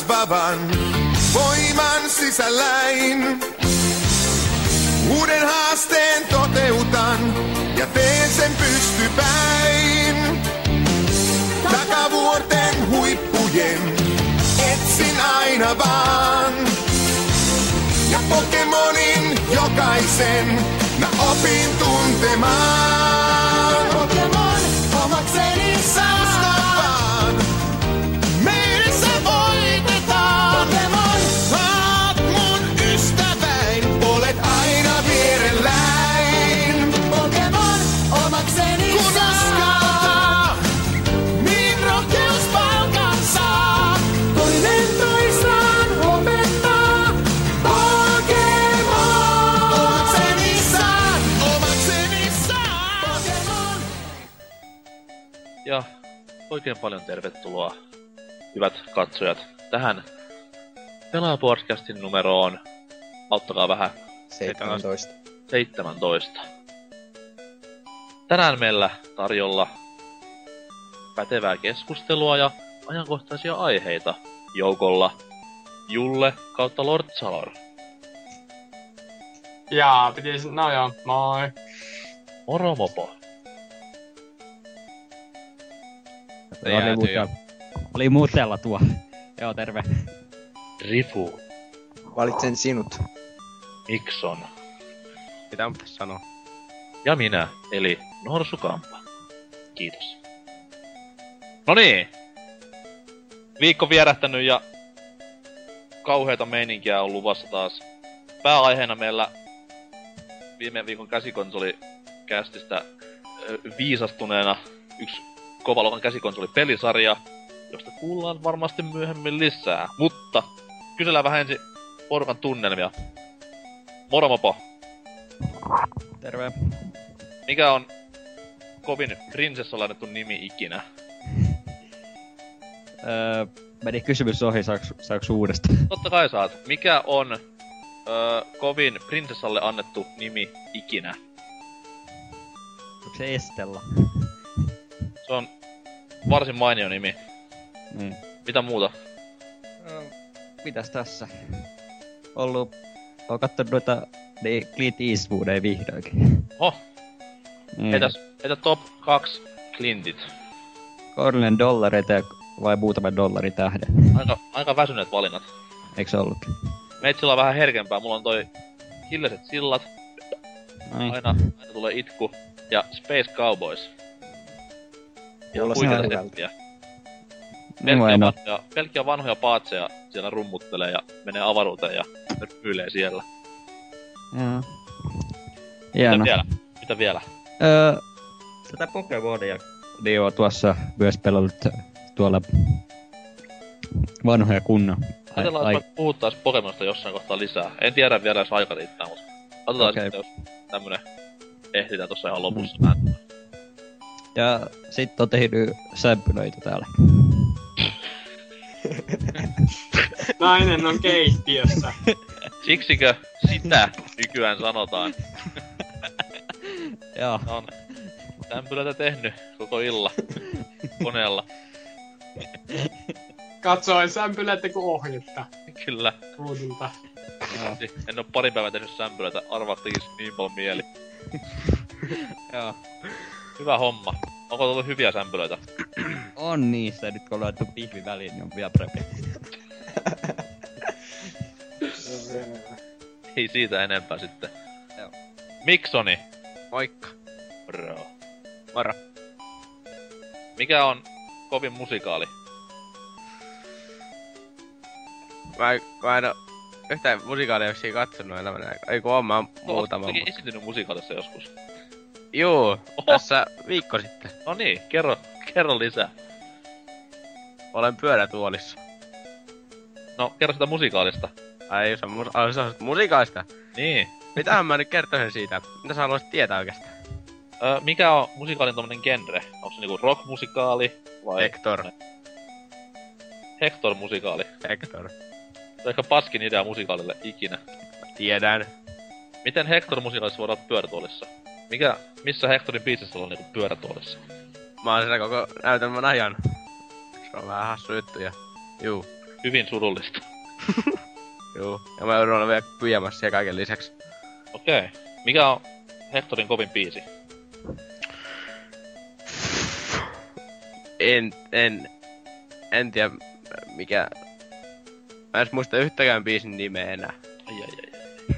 kasvavan voiman sisälläin. Uuden haasteen toteutan ja teen sen pystypäin. Takavuorten huippujen etsin aina vaan. Ja Pokemonin jokaisen mä opin tuntemaan. Pokemon omakseni saa. Usko vaan, meissä voitetaan. Pokemon, oot mun ystäväin, olet aina vierelläin. Pokemon omakseni kun saa. Uskaltaa, niin rohkeus palkan saa. Toinen toistaan opettaa. Pokemon omakseni saa. Omakseni saa. Pokemon. Ja oikein paljon tervetuloa, hyvät katsojat, tähän Pelaaja-podcastin numeroon. Auttakaa vähän. 17. 17. Tänään meillä tarjolla pätevää keskustelua ja ajankohtaisia aiheita joukolla Julle kautta Lord Salor. Jaa, no joo, moi. Moro mopo. Oli mutella tuo. Joo, terve. Rifu. Valitsen sinut. Mikson. Mitä pitäis sanoa? Ja minä, eli Norsukampa. Kiitos. No niin. Viikko vierähtänyt ja kauheita meininkiä on luvassa taas. Pääaiheena meillä viime viikon käsikonsolikästistä viisastuneena yksi kovaluokan käsikonsolipelisarja, josta kuullaan varmasti myöhemmin lisää. Mutta kysellään vähän ensin porukan tunnelmia. Moro mopo. Terve. Mikä on kovin prinsessalle annettu nimi ikinä? Meni kysymys ohi, saaks uudesta? Totta kai saat. Mikä on kovin prinsessalle annettu nimi ikinä? Onko se Estella? Se on varsin mainio nimi. Niin. Mitä muuta? Mitäs tässä? Oon kattonut noita Clint Eastwoodia vihdoinkin. Heitä top 2 Clintit. Kornelen dollareita vai muutaman dollarin tähden? Aika väsyneet valinnat. Eiks se ollutkin? Meitsillä on vähän herkempää. Mulla on toi Hiljaset sillat. Ai. Aina tulee itku. Ja Space Cowboys. Ja Kuulostaa huikeita hyvältä. settiä. Pelkkiä vanhoja paatseja siellä rummuttelee ja menee avaruuteen ja ryylee siellä. Joo. Hieno. Mitä vielä? Tätä Pokemonia niin on tuossa myös pelannut tuolla vanhoja kunnon. Ajatellaan, että puhuttais Pokemonista jossain kohtaa lisää. En tiedä vielä, jos aika riittää, mutta otetaan sitten, jos tämmönen ehditään tossa ihan lopussa. Ja sit on tehnyt sämpylöitä täällä. Nainen on keittiössä. Siksikö sitä nykyään sanotaan? Joo. On sämpylöitä tehnyt koko illa koneella. Katsoin sämpylöitä kuin ohjetta. Kyllä. Ruudulta. En oo pari päivää tehnyt sämpylöitä, arvaa tekis niin paljon mieli. Joo. Hyvä homma. Onko tullut hyviä sämpylöitä? On niistä, nyt kun on laittu pihvi väliin, niin on vielä parempi. Ei siitä enempää sitten. Joo. Miksoni. Moikka. Bro. Moro. Mikä on kovin musikaali? Mä en oo yhtään musikaalia vissiin katsonut elämän aikaa. Ei kun oon mä muutama. Ootko esiintynyt musikaalissa joskus? Juu, tässä viikko sitten. No niin, kerro lisää. Olen pyörätuolissa. No, kerro sitä musikaalista. Ai, se on musikaalista. Niin. Mitähän mä nyt kertoisin siitä? Mitä sä haluaisit tietää oikeastaan? Mikä on musikaalin tommonen genre? Onko se niinku rock-musikaali vai... Hector. Hector-musikaali. Hector. Se on ehkä paskin idea musikaalille ikinä. Tiedän. Miten Hector-musikaalissa voidaan olla pyörätuolissa? Missä Hectorin biisissä on niinku pyörätuolissa? Mä oon siinä koko näytelmän ajan. Se on vähän hassu juttu ja... Juu. hyvin surullista. Juu. Ja mä joudun olla vielä pyjämässä kaiken lisäksi. Okei. Mikä on Hectorin kovin biisi? En tiedä mikä... Mä en muista yhtäkään biisin nimeä enää. Ai.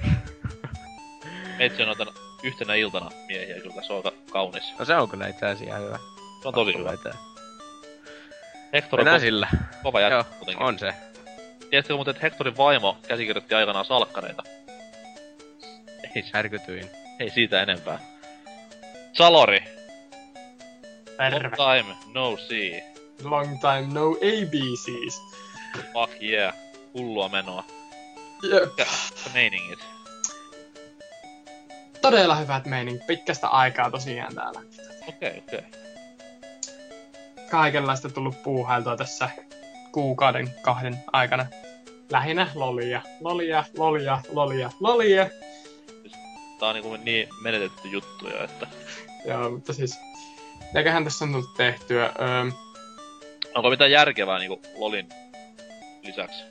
Meitsi on otan yhtenä iltana miehiä, kyllä se on aika kaunis. No se on kyllä itse asiassa ihan hyvä. Se on tosi hyvä. Hector Mennään on sillä. kova jätkä Joo, muutenkin. on se. Tiedätkö muuten, että Hectorin vaimo käsikirjoitti aikanaan salkkareita? Järkytyin. Ei siitä enempää. Salori! Terve. Long time no see. Long time no ABCs. Fuck yeah. Hullua menoa. Jep. Mikä meiningit? Todella hyvät meiningit. Pitkästä aikaa tosiaan täällä. Okei. Kaikenlaista tullut puuhailtua tässä kuukauden 2 aikana. Lähinnä lolia. Tää on niinku niin menetetty juttu jo, että... Joo, mutta siis... Mitäköhän tässä on tullut tehtyä? Onko mitään järkevää niinku LOLin lisäksi?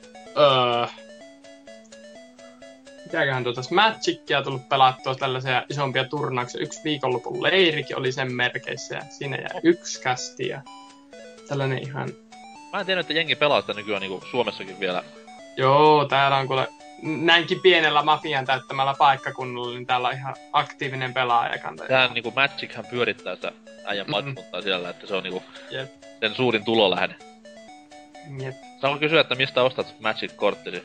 Mitäköhän Magicia tullut pelattua tällaisia isompia turnauksia. 1 viikonlopun leirikin oli sen merkeissä ja siinä jäi 1 kästi ja tällainen ihan... Mä en tiedä, että jengi pelaa sitä nykyään niinku Suomessakin vielä. Joo, täällä on kuule näinkin pienellä mafian täyttämällä paikkakunnalla, niin täällä on ihan aktiivinen pelaajakanta. Tähän niinku Magichän pyörittää sitä äijän paikkakuntaa siellä, että se on niinku Jep. sen suurin tulolähde. Jep. Saanko kysyä, että mistä ostat Magic-korttisi?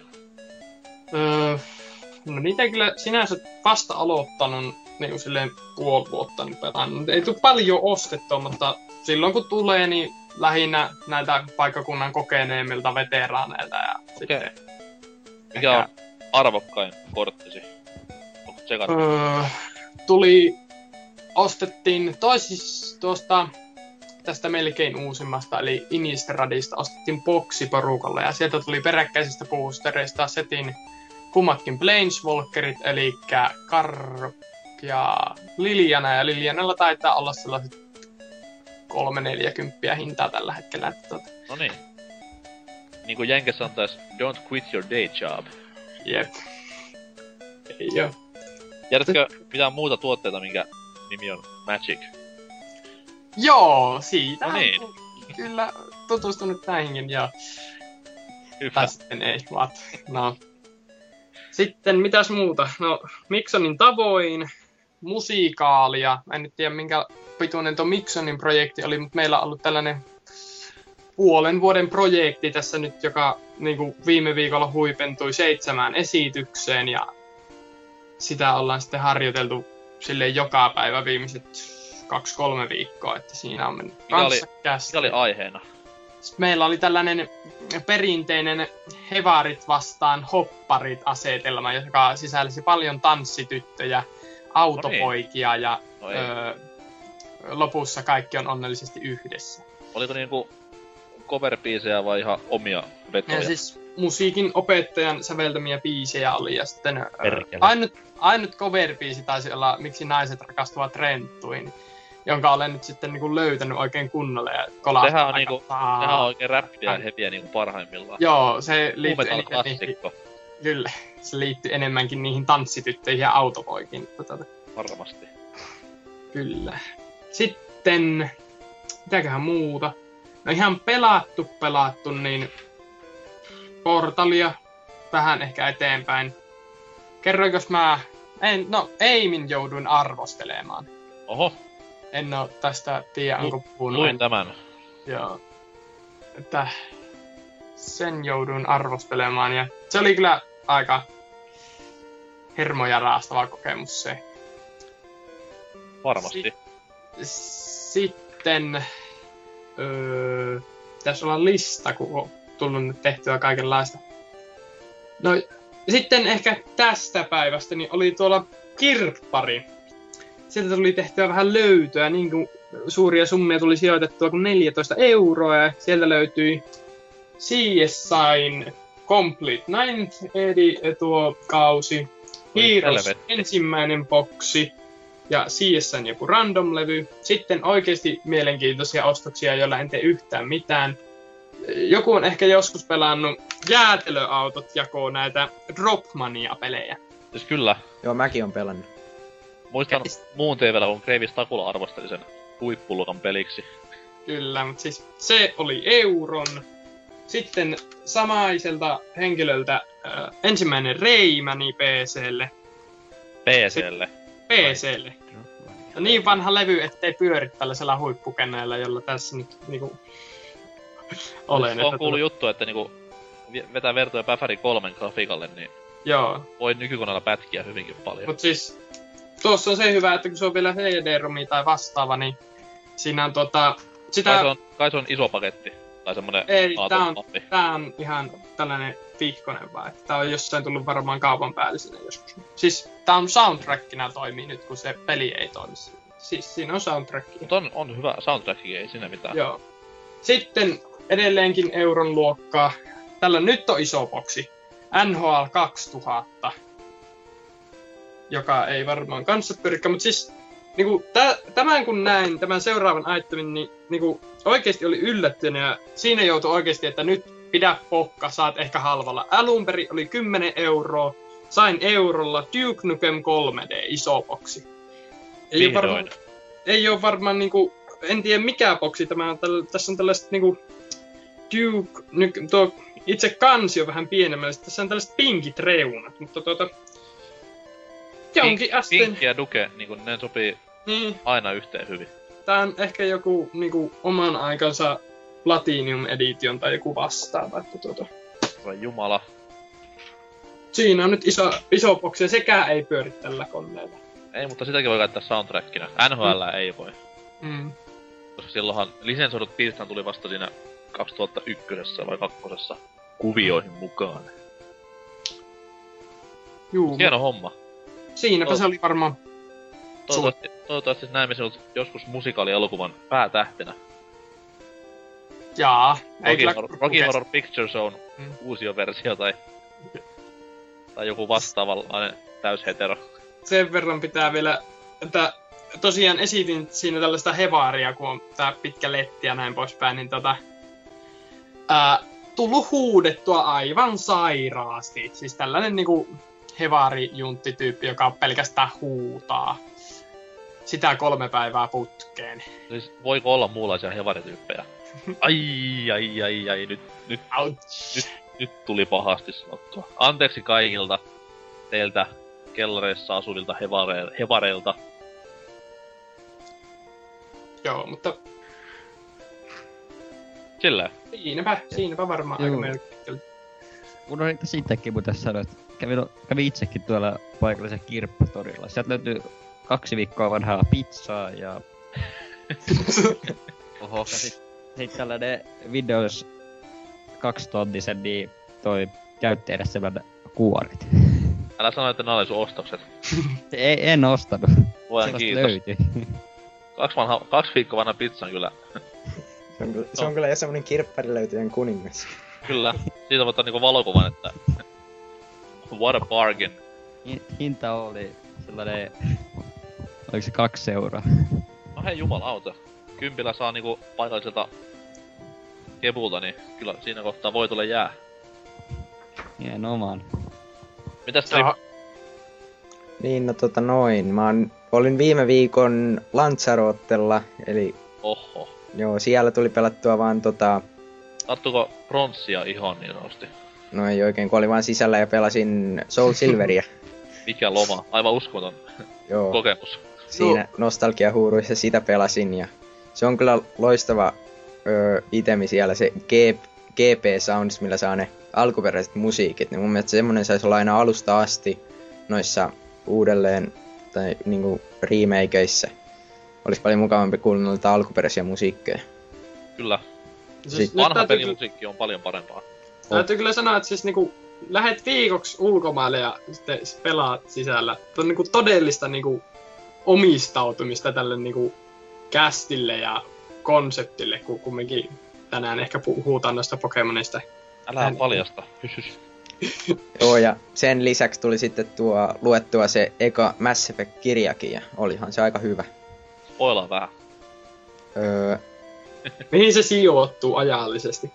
No niitä kyllä sinänsä vasta aloittanut niin silleen puoli vuotta niin pelannut. Ei tule paljon ostettua, mutta silloin kun tulee, niin lähinnä näitä paikkakunnan kokeneemmilta veteraaneilta ja sitten... Mikä on arvokkain korttisi? Onko tsekattu? Ostettiin tuosta tästä melkein uusimmasta, eli Inistradista, ostettiin boksi porukalle ja sieltä tuli peräkkäisistä boostereista setin kummatkin Planeswalkerit, eli Karrok ja Liliana, ja Lilianalla taitaa olla sellaiset 340 hintaa tällä hetkellä. No niin. Niinku Jenkessä on taas Don't quit your day job. Jep. Ei oo. Tiedätkö mitään muuta tuotteita, minkä nimi on Magic? Joo, siitä No niin. kyllä tutustunut näihinkin, joo. Hyvä. Tai sitten ei, no. Sitten mitäs muuta? No, Miksonin tavoin, musiikaalia. Mä en nyt tiedä minkä pituinen tuo Miksonin projekti oli, mutta meillä on ollut tällainen puolen vuoden projekti tässä nyt, joka niin kuin viime viikolla huipentui 7 esitykseen ja sitä ollaan sitten harjoiteltu silleen joka päivä viimeiset 2-3 viikkoa, että siinä on mennyt Mikä oli aiheena? Sitten meillä oli tällainen perinteinen hevarit vastaan hopparit -asetelma, joka sisälsi paljon tanssityttöjä, autopoikia ja lopussa kaikki on onnellisesti yhdessä. Oliko niinku cover-biisejä vai ihan omia vetoja? Ja siis musiikin opettajan säveltämiä biisejä oli ja sitten ainut cover-biisi taisi olla Miksi naiset rakastuvat renttuihin, jonka olen nyt sitten niinku löytänyt oikein kunnolla ja kolahtanut. Sehän on oikein räppiä ja heviä niinku parhaimmillaan. Joo, se liittyy klassikko. Kyllä, se liittyy enemmänkin niihin tanssityttöihin ja autopoikiin. Varmasti. Kyllä. Sitten, mitäköhän muuta? No ihan pelattu, niin Portalia vähän ehkä eteenpäin. Kerroinkos mä... Aimin jouduin arvostelemaan. Oho. En oo tästä tiedä, onko puhunut. Luin tämän. Joo. Että sen jouduin arvostelemaan ja se oli kyllä aika hermoja raastava kokemus se. Varmasti. Sitten pitäisi olla lista, kun on tullut nyt tehtyä kaikenlaista. No sitten ehkä tästä päivästä niin oli tuolla kirppari. Sieltä tuli tehtyä vähän löytöä, niin kuin suuria summia tuli sijoitettua kuin 14 €. Ja sieltä löytyi CS:n Complete Ninth eli tuo kausi, Heroes ensimmäinen boksi ja CS:n joku random-levy. Sitten oikeasti mielenkiintoisia ostoksia, joilla en tee yhtään mitään. joku on ehkä joskus pelannut jäätelöautot jakoo näitä Dropmania-pelejä. Siis kyllä. Joo, mäkin on pelannut. Muistan muun TV:llä, kun Kreivis Takula arvosteli sen huippuluokan peliksi. Kyllä, mutta siis se oli euron. Sitten samaiselta henkilöltä ensimmäinen Reimani PC:lle. PC:lle. PC:lle. Ja niin vanha levy, ettei pyöri tällaisella huippukenneellä, jolla tässä nyt niinku olen. On kuullut juttu, että niinku vetää vertoja Päfäri 3 grafiikalle, niin joo. Voi nykykoneella pätkiä hyvinkin paljon. Mut siis tuossa on se hyvä, että kun se on vielä CD-romi tai vastaava, niin siinä on sitä... Kai se on iso paketti. Tai semmonen ei, tää on ihan tällainen vihkonen vaan, että tää on jossain tullut varmaan kaupan päällisenä joskus. Siis tää on soundtrackina toimii nyt, kun se peli ei toimi. Siis siinä on soundtrackia. Mutta on hyvä soundtrackia, ei siinä mitään. Joo. Sitten edelleenkin euron luokkaa. Tällä nyt on iso boksi. NHL 2000. Joka ei varmaan kanssa pyrkkä, mutta siis niinku, tämän kun näin, tämän seuraavan itemin, niin niinku, oikeesti oli yllättynyt ja siinä joutui oikeesti, että nyt pidä pokka, saat ehkä halvalla. Alunperin oli 10 €, sain eurolla Duke Nukem 3D iso boksi. Ei oo varmaan niinku, en tiedä mikä boksi tämä on, tässä on tällaiset niinku Duke, tuo itse kansi on vähän pienemmällä, tässä on tällaiset pinkit reunat, mutta jonkin asteen... Pinkki ja Duke, niinku ne sopii aina yhteen hyvin. Tää on ehkä joku niinku oman aikansa Platinum Edition tai joku vastaava, että Vai jumala. Siinä on nyt iso boksi ja sekään ei pyöri tällä koneella. Ei, mutta sitäkin voi käyttää soundtrackina. NHL ei voi. Koska silloinhan lisensoidut biisithän tuli vasta siinä 2001 vai 2 kuvioihin mukaan. Juu. Hieno homma. Siinäpä se oli varmaan. Toivottavasti näemme sinut joskus musikaalielokuvan päätähtenä. Rocky Horror Picture Zone uusioversio tai joku vastaavanlainen täyshetero. Sen verran pitää vielä, että tosiaan esitin siinä tällaista hevaaria, kun on tää pitkä letti ja näin poispäin, niin tullut huudettua aivan sairaasti. Siis tällainen niinku hevaarijuntityyppi, joka pelkästään huutaa. Sitä 3 päivää putkeen. Siis voiko olla muunlaisia hevarityyppejä? Ai, nyt tuli pahasti sanottua. Anteeksi kaikilta teiltä kellareissa asuvilta hevareilta. Joo, mutta... Sillä. Siinäpä varmaan aika melkein. Unohdin siitäkin muuten sanoa, että kävin itsekin tuolla paikallisen kirpputorilla. Sieltä löytyy 2 viikkoa vanhaa pizzaa ja... Oho. Ja sit tällainen Windows 2-tontisen, niin toi käytti edes semmoinen kuoret. Älä sano, että nää oli sun ostokset. En ostanut. Luojan kiitos. Löytyi. 2 viikkoa vanha pizza on kyllä. Se on kyllä jo semmonen kirpparilöytyjen kuningas. Kyllä. Siitä voit niinku valokuvan, että... What a bargain. Hinta oli sellainen... Oliko se 2 €? No hei jumalauta. 10 saa niinku paikalliselta kebulta, niin kyllä siinä kohtaa voi tulla jää. Hienomaan. Mitäs Trip? Niin, mä olin viime viikon Lanzarotella, eli... Oho. Joo, siellä tuli pelattua vaan Tarttuko pronssia ihon niin nosti? No ei oikein, kun oli vaan sisällä ja pelasin Soul Silveria. Mikä loma, aivan uskomaton kokemus. Siinä nostalgiahuuruissa sitä pelasin ja se on kyllä loistava itemi siellä, se GP Sounds, millä saa ne alkuperäiset musiikit. Niin mun mielestä semmonen saisi olla aina alusta asti noissa uudelleen tai niinku remakeissa. Olisi paljon mukavampi kuulla noita alkuperäisiä musiikkeja. Kyllä. Siis vanha pelimusiikki on paljon parempaa. Täytyy kyllä sanoa, että siis niinku lähet viikoksi ulkomaille ja sitten pelaat sisällä. Tuo on niinku todellista niinku omistautumista tälle niinku kästille ja konseptille, kun kumminkin tänään ehkä puhutaan noista Pokemonista. Älä paljasta. Joo, ja sen lisäksi tuli sitten luettua se eka Mass Effect-kirjakin, ja olihan se aika hyvä. Spoilaa vähän. Mihin se sijoittuu ajallisesti?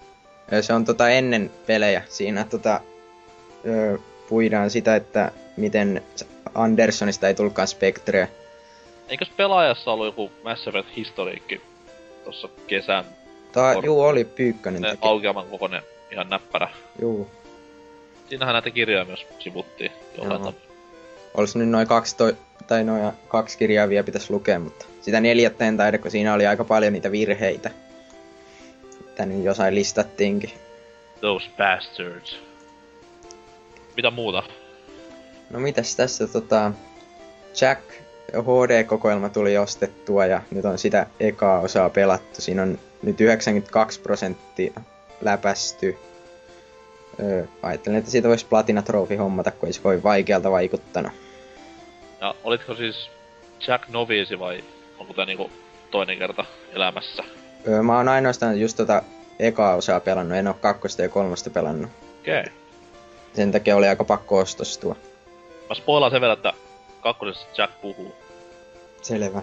Se on ennen pelejä. Siinä puidaan sitä, että miten Andersonista ei tullutkaan Spectreä. Eikös pelaajassa ollut joku Mass Effect historiikki tossa kesän? Juu, oli Pyykkönen teki. Aukeaman kokoinen ihan näppärä. Juu. Siinähän näitä kirjoja myös sivuttiin jollain tavalla. Olis nyt noin 2 kirjaa vielä pitäis lukea, mutta sitä 4. en taida, kun siinä oli aika paljon niitä virheitä. Tänne jossain listattiinkin. Those bastards. Mitä muuta? No mitäs tässä Jack HD-kokoelma tuli ostettua ja nyt on sitä ekaa osaa pelattu. Siinä on nyt 92% läpästy. Ajattelen, että siitä voisi Platina Trophy hommata, kun ei se voi vaikealta vaikuttanut. Ja olitko siis Jack Novice vai onko tää niinku toinen kerta elämässä? Mä oon ainoastaan just ekaa osaa pelannut, en oo 2. ja 3. pelannut. Okei. Sen takia oli aika pakko ostostua. Mä spoilaan sen verran, että 2. Jack puhuu. Selvä.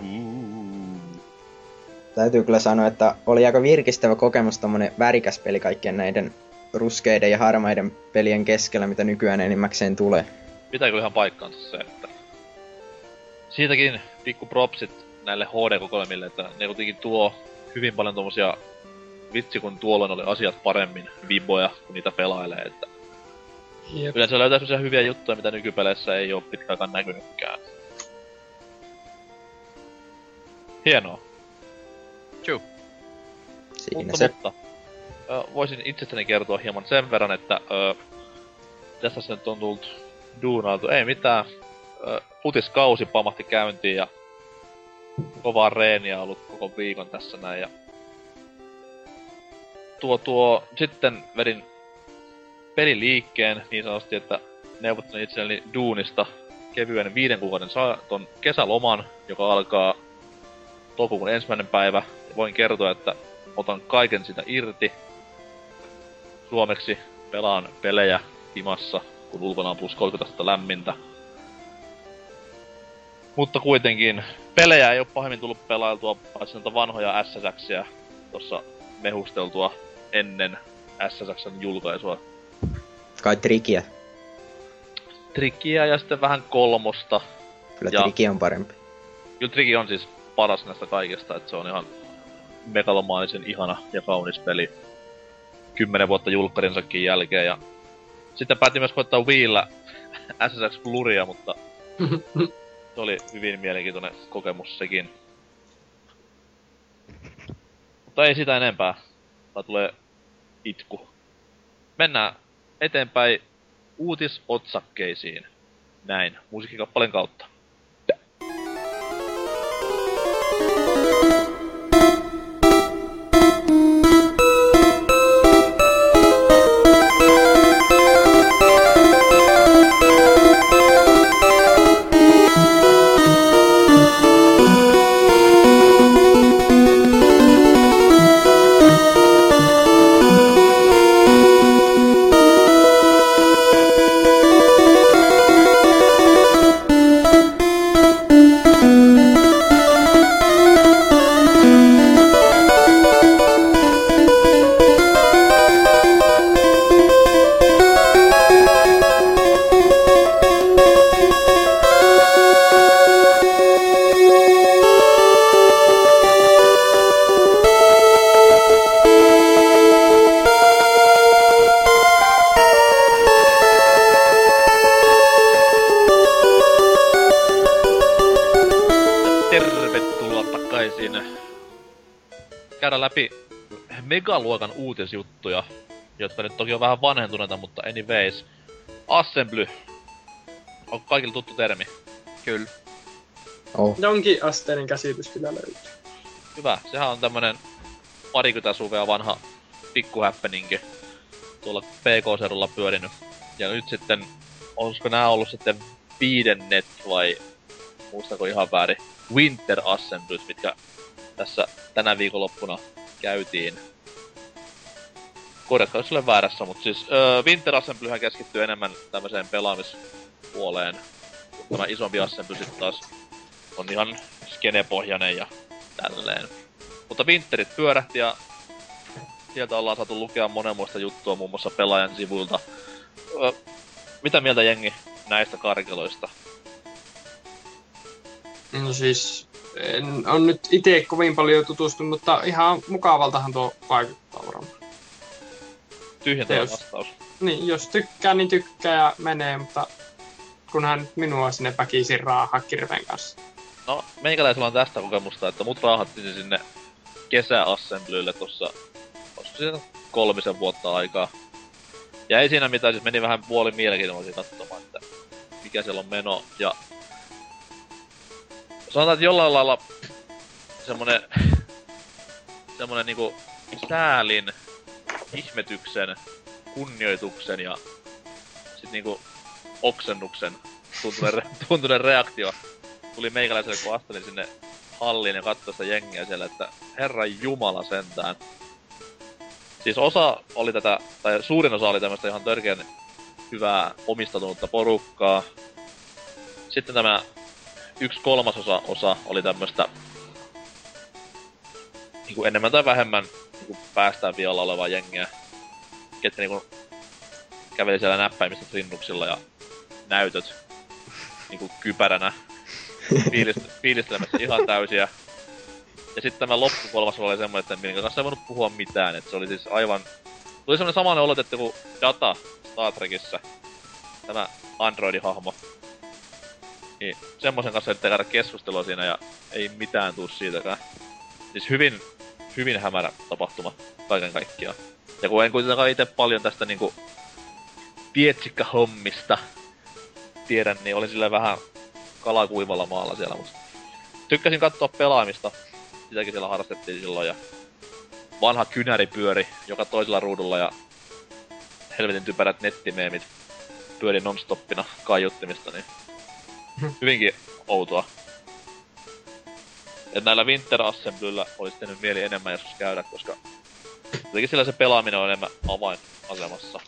Täytyy kyllä sanoa, että oli aika virkistävä kokemus tommonen värikäs peli kaikkien näiden ruskeiden ja harmaiden pelien keskellä, mitä nykyään enimmäkseen tulee. Pitääkö ihan paikkaansa se, että siitäkin pikku propsit näille HD-kokoelmille, että ne kuitenkin tuo hyvin paljon tommosia vitsi kun tuolloin oli asiat paremmin viboja, kun niitä pelailee, että Jep. yleensä löytää semmosia hyviä juttuja, mitä nykypeleissä ei oo pitkäänkään näkynytkään. Hienoa. Siinä se. Mutta voisin itsestäni kertoa hieman sen verran, että tässä se nyt on tullut duunailtu. Ei mitään. Futiskausi pamahti käyntiin ja kovaa reeniä ollut koko viikon tässä näin. Ja sitten vedin peliliikkeen niin sanotusti, että neuvottelin itselleni duunista kevyen 5 kuukauden ton kesäloman, joka alkaa toukokuun 1. päivä. Voin kertoa, että otan kaiken sitä irti. Suomeksi pelaan pelejä himassa, kun ulkona on plus 30 astetta lämmintä. Mutta kuitenkin, pelejä ei oo pahemmin tullut pelailtua, paitsi noita vanhoja SSXiä tossa mehusteltua ennen SSXn julkaisua. Kai Trikiä. Trikiä ja sitten vähän 3. Kyllä Ja- Triki on parempi. Kyllä Triki on siis paras näistä kaikista, että se on ihan megalomaanisen ihana ja kaunis peli 10 vuotta julkkarinsakin jälkeen. Ja sitten päätin myös koittaa Wiillä SSX Bluria, mutta se oli hyvin mielenkiintoinen kokemus sekin. Mutta ei sitä enempää. Tää tulee itku. Mennään eteenpäin uutisotsakkeisiin. Näin, musiikkikappaleen kautta. Tervetuloa takaisin. Käydään läpi megaluokan uutisjuttuja, jotka nyt toki on vähän vanhentuneita, mutta anyways. Assembly. On kaikille tuttu termi. Kyllä. Oh. Jonkin asteinen käsitys kyllä löytyy. Hyvä. Sehän on tämmönen parikymmentä suvea vanha pikkuhäppeninki tuolla PK-seudulla pyörinyt. Ja nyt sitten, olisiko nää ollut sitten 5. vai muistako ihan väärin, Winter Assemblies, mitkä tässä tänä viikonloppuna käytiin. Korjatkaa, jos olen väärässä, mutta siis Winter Assemblyhän keskittyy enemmän tämmöiseen pelaamispuoleen. Tämä isompi Assembly sit taas on ihan skenepohjainen ja tälleen. Mutta Winterit pyörähti ja sieltä ollaan saatu lukea monenmoista juttua muun muassa pelaajan sivuilta. Mitä mieltä jengi näistä karkeloista? No siis, en on nyt itse kovin paljon tutustunut, mutta ihan mukavaltahan tuo vaikuttaa varmaan. Tyhjentävä Jos- vastaus. Niin, jos tykkää, niin tykkää ja menee, mutta kunhan nyt minua sinne väkisin raahaa kirveen kanssa. No, meikäläisellä on tästä kokemusta, että mut raahattiin sinne kesäassemblylle tossa, olisiko siinä 3 vuotta aikaa. Ja ei siinä mitään, siis meni vähän puoli mielenkiintoisia katsomaan, että mikä siellä on meno. Ja sanotaan, että jollain lailla semmonen niinku säälin, ihmetyksen, kunnioituksen ja sit niinku oksennuksen tuntunen reaktio tuli meikäläiselle, kun astelin sinne halliin ja katsoi sitä jengiä siellä, että herran jumala sentään. Siis osa oli tätä, tai suurin osa oli tämmöstä ihan törkeän hyvää omistautunutta porukkaa. Sitten tämä 1/3 oli tämmöstä niinku enemmän tai vähemmän niinku päästään vialla olevaa jengiä, ketkä niinku käveli siellä näppäimistä trinnuksilla ja näytöt niinku kypäränä fiilistelemässä ihan täysiä. Ja sitten tämä loppukolmas oli semmoinen, että minkä kanssa ei voinut puhua mitään, että se oli siis aivan... Tuli semmoinen samainen oletettu kuin Data Star Trekissä, tämä androidihahmo. Niin semmoisen kanssa ei käydä keskustelua siinä ja ei mitään tuu siitäkään. Siis hyvin hämärä tapahtuma kaiken kaikkiaan. Ja kun en kuitenkaan itse paljon tästä niinku pietsikkahommista tiedän, niin olin sillä vähän kalakuivalla maalla siellä, mutta tykkäsin katsoa pelaamista. Sitäkin siellä harrastettiin silloin ja vanha kynäri pyöri joka toisella ruudulla ja helvetin typerät nettimeemit pyöri non-stoppina kaiuttimista, niin hyvinkin outoa. Et näillä Winter Assemblyllä olisi tehnyt mieli enemmän joskus käydä, koska jotenkin sillä se pelaaminen on enemmän avainasemassa.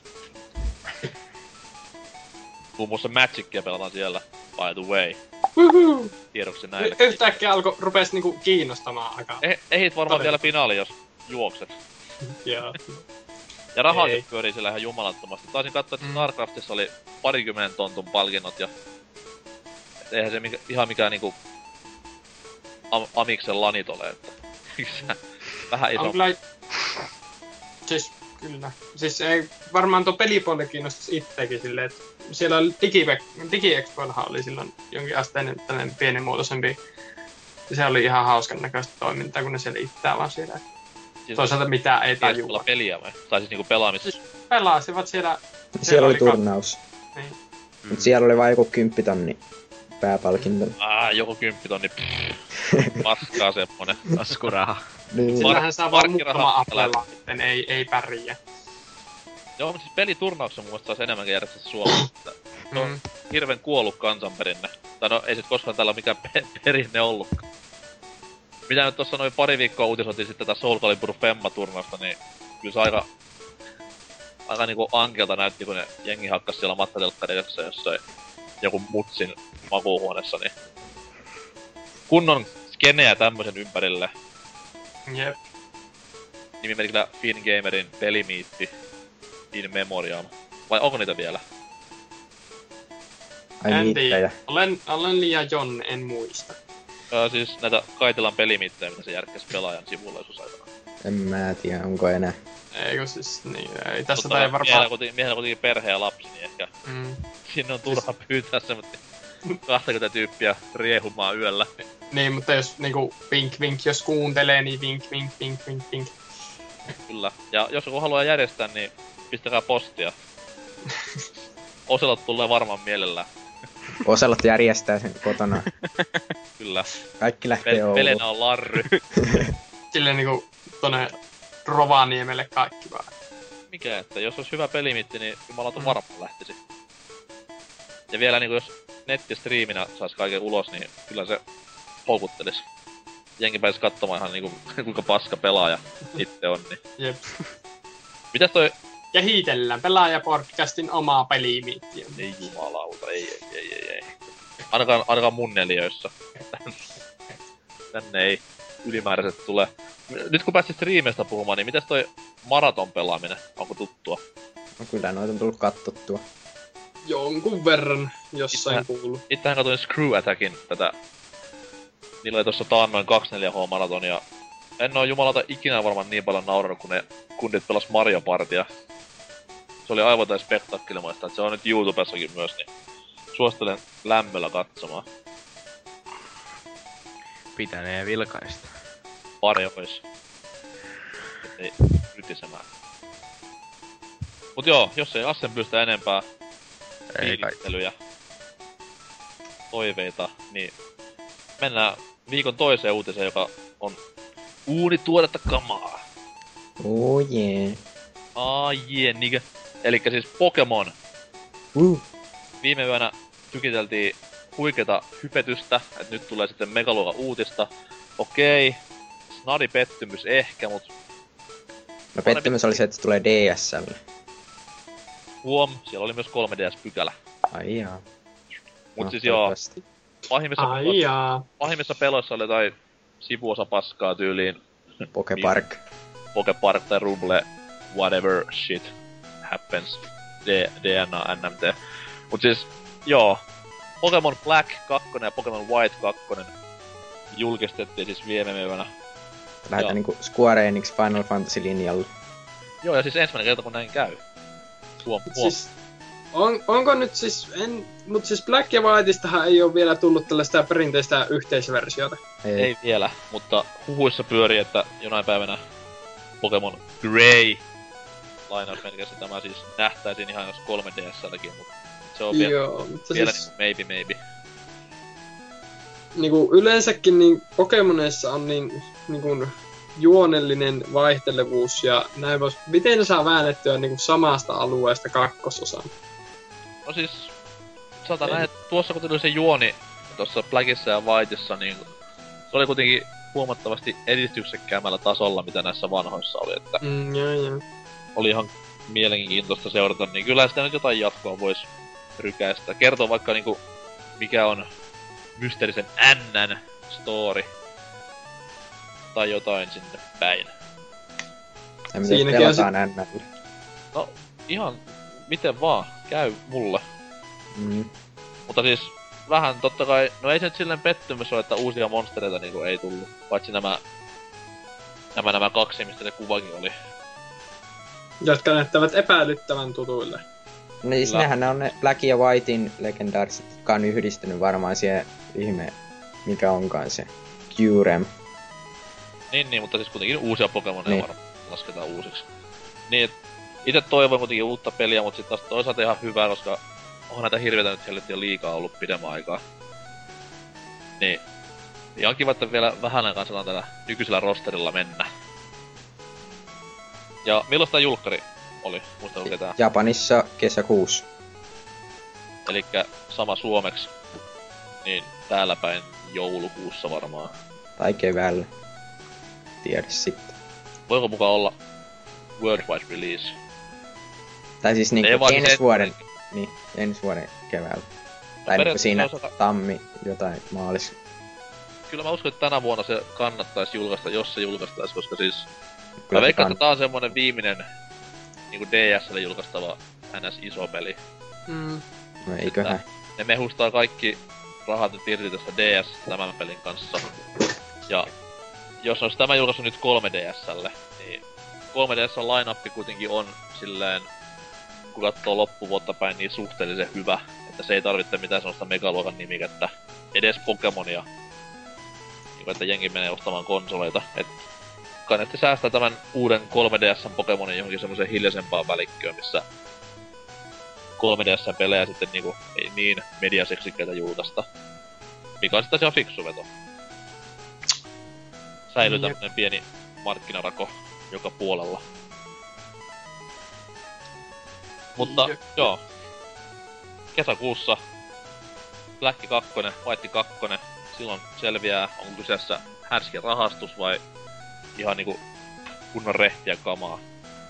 Muun muassa Magicia pelataan siellä, by the way. Woohoo! Tiedoksi näille. Yhtäkkiä rupes niinku kiinnostamaan aika. Ehit varmaan vielä finaali, jos juokset. Joo. Ja rahakin Ei. pyörii siellä ihan jumalattomasti. Taisin katsoa, että Mm. Starcraftissa oli 20 tontun palkinnot ja... Et eihän se ihan mikään niinku... Amiksen lanit ole, että... Vähän On iso. kyllä... Siis, kyllä. Siis ei varmaan tuo pelipuoli kiinnostais itteekin silleen, että siellä oli DigiExpoillahan oli silloin jonkin asteinen tällainen pienimuotoisempi. Ja se oli ihan hauskan näköistä toimintaa, kun ne siellä ittää vaan siellä. Siis Toisaalta mitään ei olla tajua. peliä vai? Tai siis niinku pelaamista. Pelasivat siellä. Siellä oli turnaus. Niin. Mut siellä oli vain joku 10 000 pääpalkinto. Joku 10 tonni. Paskaa semmonen. Taskuraha. Niin. Sillähän saa vaan markkiraha- muutama aplella, sitten ei pärjää. Joo, mutta siis peliturnauksen mun mielestä saisi enemmänkin järjestää Suomessa. Se on hirven kuollut kansanperinne. Tai no ei sit koskaan täällä mikään perinne ollutkaan. Mitä nyt tossa noin pari viikkoa uutisoitiin sitten tätä Soul Calibur Femma-turnausta, niin kyllä se aika niinku ankeelta näytti, kun ne jengi hakkas siellä mattatelkkarissa jossain joku mutsin makuuhuoneessa, niin kunnon skeneä tämmösen ympärille. Jep. Nimimerkillä Fingamerin pelimiitti in memoriam. Vai onko niitä vielä? Ai En niitä tiedä. ja... Olen liian Jon, en muista. Siis näitä Kaitilan pelimiittejä, mitä se järkkäs pelaajan sivulla joskus aikana. En mä tiedä, onko enää. Eikö siis, niin, ei tässä tai varmaan... Miehellä kuitenkin perhe ja lapsi, niin ehkä Mm. sinne on turha pyytää semmoista 20 tyyppiä riehumaan yöllä. Niin, mutta jos niinku vink vink, jos kuuntelee, niin vink vink vink vink vink. Kyllä. Ja jos joku haluaa järjestää, niin pistäkää postia. Oselot tulee varmaan mielellään. Oselot järjestää sen kotona. Kyllä. Kaikki lähtee Ouluun. Pelenä on Larry. Silleen niinku tonne Rovaniemelle kaikki vaan. Mikä, että jos olisi hyvä pelimitti, niin jumalauta varmaan lähtisi. Ja vielä niinku jos nettistriiminä sais kaiken ulos, niin kyllä se houkuttelis. Jengi pääsis katsomaan ihan niinku kuinka paska pelaaja itse on, niin... Jep. Mitäs toi... Kehitellään Pelaajapodcastin omaa pelimiittiä. Ei jumalauta, ei. Ainakaan mun neliöissä. Tänne ei ylimääräiset tule. Nyt kun pääsit striimeistä puhumaan, niin mitäs toi maraton pelaaminen? Onko tuttua? No kyllä noita on tullut kattottua. Jonkun verran jossain Itsehän- kuuluu. Itsehän katsoin Screw Attackin tätä. Niillä oli tossa taannoin 24H-maratonia. En oo jumalauta ikinä varmaan niin paljon nauranut, kun ne kundit pelas Mario Partia. Se oli aivan tai spektakkelimaista, että se on nyt YouTubessakin myös, niin suosittelen lämmöllä katsomaan. Pitänee vilkaista. Pari ois. Ei rytisemään. Mut joo, jos ei Assemblystä enempää Ei kai. fiilistelyjä, toiveita, niin mennään viikon toiseen uutiseen, joka on uunituoretta kamaa. Oh yeah. Nigga. Elikkä siis Pokemon. Viime yönä tykiteltiin huikeeta hypetystä, että nyt tulee sitten megaluokan uutista. Okei, snadi pettymys ehkä, mut No pettymys oli se, että se tulee DS:lle. huom, siellä oli myös 3DS-pykälä. Ai jaa. Mut No, siis joo, toivottavasti. Ai jaa. pahimmissa peloissa oli jotain sivuosa paskaa tyyliin Pokepark. Pokepark tai Rumble, whatever shit happens. DNA, NMT. Mut siis, joo. Pokemon Black 2 ja Pokemon White 2 julkistettiin siis viime yönä. Joo. Lähdetään niinku Square Enix Final Fantasy linjalle. Joo, ja siis ensimmäinen kerta kun näin käy. Huom. Siis, onko nyt siis, mut siis Black ja Whiteistahan ei ole vielä tullut tällaista perinteistä yhteisversiota. Ei vielä, mutta huhuissa pyörii, että jonain päivänä Pokemon Grey lainausmerkeissä tämä siis nähtäisiin ihan jos 3DS:lläkin, mutta se on vielä, Joo, mutta vielä siis maybe. niinku yleensäkin niin Pokemoneissa on niinku juonellinen vaihtelevuus ja näin vois. Miten ne saa väännettyä niinku samasta alueesta kakkososan? No siis, sanotaan näin, että tuossa kun tuli se juoni tuossa Blackissa ja Whiteissa, niin se oli kuitenkin huomattavasti edistyksekkäämmällä tasolla, mitä näissä vanhoissa oli, että Joo. oli ihan mielenkiintoista seurata, niin kyllä sitä nyt jotain jatkoa voisi rykäistä. Kertoo vaikka niinku, mikä on mysteerisen N:n story. Tai jotain sinne päin. Ja miten Siinäkin on pelataan NL. No, ihan miten vaan. Käy mulle. Mutta siis vähän totta kai, no ei se nyt silleen pettymys ole, että uusia monstereita niinku ei tullut. Paitsi nämä kaksi, mistä se kuvakin oli. Jotka näyttävät epäilyttävän tutuille. No siis Kyllä. nehän on ne Black ja Whitein legendaariset, jotka on yhdistynyt varmaan siihen ihme, mikä onkaan se Kyurem. Niin, mutta siis kuitenkin uusia Pokemoneja Niin. varmaan lasketaan uusiksi. Niin, et ite toivon kuitenkin uutta peliä, mutta sit taas toisaalta ihan hyvää, koska on näitä hirveitä nyt helvettiä liikaa ollut pidemmän aikaa. Niin, ihan kiva, että vielä vähän aikaa saadaan tällä nykyisellä rosterilla mennä. Ja milloin tää julkkari oli? Muistatko ketään? Japanissa kesäkuussa. Elikkä sama suomeksi. Niin täällä päin joulukuussa varmaan. Tai keväällä. Tiedä sitten. Voiko mukaan olla worldwide release? Tai siis niinku Ei vaan ensi se- vuoden, niin, ensi vuoden keväällä. Tai niinku periaatteessa siinä se olisi aika- tammi jotain maalis. Kyllä mä uskon, että tänä vuonna se kannattaisi julkaista, jos se julkaistais, koska siis Kyllä mä veikkaan, se että tää on semmonen viimeinen niinku DS:lle julkaistava NS iso peli. No eiköhän. Ne mehustaa kaikki rahat nyt irti tästä DS tämän pelin kanssa. Ja jos olisi tämä julkaisu nyt 3DS:lle, niin 3DS:n line-up kuitenkin on silleen, kun katsoo loppuvuotta päin, niin suhteellisen hyvä. Että se ei tarvitse mitään sellaista megaluokan nimikettä, edes Pokemonia. Niin että jengi menee ostamaan konsoleita. Et kannatti säästää tämän uuden 3DS:n Pokemonin johonkin semmoiseen hiljaisempaan välikköön, missä 3DS:n pelejä sitten niinku ei niin mediaseksikkäitä julkaista. Mikä on sitten ihan fiksu veto. Säilyy Jep. tämmönen pieni markkinarako joka puolella. Mutta Jep. joo. Kesäkuussa Black 2, White 2, silloin selviää, onko kyseessä härski rahastus vai ihan niinku kunnon rehtiä kamaa.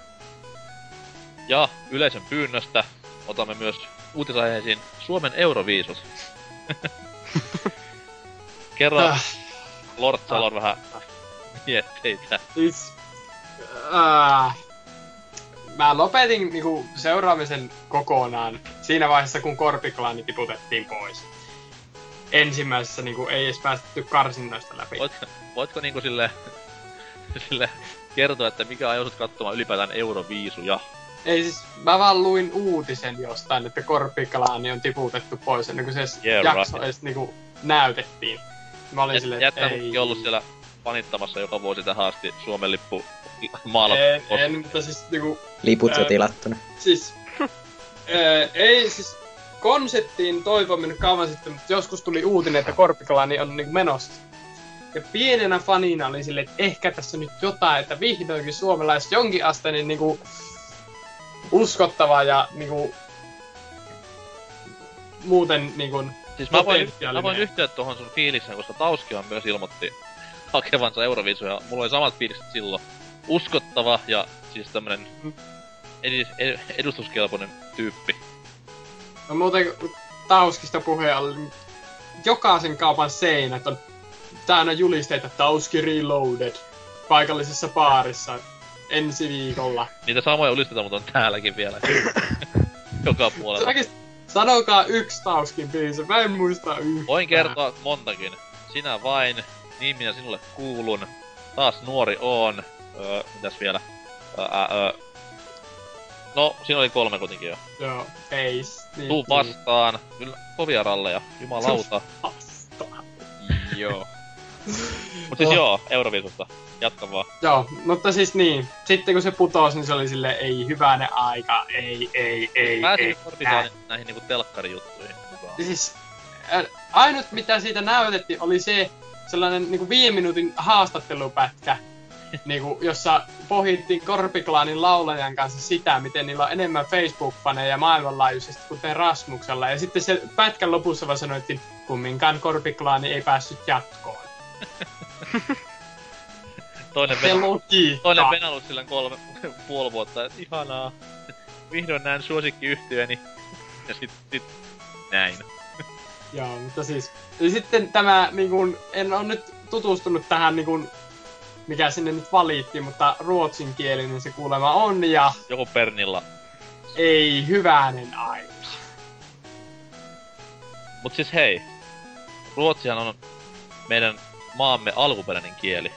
Ja yleisön pyynnöstä otamme myös uutisaiheisiin Suomen Euroviisut. Kerro Lord Salon vähän mietteitä. Siis, mä lopetin niinku seuraamisen kokonaan siinä vaiheessa, kun Korpiklaani tiputettiin pois. Ensimmäisessä niinku ei edes päästetty karsinnoista läpi. Voitko niinku sille kertoa, että mikä ajoi sut katsomaan ylipäätään Euroviisuja? Ei siis, mä vaan luin uutisen jostain, että Korpiklaani on tiputettu pois ennen kuin se jakso edes niinku näytettiin. Mä olin silleen, että ei. Ollut siellä panittamassa joka vuosi tähän asti Suomen lippu maalattu. En, mutta siis niinku... Liput jo tilattuna. Siis... ei siis... Konseptiin toivominen kauan sitten, mutta joskus tuli uutinen, että Korpiklaani on niinku menossa. Ja pienenä fanina oli silleen, että ehkä tässä nyt jotain, että vihdoinkin suomalaiset jonkinasteinen niinku... uskottava ja niinku... muuten niinku... Siis mä voin yhtyä tohon sun fiilikseen, koska Tauskihan myös ilmoitti hakevansa Euroviisuja. Mulla oli samat fiilikset silloin. Uskottava ja siis tämmönen edustuskelpoinen tyyppi. No muuten Tauskista puheen ollen, jokaisen kaupan seinät on täynnä julisteita Tauski Reloaded paikallisessa baarissa ensi viikolla. Niitä samoja julisteita, mutta on täälläkin vielä. Joka puolella. Oikeesti, sanokaa yksi Tauskin biisi, mä en muista yhtään. Voin kertoa montakin. Sinä vain, niin minä sinulle kuulun. Taas nuori oon. Mitäs vielä? No, siinä oli 3 kuitenkin jo. Joo, Face. Niin, Tuu vastaan. Kyllä, kovia ralleja. Jumalauta. Vastaan. Joo. Mut siis joo, Euroviisusta. Jatka vaan. Joo, mutta siis niin. Sitten kun se putosi, niin se oli silleen, ei hyvänen aika, ei. Pääsin näihin niinku telkkarijuttuihin mukaan. Siis ainut mitä siitä näytettiin oli se sellainen niinku 5 minuutin haastattelupätkä, niinku, jossa pohittiin Korpiklaanin laulajan kanssa sitä, miten niillä on enemmän Facebook-faneja maailmanlaajuisesti kuten Rasmuksella. Ja sitten se pätkän lopussa vaan sanoittiin, kumminkaan Korpiklaani ei päässyt jatkoon. Toinen venannut sillä 3,5 vuotta, että ihanaa. Vihdoin näen suosikkiyhtyöni. Ja sit näin. Joo, mutta siis... Ja sitten tämä, niin en ole nyt tutustunut tähän, niin mikä sinne nyt valittiin, mutta ruotsinkielinen se kuulemma on, ja... Joku Pernilla. Ei hyvänen aika. Mut siis hei. Ruotsihan on meidän maamme alkuperäinen kieli.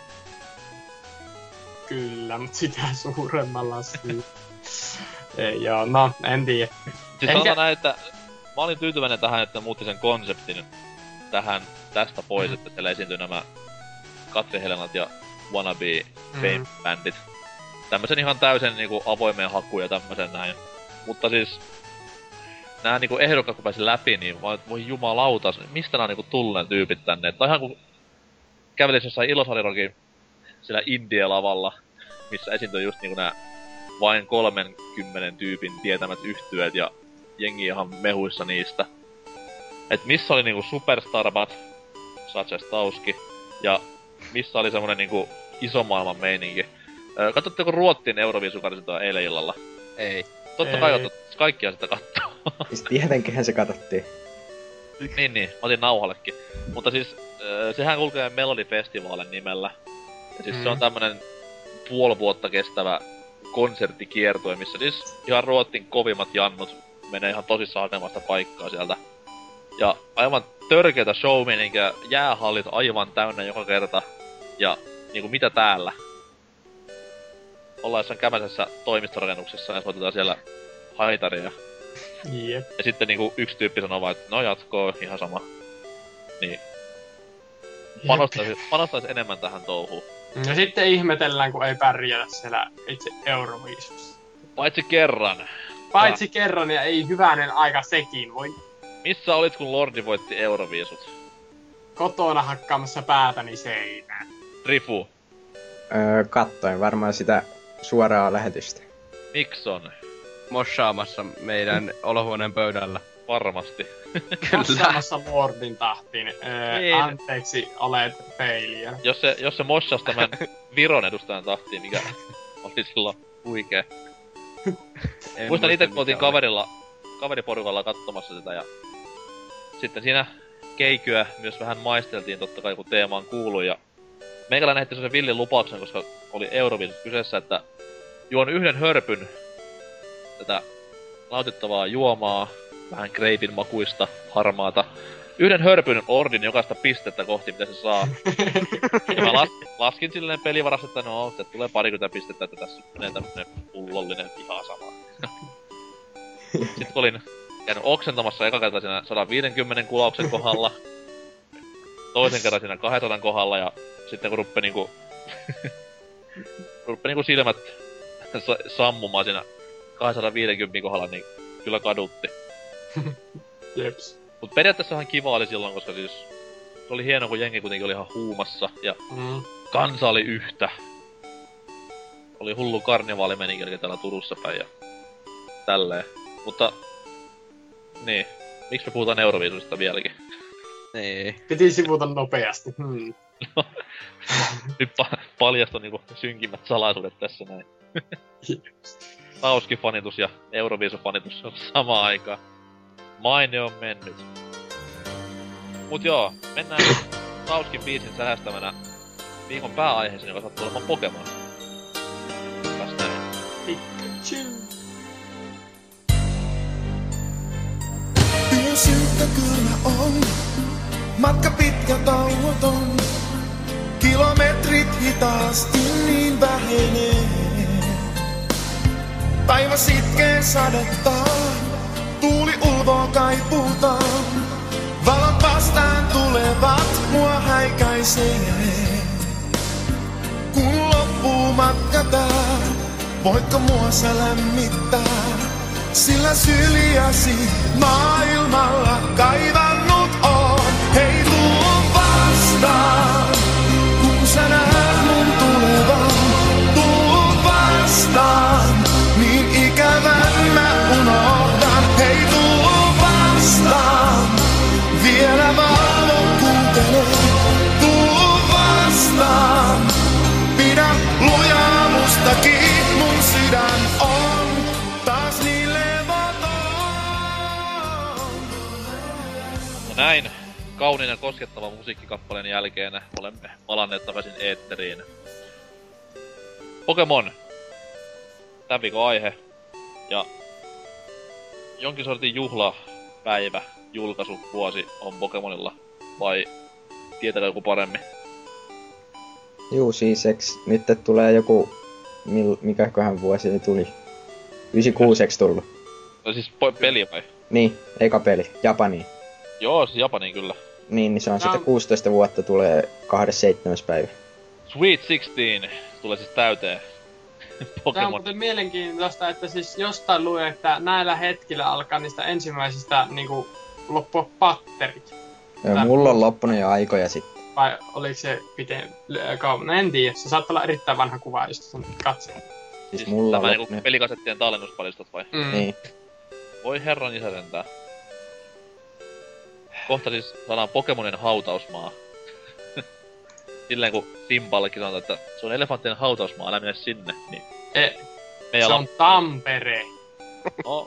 Kyllä, mutta sitä suuremmalla syyllä. Ei joo, no, en tiedä. Siis sanotaan näin, että mä olin tyytyväinen tähän, että muutti sen konseptin tästä pois, että siellä esiintyi nämä Katri Helenat ja Wannabe Fame-bändit. Tämmösen ihan täysin niinku avoimeen hakuun ja tämmösen näin. Mutta siis nää niinku ehdokkaat kun pääsi läpi, niin vaan voi jumalauta, mistä nää on niinku tulleet tyypit tänne. Että ihan kun kävelis jossain Ilosarirokin siellä Indie-lavalla, missä esiintyi just niinku nää vain 30 tyypin tietämät yhtyeet ja jengi ihan mehuissa niistä. Et missä oli niinku superstarbat, such as Tauski, ja missä oli semmonen niinku iso maailman meininki. Katsotteko Ruotsin Euroviisukarsintoa eilen illalla? Ei. Totta kai kaikkia sitä kattoo. Siis tietenkinhän se katsottiin. niin, mä otin nauhallekin. Mutta siis, sehän kulkee Melody Festivalen nimellä. Ja siis se on tämmönen puoli vuotta kestävä konserttikiertue, missä siis ihan Ruotsin kovimmat jannut menee ihan tosissaan hakemaan sitä paikkaa sieltä. Ja aivan törkeätä showmeninkiä, jäähallit aivan täynnä joka kerta. Ja niinku mitä täällä? Ollaan jossain kämäisessä toimistorakennuksessa ja soitetaan siellä haitaria. Jep. Ja sitten niinku yksi tyyppi sanoo vaan, että no jatkoo ihan sama. Niin. Panostais enemmän tähän touhuun. Ja sitten ihmetellään, kun ei pärjätä siellä itse Euroviisussa. Paitsi kerran. Paitsi kerran ja ei hyvänen aika sekin. Voi Missä olit, kun Lordi voitti Euroviisut? kotona hakkaamassa päätäni seinään. Rifu. Kattoin varmaan sitä suoraa lähetystä. Mikson. Moshaamassa meidän olohuoneen pöydällä. Varmasti. Vassaamassa Lordin tahtiin. Niin. Anteeksi, olet failure. Jos se moshas tämän Viron edustajan tahtiin, mikä oli silloin huikee. Muistan ite, kun oltiin kaveriporukalla katsomassa sitä ja sitten siinä keikyä myös vähän maisteltiin totta kai kun teemaan kuului ja meikäläinen heitti sen villin lupauksen, koska oli Euroviisut kyseessä, että juon yhden hörpyn tätä nautittavaa juomaa, vähän greipin makuista, harmaata. Yhden hörpyn ordin jokaista pistettä kohti, mitä se saa. Ja mä laskin silleen pelivarassa, että no, se tulee 20 pistettä, että tässä menee tämmönen pullollinen ihan sama. Sitten kun olin käynyt oksentamassa eka kertaa siinä 150 kulauksen kohdalla, toisen kerran siinä 200 kohdalla, ja sitten kun ruppe niinku silmät sammumaan siinä 250 kohdalla, niin kyllä kadutti. Jeps. Mut periaatteessa ihan kiva oli silloin, koska siis se oli hieno, kun jengi kuitenkin oli ihan huumassa, ja kansa oli yhtä. Oli hullu karnevaalimeininki täällä Turussa päin ja tälleen. Mutta, niin, miksi me puhutaan Euroviisusta vieläkin? Niin. Piti sivuta nopeasti. No, nyt paljastui niinku synkimmät salaisuudet tässä näin. Tauski-fanitus ja Euroviisu-fanitus on samaan aikaan. Maine on mennyt. Mut joo, mennään Tauskin biisin säästämänä viikon pääaiheeseen, joka sattuu olemaan Pokemon. Kas näin. Pikachu. Yö synkkä kylmä on, matka pitkä tauoton. Kilometrit hitaasti niin vähenee. Päivä sitkeen sadettaan, tuuli ulvoo kaipuutaan. Valot vastaan tulevat, mua häikäisee. Kun loppuu matka tää, voitko mua sä lämmittää? Sillä syljäsi maailmalla kaivannut on. Hei tuu vastaan, kun sä näet mun tulevan. Tuu vastaan, niin ikävän mä unohdan. Hei tuu vastaan, vielä valvon kuuntele. Tuu vastaan, pidä lujaa mustakin, mun sydän on taas niin levoton. Ja näin kauniin ja koskettavan musiikkikappaleen jälkeen olemme palanneet takaisin eetteriin. Pokemon. Tän viikon aihe. Ja jonkin sortin juhlapäivä, julkaisuvuosi on Pokemonilla. Vai tietääkö joku paremmin? Juu, siis nyt tulee joku, mikäköhän vuosi se tuli? 96 tullut. No siis peli vai? Niin, eka peli, Japaniin. Joo, siis Japaniin kyllä. Niin se on sitten 16 vuotta tulee 27. päivä. Sweet 16 tulee siis täyteen. Tämä on Pokemon. muuten mielenkiintoista, että siis jostain luin, että näillä hetkillä alkaa niistä ensimmäisistä niinku loppua patterit. Mulla on loppunut jo aikoja sitten. Vai oliko se kauan? No en tiedä, se saattaa olla erittäin vanha kuva, jos sen katsoo. Siis mulla on tämä loppunut. niinku pelikasettien tallennuspalistot vai? Niin. Voi herran isä sentään. Kohta siis saadaan Pokemonin hautausmaa. Silleen kun Simballekin sanotaan, että se on elefanttien hautausmaa, älä mene sinne, niin Se on Tampere. No.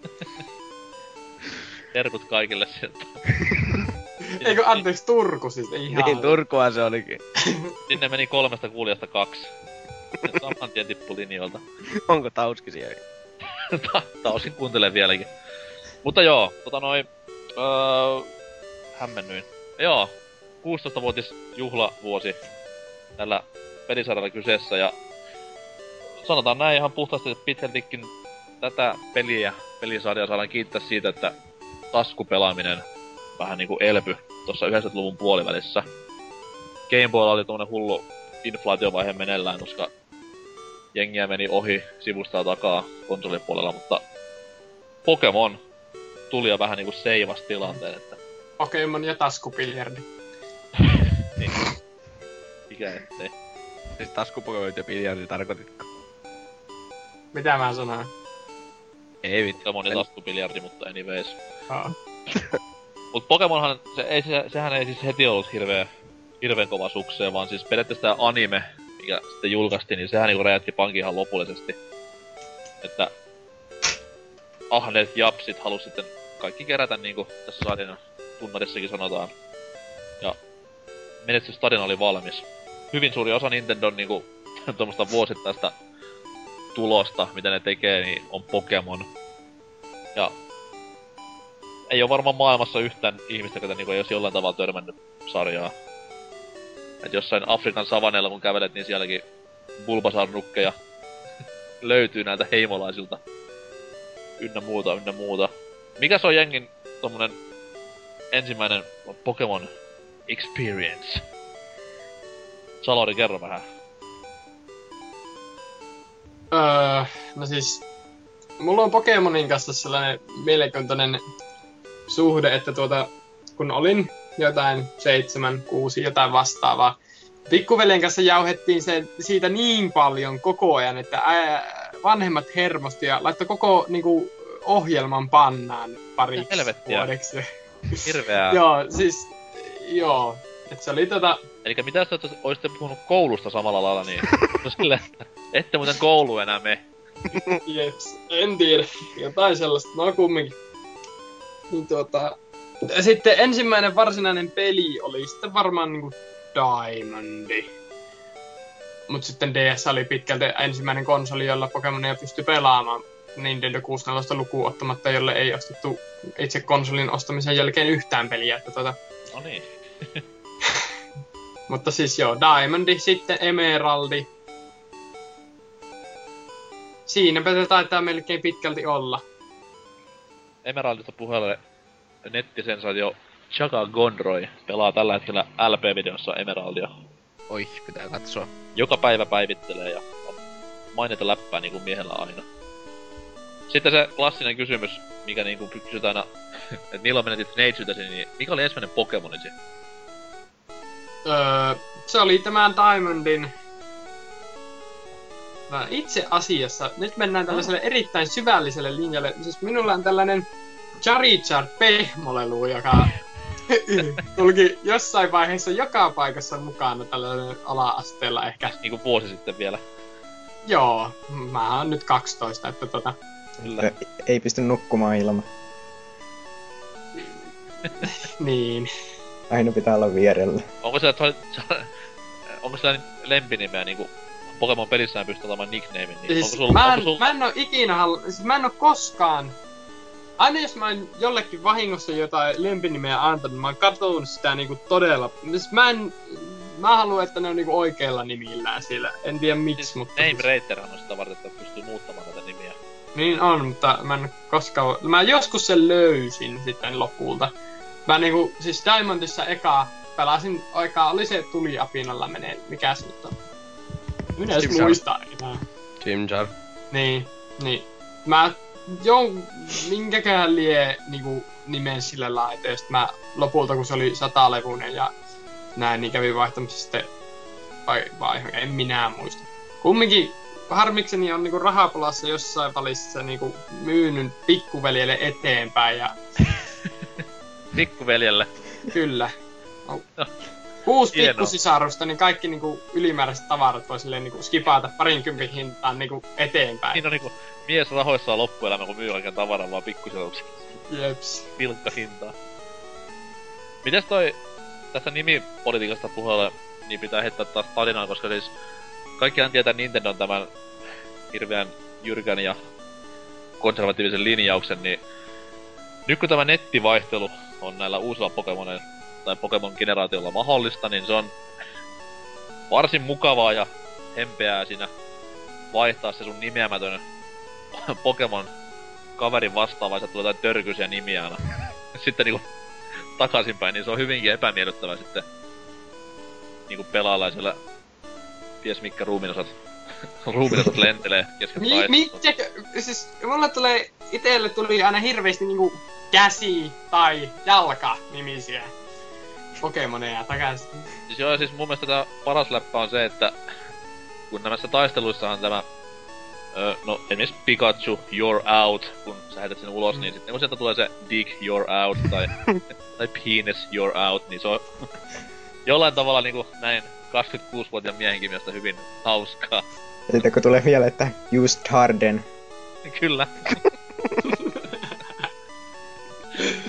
Terkut kaikille sieltä. Eikö anteeksi Turku siis ihan. Niin, Turkua se olikin. Sinne meni 3 kuulijasta 2. Saman tien tippu linjoilta. Onko Tauski siellä? Tausin kuuntelen vieläkin. Mutta joo, hämmennyin. Joo, 16-vuotis juhlavuosi tällä pelisarjalla kyseessä ja sanotaan näin ihan puhtaasti, että pitkältikin tätä pelisarjaa saadaan kiittää siitä, että taskupelaaminen vähän niinku elpy tuossa 90-luvun puolivälissä. Game Boylla oli tommonen hullu inflaatiovaihe meneillään, koska jengiä meni ohi sivusta takaa konsolipuolella, mutta Pokemon tuli jo vähän niinku seivas tilanteen, että Pokemon ja taskupiljardi. niin, mikä ettei. Siis taskupokemoit ja biljardi tarkoititko? Mitä mä sanoin? Ei vittu. Pokemon ja taskupiljardi, mutta anyways. Aa. Mut Pokemonhan, sehän ei siis heti ollut hirveen kova sukseen, vaan siis periaatteessa tää anime, mikä sitten julkaistiin, niin sehän niinku räjähti pankin ihan lopullisesti. Että ahneet japsit halus sitten kaikki kerätä niinku tässä sarjan tunnarissakin sanotaan. Ja menestystarina oli valmis. hyvin suuri osa Nintendon niinku tuommoista vuosittaista tulosta, mitä ne tekee, niin on Pokemon. Ja ei oo varmaan maailmassa yhtään ihmistä, joka niinku ei olisi jollain tavalla törmännyt sarjaa. Et jossain Afrikan savanneilla kun kävelet, niin sielläkin Bulbasaur-nukkeja löytyy näiltä heimolaisilta. Ynnä muuta. Mikäs on jengin tommonen ensimmäinen Pokemon experience? Salori, kerro vähän. No siis, mulla on Pokemonin kanssa sellainen mielenkiintoinen suhde, että kun olin jotain 7, 6, jotain vastaavaa, pikkuveljen kanssa jauhettiin siitä niin paljon koko ajan, että vanhemmat hermosti ja laittoi koko niinku, ohjelman pannaan pariksi vuodeksi. Hirveää. Joo. Et se oli Elikkä mitä jos oisitte puhunut koulusta samalla lailla, niin no silleen, ette muuten koulu enää me. Jeps, en tiedä. Jotain sellaista, no kumminkin. Niin sitten ensimmäinen varsinainen peli oli sitten varmaan niinku Diamondi. Mut sitten DS oli pitkälti ensimmäinen konsoli, jolla Pokemonia pystyi pelaamaan. Nintendo 64 lukuun ottamatta, jolle ei ostettu itse konsolin ostamisen jälkeen yhtään peliä. No niin. Mutta siis joo, Diamondi, sitten Emeraldi. Siinäpä se taitaa melkein pitkälti olla. Emeraldista puheelle nettisensaatio Chaka Gondroy pelaa tällä hetkellä LP-videossa Emeraldia. Oi, pitää katsoa. Joka päivä päivittelee ja on mainita läppää niinku miehellä aina. Sitten se klassinen kysymys, mikä niinku kysytään aina, että milloin menetit neitsytäsi, niin mikä oli ensimmäinen Pokemonisi? Se oli tämän Diamondin... Itse asiassa, nyt mennään tällaiselle erittäin syvälliselle linjalle. Siis minulla on tällainen Charizard pehmolelu, joka tulikin jossain vaiheessa joka paikassa mukana tällainen ala-asteella ehkä. Niinku vuosi sitten vielä. Joo, mä oon nyt 12, että Kyllä. Ei pysty nukkumaan ilman. Niin. Aina pitää olla vierellä. Onko sillä lempinimeä niinku Pokemon pelissään pystyy ottamaan nicknamein, niin siis mä en oo ikinä mä en oo koskaan... Aina jos mä oon jollekin vahingossa jotain lempinimeä antanut, mä oon katsonut sitä niinku todella... Siis mä haluan, että ne on niinku oikeilla nimillään siellä. En tiedä miksi, siis mutta... Name Rater on sitä varten, että pystyy muuttamaan näitä nimiä. Niin on, mutta mä en koskaan... Mä joskus sen löysin sitten lopulta. Mä niinku... Siis Diamondissa pelasin oli se tuliapinalla menee. Mikä se nyt on? Minä edes muista enää. Chimchar. Niin. Mä minkäkään niinku nimen sillä laita, ja sit mä lopulta kun se oli 100-levuinen ja näin, niin kävin vaihtamassa sitten en minä muista. Kumminkin harmikseni on niinku rahapulassa jossain välissä niinku myynyt pikkuveljelle eteenpäin ja... Pikkuveljelle? Kyllä. 6 pikkusisarusta, niin kaikki niinku ylimääräiset tavarat voi silleen niinku skipata 20 hintaan niinku eteenpäin. Niin on niinku mies rahoissaan loppuelämä, kun myy oikein tavaran vaan pikkusisaruksia. Jeps. Pilkka hintaa. Mites tästä nimipolitiikasta puheelle, niin pitää heittää taas tarinaa, koska siis kaikkihan tietää Nintendon tämän hirveän jyrkän ja konservatiivisen linjauksen, niin nyt kun tämä nettivaihtelu on näillä uusilla Pokemoneilla tai Pokemon-generaatiolla mahdollista, niin se on varsin mukavaa ja hempeää siinä vaihtaa se sun nimeämätön Pokemon kaverin vastaan, vai tulee jotain törkyisiä nimiä aina. Sitten niinku takaisinpäin, niin se on hyvinkin epämiellyttävää sitten niinku pelaalaisella ties mitkä ruumiinosat lentelee kesken taistelua. Siis mulle tuli aina hirveesti niinku käsi tai jalka nimisiä Pokemoneja takaisin. Siis mun mielestä tää paras läppä on se, että kun näissä taisteluissahan tämä esimerkiksi Pikachu, you're out, kun sä heität sen ulos, niin sitten kun sieltä tulee se Dick, you're out, tai Penis, you're out, niin se on jollain tavalla niinku näin 26-vuotiaan miehenkin mielestä hyvin hauskaa. Ja sitten kun tulee vielä, että just Harden. Kyllä.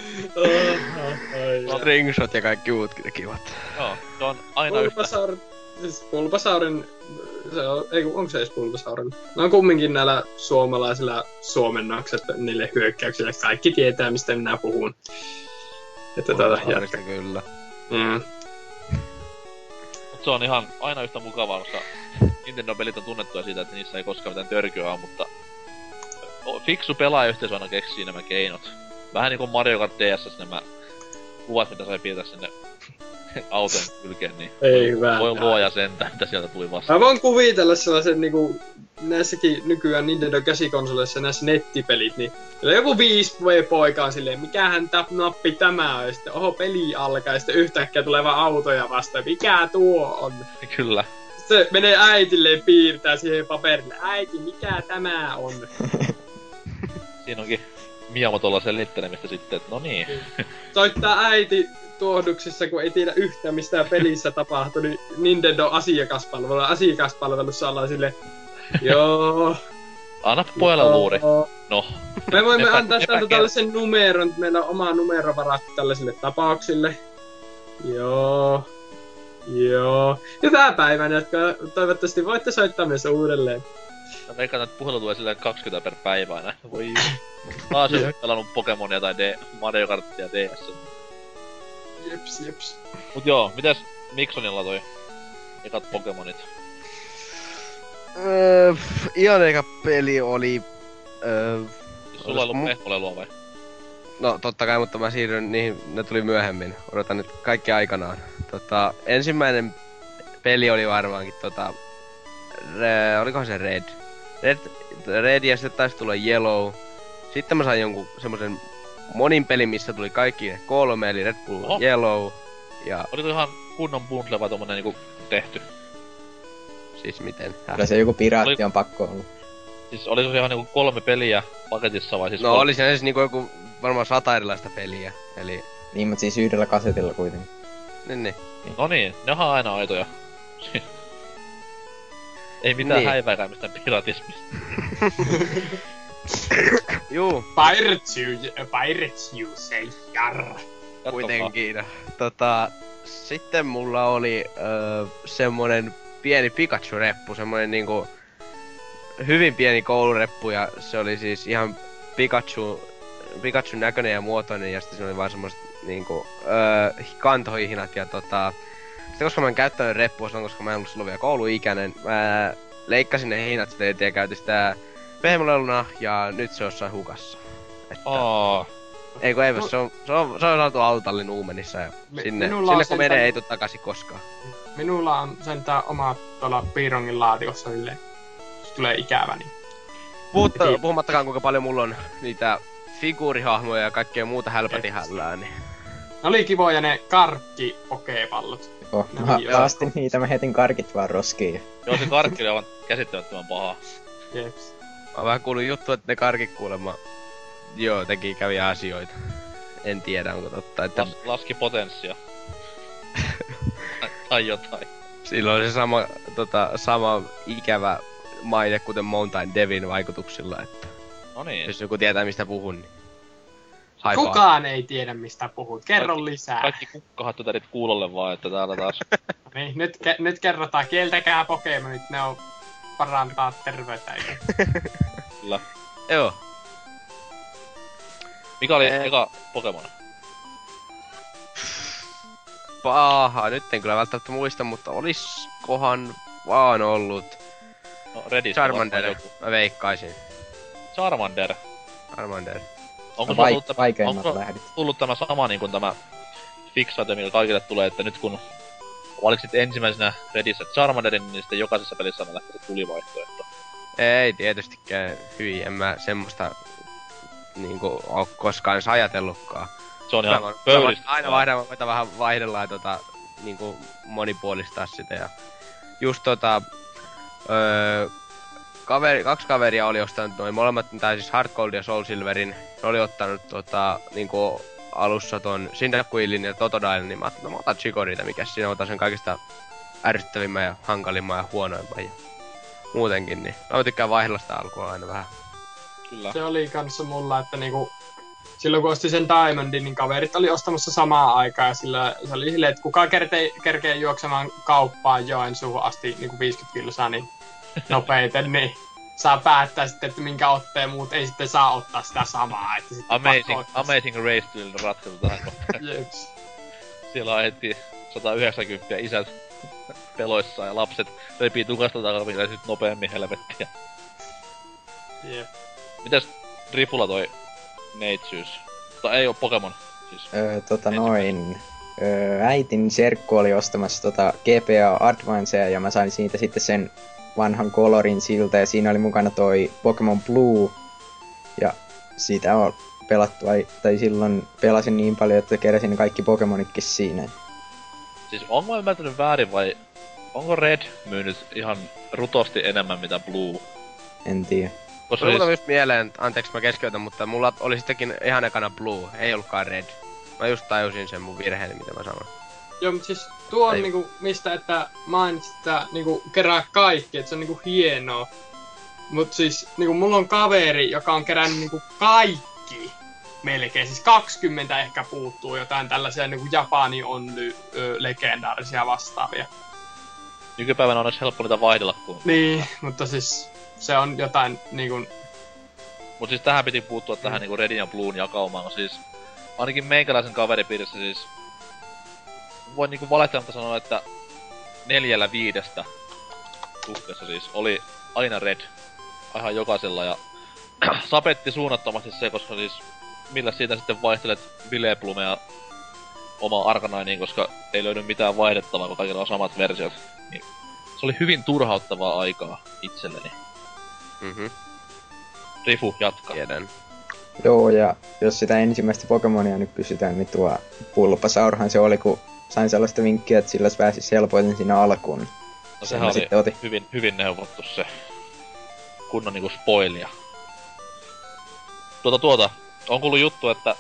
Ringshot ja kaikki muutkin kivat. Joo, se on aina yhtä Siis Bulbasaurin, onko se edes Bulbasaurin? No on kumminkin näillä suomalaisilla suomennokset niille hyökkäyksille. Kaikki tietää, mistä minä puhun. Että Bulbasaurista kyllä. Mut se on ihan aina yhtä mukavaa, koska Nintendo-pelit on tunnettuja siitä, että niissä ei koskaan mitään törkyä ole, mutta fiksu pelaajayhteisö aina keksii nämä keinot. Vähän niinku Mario Kart DS:ssä nämä kuvat, mitä sai piirtää sinne auton kylkeen, niin ei hyvä. Voi luoja sentään, mitä sieltä tuli vastaan. Mä voin kuvitella sellaisen niinku näissäkin nykyään Nintendo käsikonsoleissa näissä nettipelit, niin joku 5V-poika on silleen, mikähän nappi tämä on, ja sitten oho peli alkaa, ja sitten yhtäkkiä tulee vaan autoja vastaan, mikä tuo on? Kyllä. Se menee äitilleen piirtää siihen paperille, äiti, mikä tämä on? Siinä onkin Miyamotolla selittelemistä sitten, että no niin. Soittaa äiti tuohduksissa, kun ei tiedä yhtään mistä pelissä tapahtui, niin Nintendo asiakaspalvelussa ollaan silleen, joo. Anna pojalle luuri. No. Me voimme antaa täältä tällaisen numeron, että meillä on oma numero varattu tällaisille tapauksille. Joo. Hyvää päivää, jotka toivottavasti voitte soittaa myös uudelleen. No veikkaan, että puhelu tulee silleen 20 per päivä aina. Voi. Taas jos pelannut Pokemonia tai Mario Karttia DS. Jeps. Mut joo, mitäs Miksonilla toi ekat Pokemonit? Ihan eka peli oli... Siis sulla ei ollut pehmolelua vai? No totta kai, mutta mä siirryn niihin, ne tuli myöhemmin. Odotan nyt kaikki aikanaan. Ensimmäinen peli oli varmaankin olikohan se Red? Red ja sitten taisi tulla Yellow. Sitten mä sain jonkun semmosen monin pelin, missä tuli kaikki ne 3, eli Red Bull, Yellow ja... Oliko ihan kunnon bundle vai tommonen niinku tehty? Siis miten? Kyllä se joku piraatti on pakko olla. Siis oliko se ihan niinku 3 peliä paketissa vai siis... No oli se siis niinku joku varmaan 100 erilaista peliä, eli... Niin, mut siis yhdellä kasetilla kuitenkin. Niin. No niin, ne on aina aitoja. Ei mitään niin. Häivääkään mistään piratismista. Juu. Pirates you say jarra. Kuitenkin. Sitten mulla oli semmonen pieni Pikachu-reppu, semmonen niinku hyvin pieni koulureppu, ja se oli siis ihan Pikachun näköinen ja muotoinen, ja sitten se oli vaan semmoset niinku kantohihnat, ja sitten koska mä en käyttänyt reppua silloin, koska mä en ollut silloin vielä kouluikäinen, mä leikkasin ne hihnat sitten ja käytin sitä pehmoleluna, ja nyt se on jossain hukassa. Ei kun se on saatu autotallin Uumenissa, ja sinne kun menee ei tuu takaisin koskaan. Minulla on sentään oma tuolla piirongin laatikossa silleen, jos tulee ikävä, niin... Puhumattakaan kuinka paljon mulla on niitä figuurihahmoja ja kaikkea muuta hälpätihällää, niin... Ne oli kivoja ne karkki-pokepallot. Mä astin niitä, mä hetin karkit vaan roskiin. Joo, se karkki oli aivan käsittämättömän paha. Jeps. Mä oon vähän kuullut juttu, että ne karkit kuulemma... Joo, kävi asioita. En tiedä, onko totta, että... Laski potenssia. tai jotain. Silloin se sama ikävä maine kuten Mountain Devin vaikutuksilla, että... No niin. Jos joku tietää mistä puhun, niin... Haipaa. Kukaan ei tiedä mistä puhut, kerro lisää. Kaikki kukkahattutärit kuulolle vaan, että täällä taas... niin, nyt kerrotaan, kieltäkää Pokemonit, ne on parantaa terveyttä. Kyllä. Joo. Mikä oli eka Pokemon? Paha, nyt en kyllä välttämättä muista, mutta oliskohan vaan ollut... No, Redistä Charmander, mä veikkaisin. Charmander. Onko tullut tämä sama niin kuin tämä fiksaate, mikä kaikille tulee, että nyt kun valitsit ensimmäisenä Redissä Charmanderin, niin sitten jokaisessa pelissä on lähtenyt tulivaihtoehto? Ei tietystikään, hyi, en mä semmoista niinku oo koskaan edes ajatellutkaan. Se on ihan pöydistä. Aina vähän vaihdellaan ja niinku monipuolistaa sitä ja just kaksi kaveria oli ostanut noin molemmat, tai siis Heart Gold ja Soul Silverin. Ne oli ottanut niinku alussa ton Cyndaquilin ja Totodile, niin mä ajattelin, mä otan Chikorita, mikä siinä otan sen kaikista ärsyttävimmän ja hankalimman ja huonoimman ja muutenkin, niin mä tykkään vaihdella sitä alkua aina vähän. Kyllä. Se oli kanssa mulla, että niinku silloin kun ostin sen Diamondin, niin kaverit oli ostamassa samaan aikaan. Ja sillä, se oli silleen, että kuka kerkee juoksemaan kauppaan Joensuuhun asti niin kuin 50 kilsaa niin nopeiten, niin saa päättää sitten, että minkä otteen muut ei sitten saa ottaa sitä samaa. Että amazing race-tyylinen ratkaisu tähän kohtaan. Jeps. Siellä ajettiin 190 isät peloissaan ja lapset repii tukasta takavilla ja sit nopeammin helvettiä. Jep. Mitäs Rifulla toi neitsyys? Tai ei oo Pokemon siis. Äitin serkku oli ostamassa GPA Advancea ja mä sain siitä sitten sen vanhan Colorin siltä ja siinä oli mukana toi Pokemon Blue. Ja siitä on pelattu, tai silloin pelasin niin paljon, että keräsin kaikki Pokemonitkin siinä. Siis onko mä ymmärtänyt väärin vai onko Red myynyt ihan rutosti enemmän mitä Blue? En tiedä. Koska mulla just mieleen, anteeksi mä keskeytän, mutta mulla oli sittenkin ihan ekana Blue, ei ollutkaan Red. Mä just tajusin sen mun virheeni, mitä mä sanoin. Joo, mutta siis tuo on niinku, mistä että mainitsit, että niinku kerää kaikki, että se on niinku hienoa. Mut siis niinku mulla on kaveri, joka on kerännyt niinku kaikki melkein. Siis 20 ehkä puuttuu jotain tällaisia niinku Japani Only legendaarisia vastaavia. Nykypäivänä on edes helppo niitä vaihdella kuin. Niin, mutta siis se on jotain niinku. Mut siis tähän piti puuttua tähän niinku Redin ja Bluun jakaumaan, siis ainakin meikäläisen kaveripiirissä siis voin niinku valehtelematta sanoa, että 4/5 suhteessa siis oli aina Red ihan jokaisella ja sapetti suunnattomasti se, koska siis millä siitä sitten vaihtelet Vileplumea omaa Arcaninein, koska ei löydy mitään vaihdettavaa, kun kaikilla on samat versiot. Niin se oli hyvin turhauttavaa aikaa itselleni. Rifu, jatka. Tiedän. Joo, ja jos sitä ensimmäistä Pokemonia nyt kysytään, niin tuo Bulbasaurhan se oli, kun sain sellaista vinkkiä, että sillä pääsisi helpoiten siinä alkuun. No sehän oli hyvin neuvottu se kunnon niinku spoilia. On kuullut juttu, että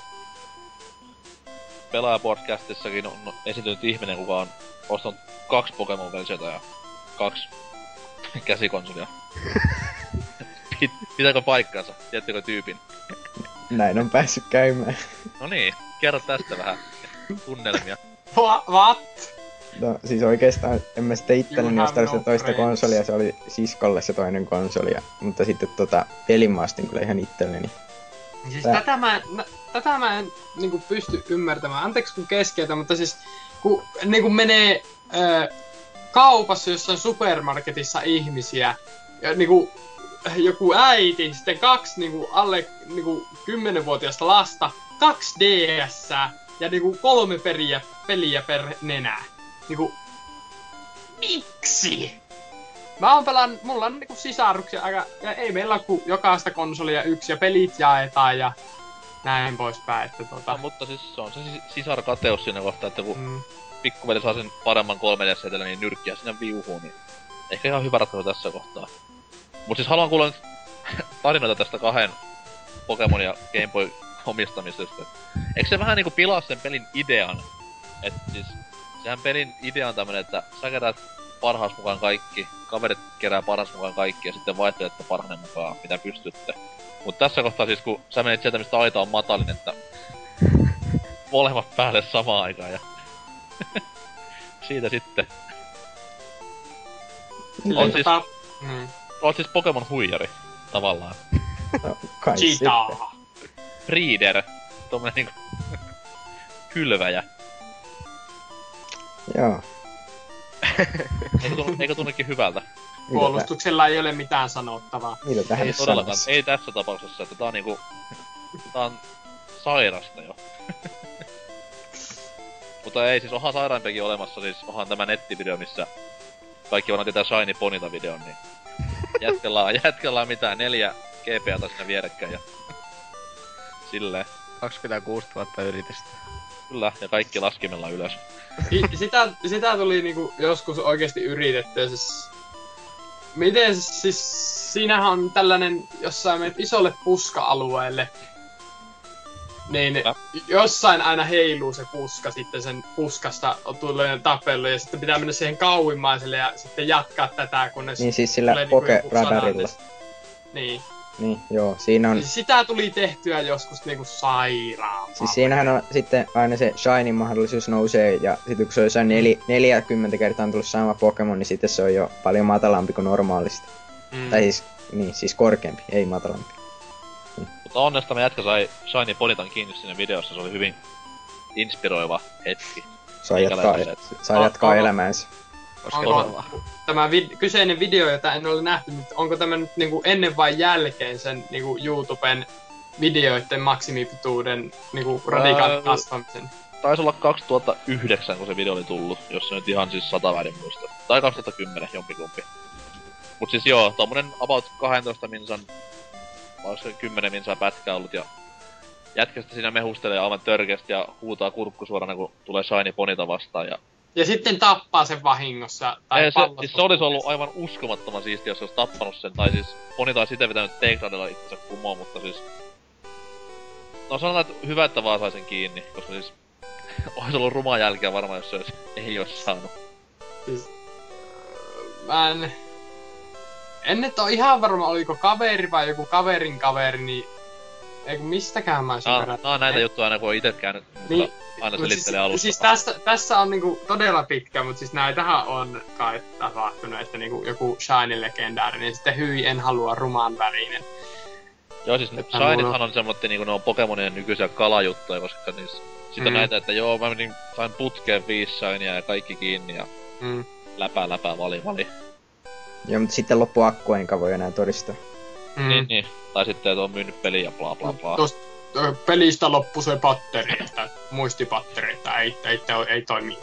Pelaajapodcastissakin on esiintynyt ihminen, kuka on ostanut 2 Pokemon-versiota ja 2 käsikonsolia. Pitääkö paikkansa? Tiedättekö tyypin? Näin on päässyt käymään. No niin, kerro tästä vähän tunnelmia. What? No siis oikeastaan en mä sitten itselleni ostanut sitä toista konsolia, se oli siskolle se toinen konsoli, mutta sitten pelin mä ostin kyllä ihan itselleni. Siis tätä mä en niinku pysty ymmärtämään, anteeksi kun keskeytän, mutta siis kun niinku menee kaupassa jossain supermarketissa ihmisiä, ja niinku joku äiti, sitten 2 niinku alle niinku 10-vuotiaista lasta, 2 DS ja niinku 3 peliä per nenä. Niinku, miksi? Mä oon mulla on niinku sisaruksia aika, ja ei meillä oo jokaista konsolia yksi ja pelit jaetaan ja näin poispäin, että No, mutta siis se on se sisarkateus siinä kohtaa, että kun pikkuveli saa sen paremman 3DS-setellä, niin nyrkkiä sinne viuhuun, niin ehkä ihan hyvä ratkaisu tässä kohtaa. Mut siis haluan kuulla nyt tarinoita tästä 2 Pokemon ja Game Boy omistamisesta. Eikö se vähän niinku pilaa sen pelin idean? Et siis, sehän pelin idea on tämmönen, että sä kerät parhaas mukaan kaikki, kaverit kerää parhaas mukaan kaikki ja sitten vaihtelette parhainen mukaan, mitä pystytte. Mut tässä kohtaa siis, kun sä menit sieltä, mistä aita on matalin, että molemmat päälle samaan aikaan ja siitä sitten. Oot siis Pokemon huijari, tavallaan. No, kai Cheetah. sitten. Breeder, tommonen niinku kylväjä. Joo. Eikö tunnekin hyvältä? Puolustuksella ei ole mitään sanottavaa. Mitä tähän Ei todellakaan, ei tässä tapauksessa, että tää on niinku... Tää on sairasta jo. Mutta ei, siis onhan sairaampiakin olemassa, siis onhan tämä nettivideo, missä kaikki vaan tietää Shiny Ponita videon, niin jätkellä on mitään 4 GPAta siinä vierekkäin ja silleen. 26 000 yritystä. Kyllä, ja kaikki laskimella ylös. Sitä tuli niinku joskus oikeesti yritettyä, siis... Miten siis... Siinähän on tällainen, jos sä menet isolle puska-alueelle, niin jossain aina heiluu se puska, sitten sen puskasta tulee tapellu ja sitten pitää mennä siihen kauimmaiselle ja sitten jatkaa tätä, kunnes... Niin siis sillä Poke-radarilla. Niin. Niin, joo, siinä on... Siis sitä tuli tehtyä joskus niinku sairaan. Siis siinähän on sitten aina se Shinin mahdollisuus nousee, ja sitten kun se on jossain 40 kertaa tullut sama Pokemon, niin sitten se on jo paljon matalampi kuin normaalisti. Tai siis, niin, siis korkeampi, ei matalampi. Mutta onneksi me jätkä sai Shiny Ponitan kiinni siinä videossa, se oli hyvin inspiroiva hetki. Saa jatkaa elämäänsä. Onko tämä kyseinen video, jota en ole nähty, onko tämä nyt niinku ennen vai jälkeen sen niinku YouTuben videoiden maksimipituuden niinku radikaalin kasvamisen? Taisi olla 2009, kun se video oli tullut, jos se nyt ihan siis 100 väärin muista. Tai 2010, jompikumpi. Mut siis joo, tommonen about 12 minsan, vai olisiko 10 minsaa pätkää ollut, ja jätkästä siinä mehustelee aivan törkeästi ja huutaa kurkku suorana, kun tulee Shiny Ponita vastaan, ja sitten tappaa sen vahingossa, tai siis se olisi ollut aivan uskomattoman siistiä, jos se olisi tappanut sen, tai siis Ponita olisi itse vetänyt takedownilla itsensä kumoon, mutta siis... No sanotaan, että hyvä, että vaan sai sen kiinni, koska siis... olisi ollut rumaa jälkeä varmaan, jos se ei olisi saanut. Siis... Mä en nyt oo ihan varma, oliko kaveri vai joku kaverin kaveri, niin... Eiku mistäkään mä olisin perätä. Näitä juttuja aina kun on ite käynyt, niin, aina selittelee siis, alusta. Siis tässä on niinku todella pitkä, mutta siis näitähän on kai tapahtunut, että niinku joku Shiny legendaarinen, ja sitten hyi en halua rumaan värinen. Joo siis Shinithan on semmoinen niinku ne on Pokemonien nykyisiä kalajuttuja, koska niissä... Sit on näitä, että joo mä sain putkeen 5 Shinyä ja kaikki kiinni ja... Läpää, vali. Joo, mutta sitten loppu akku enkä voi enää todistaa. Niin. Tai sitten, että on myynyt peliä ja bla bla bla. Tosta pelistä loppu se batteri, että muistipatteri, että ei toimi.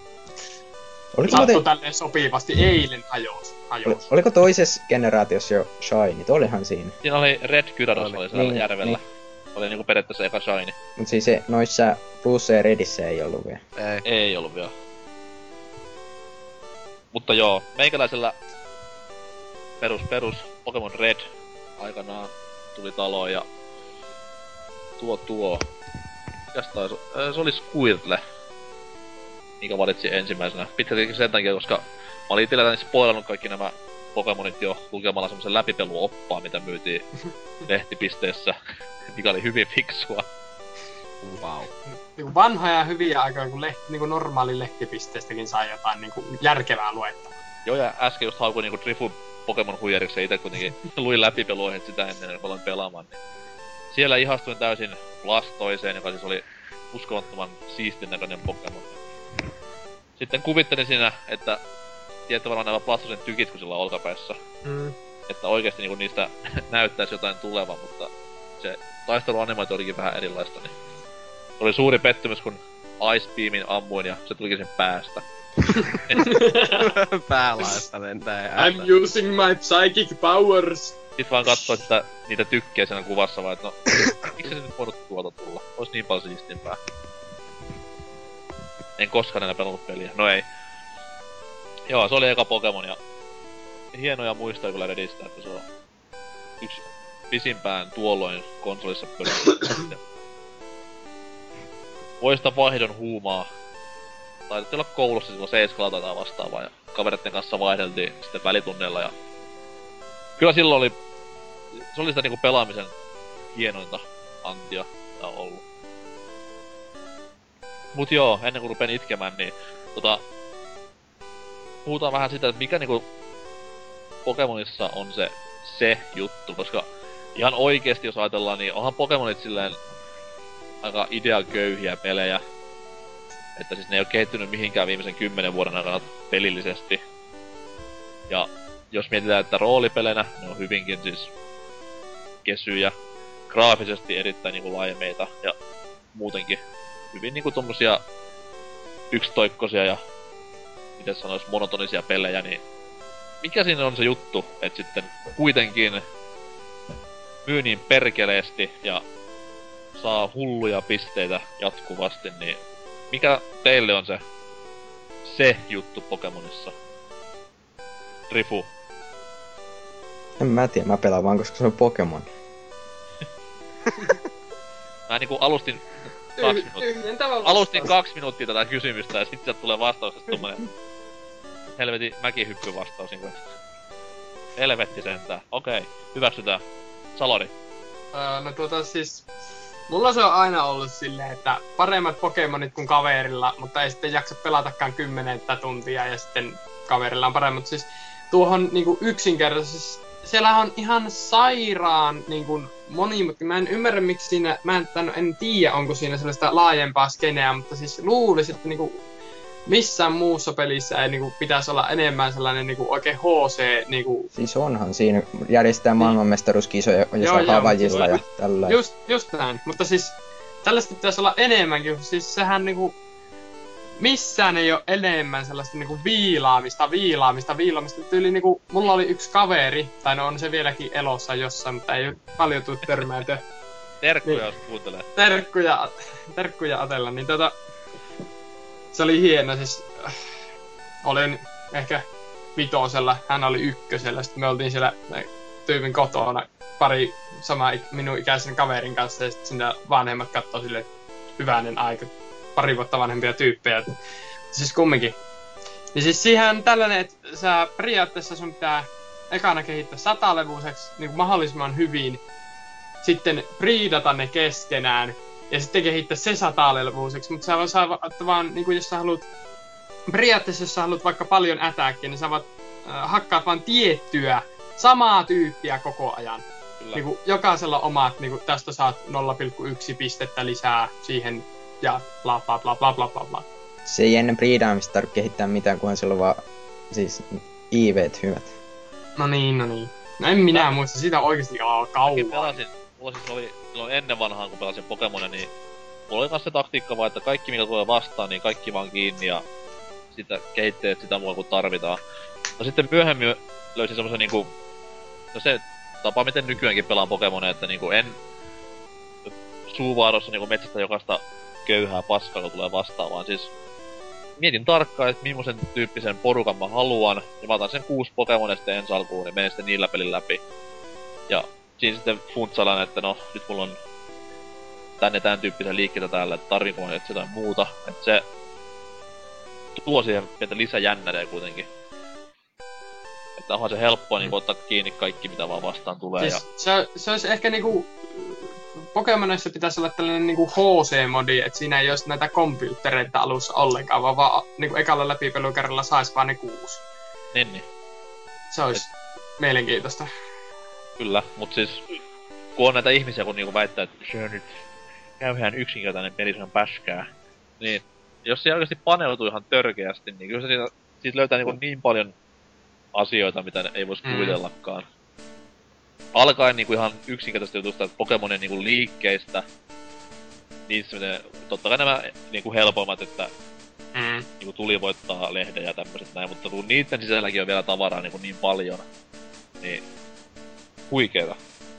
Saattu tälleen sopivasti, eilen hajosi. Oliko toisessa generaatiossa jo Shiny? Olihan siinä. Siinä oli Red Gyarados oli siellä järvellä. Oli niinku periaatteessa eka Shiny. Mut siis se, noissa Bluessa ja Redissä ei ollut vielä. Ei ollut vielä. Mutta joo, meikäläisellä perus Pokemon Red aikanaan tuli taloon ja mikäs taisi? Se oli Squirtle, minkä valitsin ensimmäisenä. Pitkälti sen takia, koska mä olin itsellä spoilannut kaikki nämä Pokemonit jo lukemalla semmosen läpipeluoppaa, mitä myytiin lehtipisteessä, mikä oli hyvin fiksua. Wow. Niinku vanha ja hyviä aikoja, kun niinku normaali lehtipisteestäkin sai jotain niinku järkevää luettavaa. Joo, ja äsken just haukuin niinku Drifu Pokemon huijariksi ja ite kuitenkin luin läpipeluohjeet sitä ennen kuin aloin pelaamaan, niin siellä ihastuin täysin Blastoiseen, joka siis oli uskomattoman siistin näköinen Pokemon. Sitten kuvittelin siinä, että tiedätte varmaan nämä Blastoisen tykit, kun sillä on olkapäissä. Että oikeesti niinku niistä näyttäisi jotain tuleva, mutta se taisteluanimaatio olikin vähän erilaista, niin oli suuri pettymys, kun Ice Beamin ammuin ja se tulikin sen päästä. Päälaista lentää ja I'm using my psychic powers! Sit vaan katsoo sitä, niitä tykkejä siinä kuvassa vaan, että no, miksi se nyt voinut tuolta tulla? Ois niin paljon siistimpää. En koskaan enää pelannut peliä, no ei. Joo, se oli eka Pokemon ja hienoja muistoja kyllä Redistä, että se on yksi pisimpään tuolloin konsolissa pölyä. Voista vaihdon huumaa. Taitettiin olla koulussa silloin 7 tai vastaavaa ja kavereiden kanssa vaihdeltiin sitten välitunneilla ja... Kyllä silloin oli... Se oli sitä niinku pelaamisen hienointa antia, mitä on ollut. Mut joo, ennen kuin rupean itkemään, niin puhutaan vähän sitä, että mikä niinku Pokemonissa on se juttu, koska ihan oikeesti jos ajatellaan, niin onhan Pokemonit silleen aika ideaköyhiä pelejä. Että siis ne ei oo kehittynyt mihinkään viimeisen 10 vuoden aikana pelillisesti. Ja jos mietitään, että roolipeleinä ne on hyvinkin siis kesyjä, graafisesti erittäin niinku laimeita ja muutenkin hyvin niinku tommosia yksitoikkoisia ja miten sanois monotonisia pelejä, niin mikä siinä on se juttu, että sitten kuitenkin myy niin perkeleesti ja saa hulluja pisteitä jatkuvasti, niin mikä teille on se juttu Pokemonissa? Rifu. En mä tiedä, mä pelaan vaan koska se on Pokemon. Mä niinku alustin 2 minuuttia tätä kysymystä ja sit sieltä tulee vastauksesta tommonen helvetin mäkihyppy vastaus niinku. Helvetti sentään. Okei, hyväksytään. Salori. No siis... Mulla se on aina ollut silleen, että paremmat Pokemonit kuin kaverilla, mutta ei sitten jaksa pelatakaan 10 tuntia ja sitten kaverilla on paremmat. Siis tuohon niinku yksinkertaisesti, siellä on ihan sairaan niinku monimutkainen. Mä en ymmärrä miksi siinä, en tiedä onko siinä sellaista laajempaa skeneä, mutta siis luulisin, että niinku missään muussa pelissä ei niinku pitäisi olla enemmän sellainen niinku oikein HC niinku... Siis onhan siinä järjestetään maailmanmestaruuskisoja Havajilla ja tällä. Just näin, mutta siis tällaista pitäisi olla enemmänkin, siis sehän niinku... Missään ei ole enemmän sellaista niinku viilaamista. Tyyli niinku, mulla oli yksi kaveri, tai no on se vieläkin elossa jossain, mutta ei paljon tuu törmäytyä. Terkkuja, niin, jos kuuntelee. Terkkuja Atella, niin se oli hieno, siis olin ehkä 5, hän oli 1, sitten me oltiin siellä tyypin kotona pari minun ikäisen kaverin kanssa ja sitten siinä vanhemmat katsoi silleen, hyvänen aika, 2 vuotta vanhempia tyyppejä, siis kumminkin. Niin siis siihen on tällainen, että sä periaatteessa sun pitää ekana kehittää 100-levuiseksi niin mahdollisimman hyvin, sitten breedata ne keskenään, ja sitten kehittää se 100-levuiseksi, mutta sä voit vaan, niin kuin jos sä haluat, periaatteessa jos sä haluat vaikka paljon attackia, niin sä voit hakkaat vaan tiettyä samaa tyyppiä koko ajan. Niin kuin jokaisella omat, niin kuin tästä saat 0,1 pistettä lisää siihen, ja bla bla bla bla bla bla bla. Se ei ennen breedaamista tarvitse kehittää mitään, kunhan sillä on vaan siis IVt hyvät. No niin. No en minä muista, sitä oikeesti kauan. Mulla siis oli silloin ennen vanhaan, kun pelasin Pokemonia, niin mulla oli kans se taktiikka vaan, että kaikki mikä tulee vastaan, niin kaikki vaan kiinni ja sitä kehitteet sitä mua kun tarvitaan. No sitten myöhemmin löysin semmosen niinku... No se tapa, miten nykyäänkin pelaan Pokemonia, että niinku en suuvaarossa niinku metsästä jokaista köyhää paskaa, kun tulee vastaan, vaan siis mietin tarkkaan, että millaisen tyyppisen porukan mä haluan, ja mä otan sen 6 Pokemonia sitten ensi alkuun, ja menen sitten niillä pelin läpi. Ja siinä sitten funtsalan, että no, nyt mulla on tän tyyppisiä liikkeitä täällä, että tarviinko mä jotain muuta. Että se tuo siihen pientä lisäjännärejä kuitenkin. Että onhan se helppoa niin ottaa kiinni kaikki, mitä vaan vastaan tulee. Siis se olisi ehkä niinku... Pokemonissa pitäisi olla tällainen niinku HC-modi, että siinä ei olisi näitä kompyuttereita alussa ollenkaan, vaan niinku ekalla läpipelukerralla sais vaan ne 6. Niin. Se olisi mielenkiintoista. Kyllä, mut siis kun on näitä ihmisiä, kun niinku väittää, että se on nyt käyhän yksinkertainen peli, se on päskää, niin jos se oikeasti paneutuu ihan törkeästi, niin kyllä se siitä löytää niinku niin paljon asioita, mitä ei vois kuvitellakaan. Alkaen niinku ihan yksinkertaisesti jutusta, että Pokemonien niinku liikkeistä, niissä totta kai nämä niinku helpoimmat, että niinku tuli voittaa lehden ja tämmöset näin, mutta kun niitten sisälläkin on vielä tavaraa niinku niin paljon, niin huikeeta.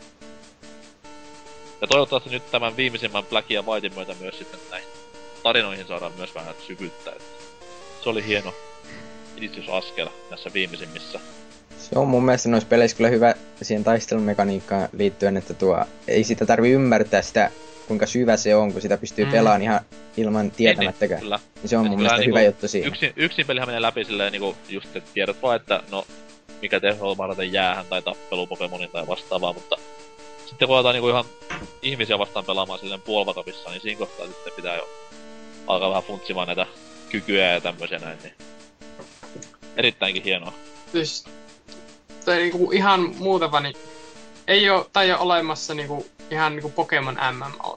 Ja toivottavasti nyt tämän viimeisimmän Black ja Whitein myötä myös sitten näihin tarinoihin saadaan myös vähän syvyyttä. Se oli hieno edistysaskel näissä viimeisimmissä. Se on mun mielestä noissa peleissä kyllä hyvä siihen taistelumekaniikkaan liittyen, että ei sitä tarvi ymmärtää sitä, kuinka syvä se on, kun sitä pystyy pelaamaan ihan ilman tietämättäkään. Kyllä. Niin se on mun mielestä hyvä juttu siihen. Yksin pelihän menee läpi silleen niinku just, että tiedät vaan, että no mikä teho varten jäähän tai tappelu Pokemonin tai vastaavaa, mutta sitten kun aletaan niinku ihan ihmisiä vastaan pelaamaan silleen puolvakapissa, niin siinä kohtaa sitten pitää jo alkaa vähän funtsimaan näitä kykyjä ja tämmösiä näin, niin erittäinkin hienoa. Siis, tai niinku ihan muutama, niin ei oo olemassa niinku ihan niinku Pokemon MMO.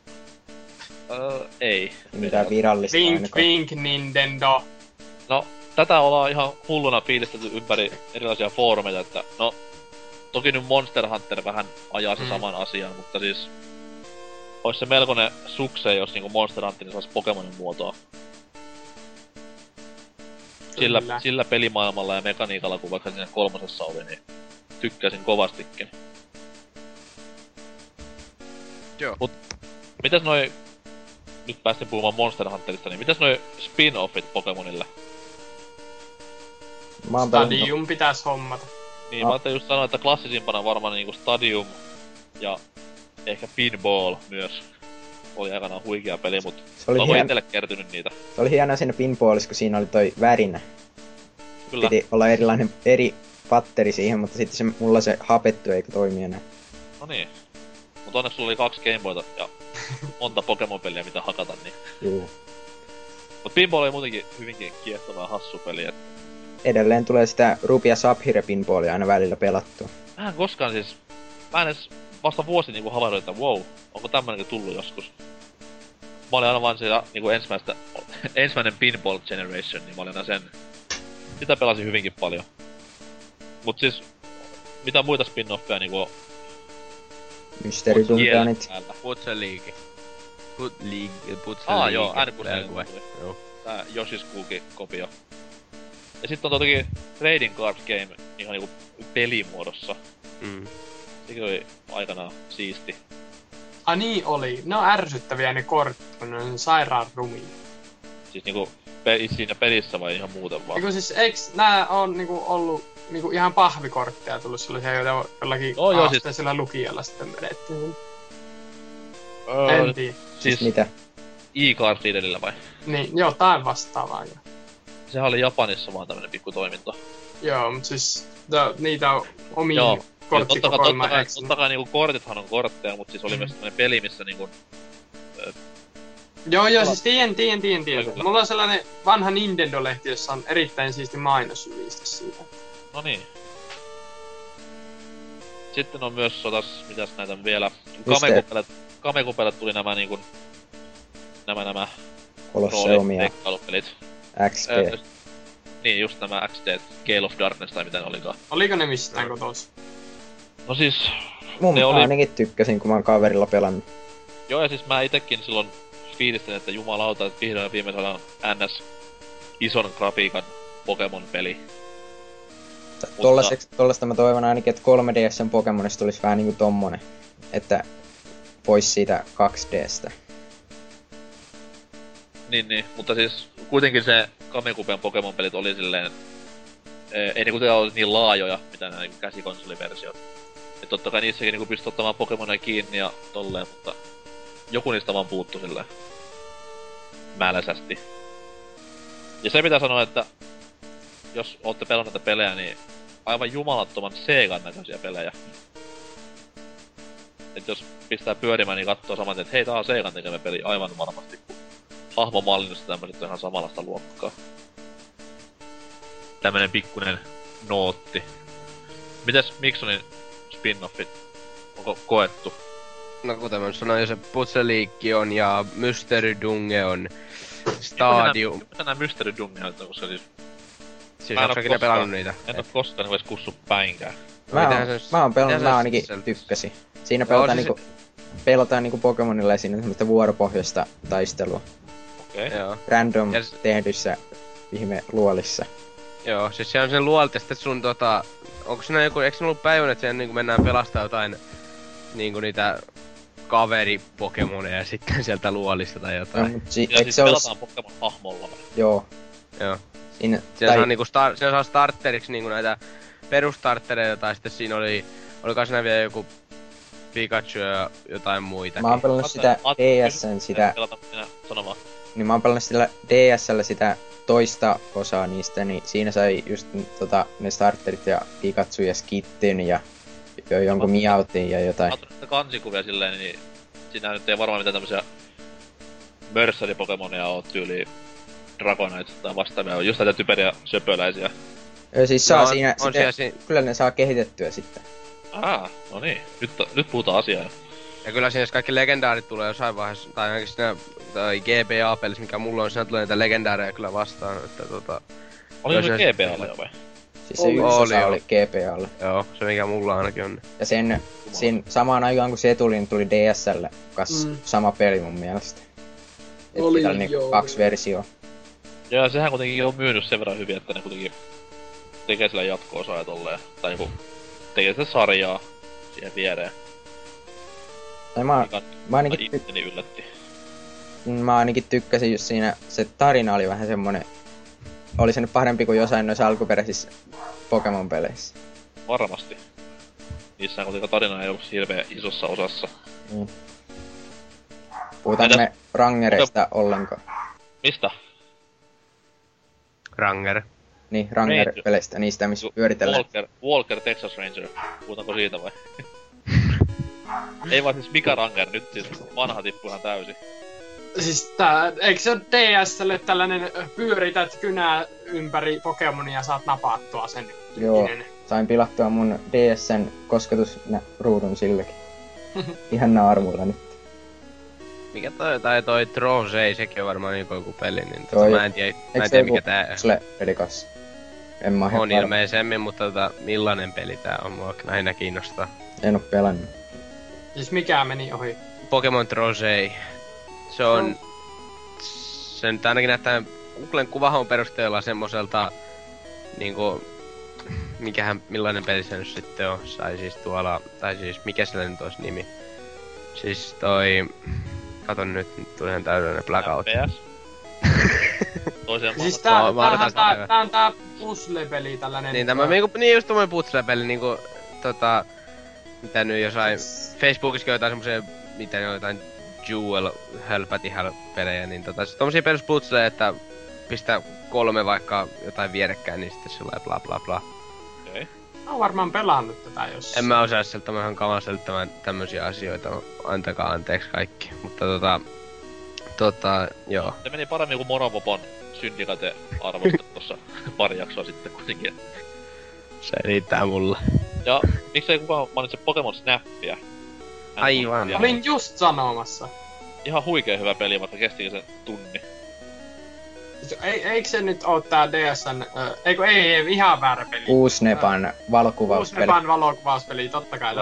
Ei. Mitään virallista ainakaan. Wink Nintendo. No, tätä ollaan ihan hulluna fiilistetty ympäri erilaisia foorumeita, että no, toki nyt Monster Hunter vähän ajaa se saman asian, mutta siis ois se melkoinen sukse, jos niinku Monster Hunter saisi Pokemonin muotoa. Sillä pelimaailmalla ja mekaniikalla, kun vaikka siinä 3. oli, niin tykkäsin kovastikin. Joo. Mut, mitäs noi, nyt päästiin puhumaan Monster Hunterista, niin mitäs noi spin-offit Pokemonille? Stadium pitäis hommata. Niin, mä ajattelin just sanoa, että klassisimpana varmaan niinku Stadium ja ehkä Pinball myös oli aikanaan huikea peli, mut onko itselle kertynyt niitä? Se oli hienoa siinä Pinballissa, kun siinä oli toi värinä. Kyllä. Piti olla eri patteri siihen, mutta sitten mulla se hapettu eikä toimi enää. No niin. Mut onneksi sulla oli 2 Gameboyta ja monta Pokemon-peliä mitä hakata, niin... Juu. Mut Pinball oli muutenkin hyvinkin kiehtova ja hassu peli, et... Edelleen tulee sitä Ruby ja Sapphire pinballia aina välillä pelattua. Mä en koskaan siis... Mä en edes vasta vuosi niinku havainnut, että wow, onko tämmönenkin tullut joskus. Mä olin aina vaan siellä niinku ensimmäinen Pinball Generation, niin mä olin aina sen... Sitä pelasin hyvinkin paljon. Mut siis... Mitä muita spin-offeja niinku... Mystery Dungeonit. Putsel League. Joo, N64. Joo. Tää Yoshi's Cookie-kopio. Ja sitten on toki Trading Card Game ihan niinku pelimuodossa. Sekin oli aikanaan siisti. Niin oli. Ne on ärsyttäviä ne kortit, kun ne on sairaan rumia. Siis niinku siinä pelissä vai ihan muuten vaan? Eiku siis eiks nää on niinku ollut niinku ihan pahvikortteja tullut sellaisia, joita jollakin aasteisella lukijalla sitten vedettiin. En tiedä. Siis mitä? E-card readerillä vai? Niin, jotain vastaavaa jo. Sehän oli Japanissa vaan tämmönen pikku toiminto. Joo, mut siis niitä on omiin Joo. korttikokoelmaan. Totta kai niinku kortithan on kortteja, mut siis oli myös tämmönen peli, missä niinku... Joo, siis tiedän. Mulla on sellainen vanha Nintendo-lehti, jossa on erittäin siisti mainosyliste siitä. No niin. Sitten on myös mitäs näitä vielä... Kamekupelle tuli nämä niinku... Nämä... Colosseumia. Roolipelipelit. XD. Niin, just nämä XD, Gale of Darkness tai mitä ne olikaan. Oliko ne mistään kotoisin? No siis... Mun ainakin tykkäsin, kun mä oon kaverilla pelannut. Joo, ja siis mä itekin silloin fiilistin, että jumalauta, että vihdoin ja viimein saadaan NS ison grafiikan Pokemon-peli. Tollasta mä toivon ainakin, että 3DSn Pokemonista tulisi vähän niinku tommonen. Että pois siitä 2Dstä. Niin, mutta siis kuitenkin se Kamekupen Pokemon-pelit oli silleen... Ei niinku ollut niin laajoja, mitä nämä niinku käsikonsoliversiot. Et totta kai niissäkin niinku pystyi ottamaan Pokemonia kiinni ja tolleen, mutta... Joku niistä vaan puuttu silleen... Mäläsästi. Ja se pitää sanoa, että... Jos ootte pelannut näitä pelejä, niin... Aivan jumalattoman Segan näköisiä pelejä. Et jos pistää pyörimään, niin katsoo saman, että hei, tää on Segan tekemä peli aivan varmasti. Hahmomallinnosta tämmöset on ihan samanlaista luokkaa. Tämmönen pikkunen nootti. Mitäs Miksonin spin-offit? Onko koettu? No kuten mä sanoin, jo se Puzzle League on ja Mystery Dungeon Stadium. Mitä nää Mystery Dungeonit on, koska siis... Siis onko säkin pelannut niitä? En oo koskaan edes kussu päinkään. Mä oon pelannut, mä ainakin tykkäsin. Siinä pelataan niinku Pokemonilla ja siinä on semmoista vuoropohjaista taistelua. Okei. Joo. Random tehdyssä ihme luolissa. Joo, siis se on sen luolta, sitten sun onko siinä joku, eikö siinä ollut päivänä, että siellä niinku mennään pelastaa jotain niinku niitä kaveri-pokemoneja sitten sieltä luolista tai jotain. No, ja siis pelataan Pokemon-hahmolla vai? Joo. Siinä saa niinku siinä saa starteriksi niinku näitä perustarttereita tai sitten siinä olikaan siinä vielä joku Pikachu ja jotain muitakin. Mä oon pelannut sitä DS:n sitä... Niin mä oon pelannut sillä DS:llä sitä toista osaa niistä, niin siinä sai just ne starterit ja Pikachu ja Skittin ja jonkun Miautin ja jotain. Mä oon näitä kansikuvia silleen, niin siinä nyt ei varmaan mitään tämmösiä Mercery-Pokemonia oo tyyliin Dragonite tai vastaavia, just näitä typeriä söpöläisiä. Siis saa kyllä ne saa kehitettyä sitten. No niin. Nyt puhutaan asiaa. Ja kyllä siinä kaikki legendaarit tulee jossain vaiheessa, tai ainakin siinä GBA-pelissä, mikä mulla on, siinä tulee niitä legendaareja kyllä vastaan, että Oli se GBAlla jo vai? Siis se yksi osa oli GBAlla. Joo, se mikä mulla ainakin on. Ja sen samaan aikaan kun se tuli, niin tuli DS:lle sama peli mun mielestä. Oli joo. Niinku 2 versioa. Joo, sehän kuitenkin on myynyt sen verran hyvin, että ne kuitenkin tekee sillä jatko-osaa ja tolleen. Tai niinku tekee sitä sarjaa siihen viereen. Mä ainakin itteni yllätti. Mä ainakin tykkäsin just siinä, se tarina oli vähän semmonen... Oli se nyt parempi kuin jossain noissa alkuperäisissä Pokemon-peleissä. Varmasti. Niissä kuitenkaan tarina ei ollut hirveän isossa osassa. Puhutaanko me Rangereista ollenkaan? Mistä? Ranger. Niin, Ranger-peleistä, niistä missä pyöritellään. Walker Texas Ranger. Puhutaanko siitä vai? Ei vaan siis Mika Ranger, nyt siis vanha tippu ihan täysin. Siis eikö se ole DS:lle tällainen pyörität kynää ympäri Pokemonia ja saat napattua sen? Joo, sain pilattua mun DS:n kosketusruudun sillekin. Ihan naarmulla nyt. Mikä toi Drosei, sekin on varmaan joku peli, niin Toi- mä en tiedä mikä tää on. Pelikas. En mä On ilmeisemmin, mutta millainen peli tää on, mua lähinnä kiinnostaa. En oo pelannut. Siis mikä meni ohi? Pokemon Drosei. Se nyt ainakin näyttää Googlen kuvahon perusteella semmoselta niinku millainen peli se nyt sitten on, mikä sillä nyt olisi nimi. Siis katon nyt tuli ihan täydellinen blackout. FPS. Toiseen Siis Mä tää on tää puzzle-peli tällainen. Niin just tommonen puzzle-peli niinku mitä nyt jossain Facebookissakin on jotain semmosia, mitä ne on jotain pelejä, niin tommosia perus puzzleja, että pistää 3 vaikka jotain vierekkäin, niin sitten sillä bla bla bla. Okei. Mä oon varmaan pelannut tätä jossain. En mä osaa sieltä, mä ihan kamaa selittämään tämmösiä asioita, antakaa anteeksi kaikki, mutta joo. Se meni paremmin kuin Monopopon Syndicate-arvostet tossa pari jaksoa sitten kuitenkin. Se riittää mulle. Ja miksei kukaan mainitse Pokemon Snappia? Aivan. Olin just sanomassa. Ihan huikea hyvä peli, vaikka kestikin sen tunni. Eikö se nyt oo tää DS:n... ei, ihan väärä peli. Uusnepan valokuvauspeli. Uusnepan valokuvauspeli, totta kai.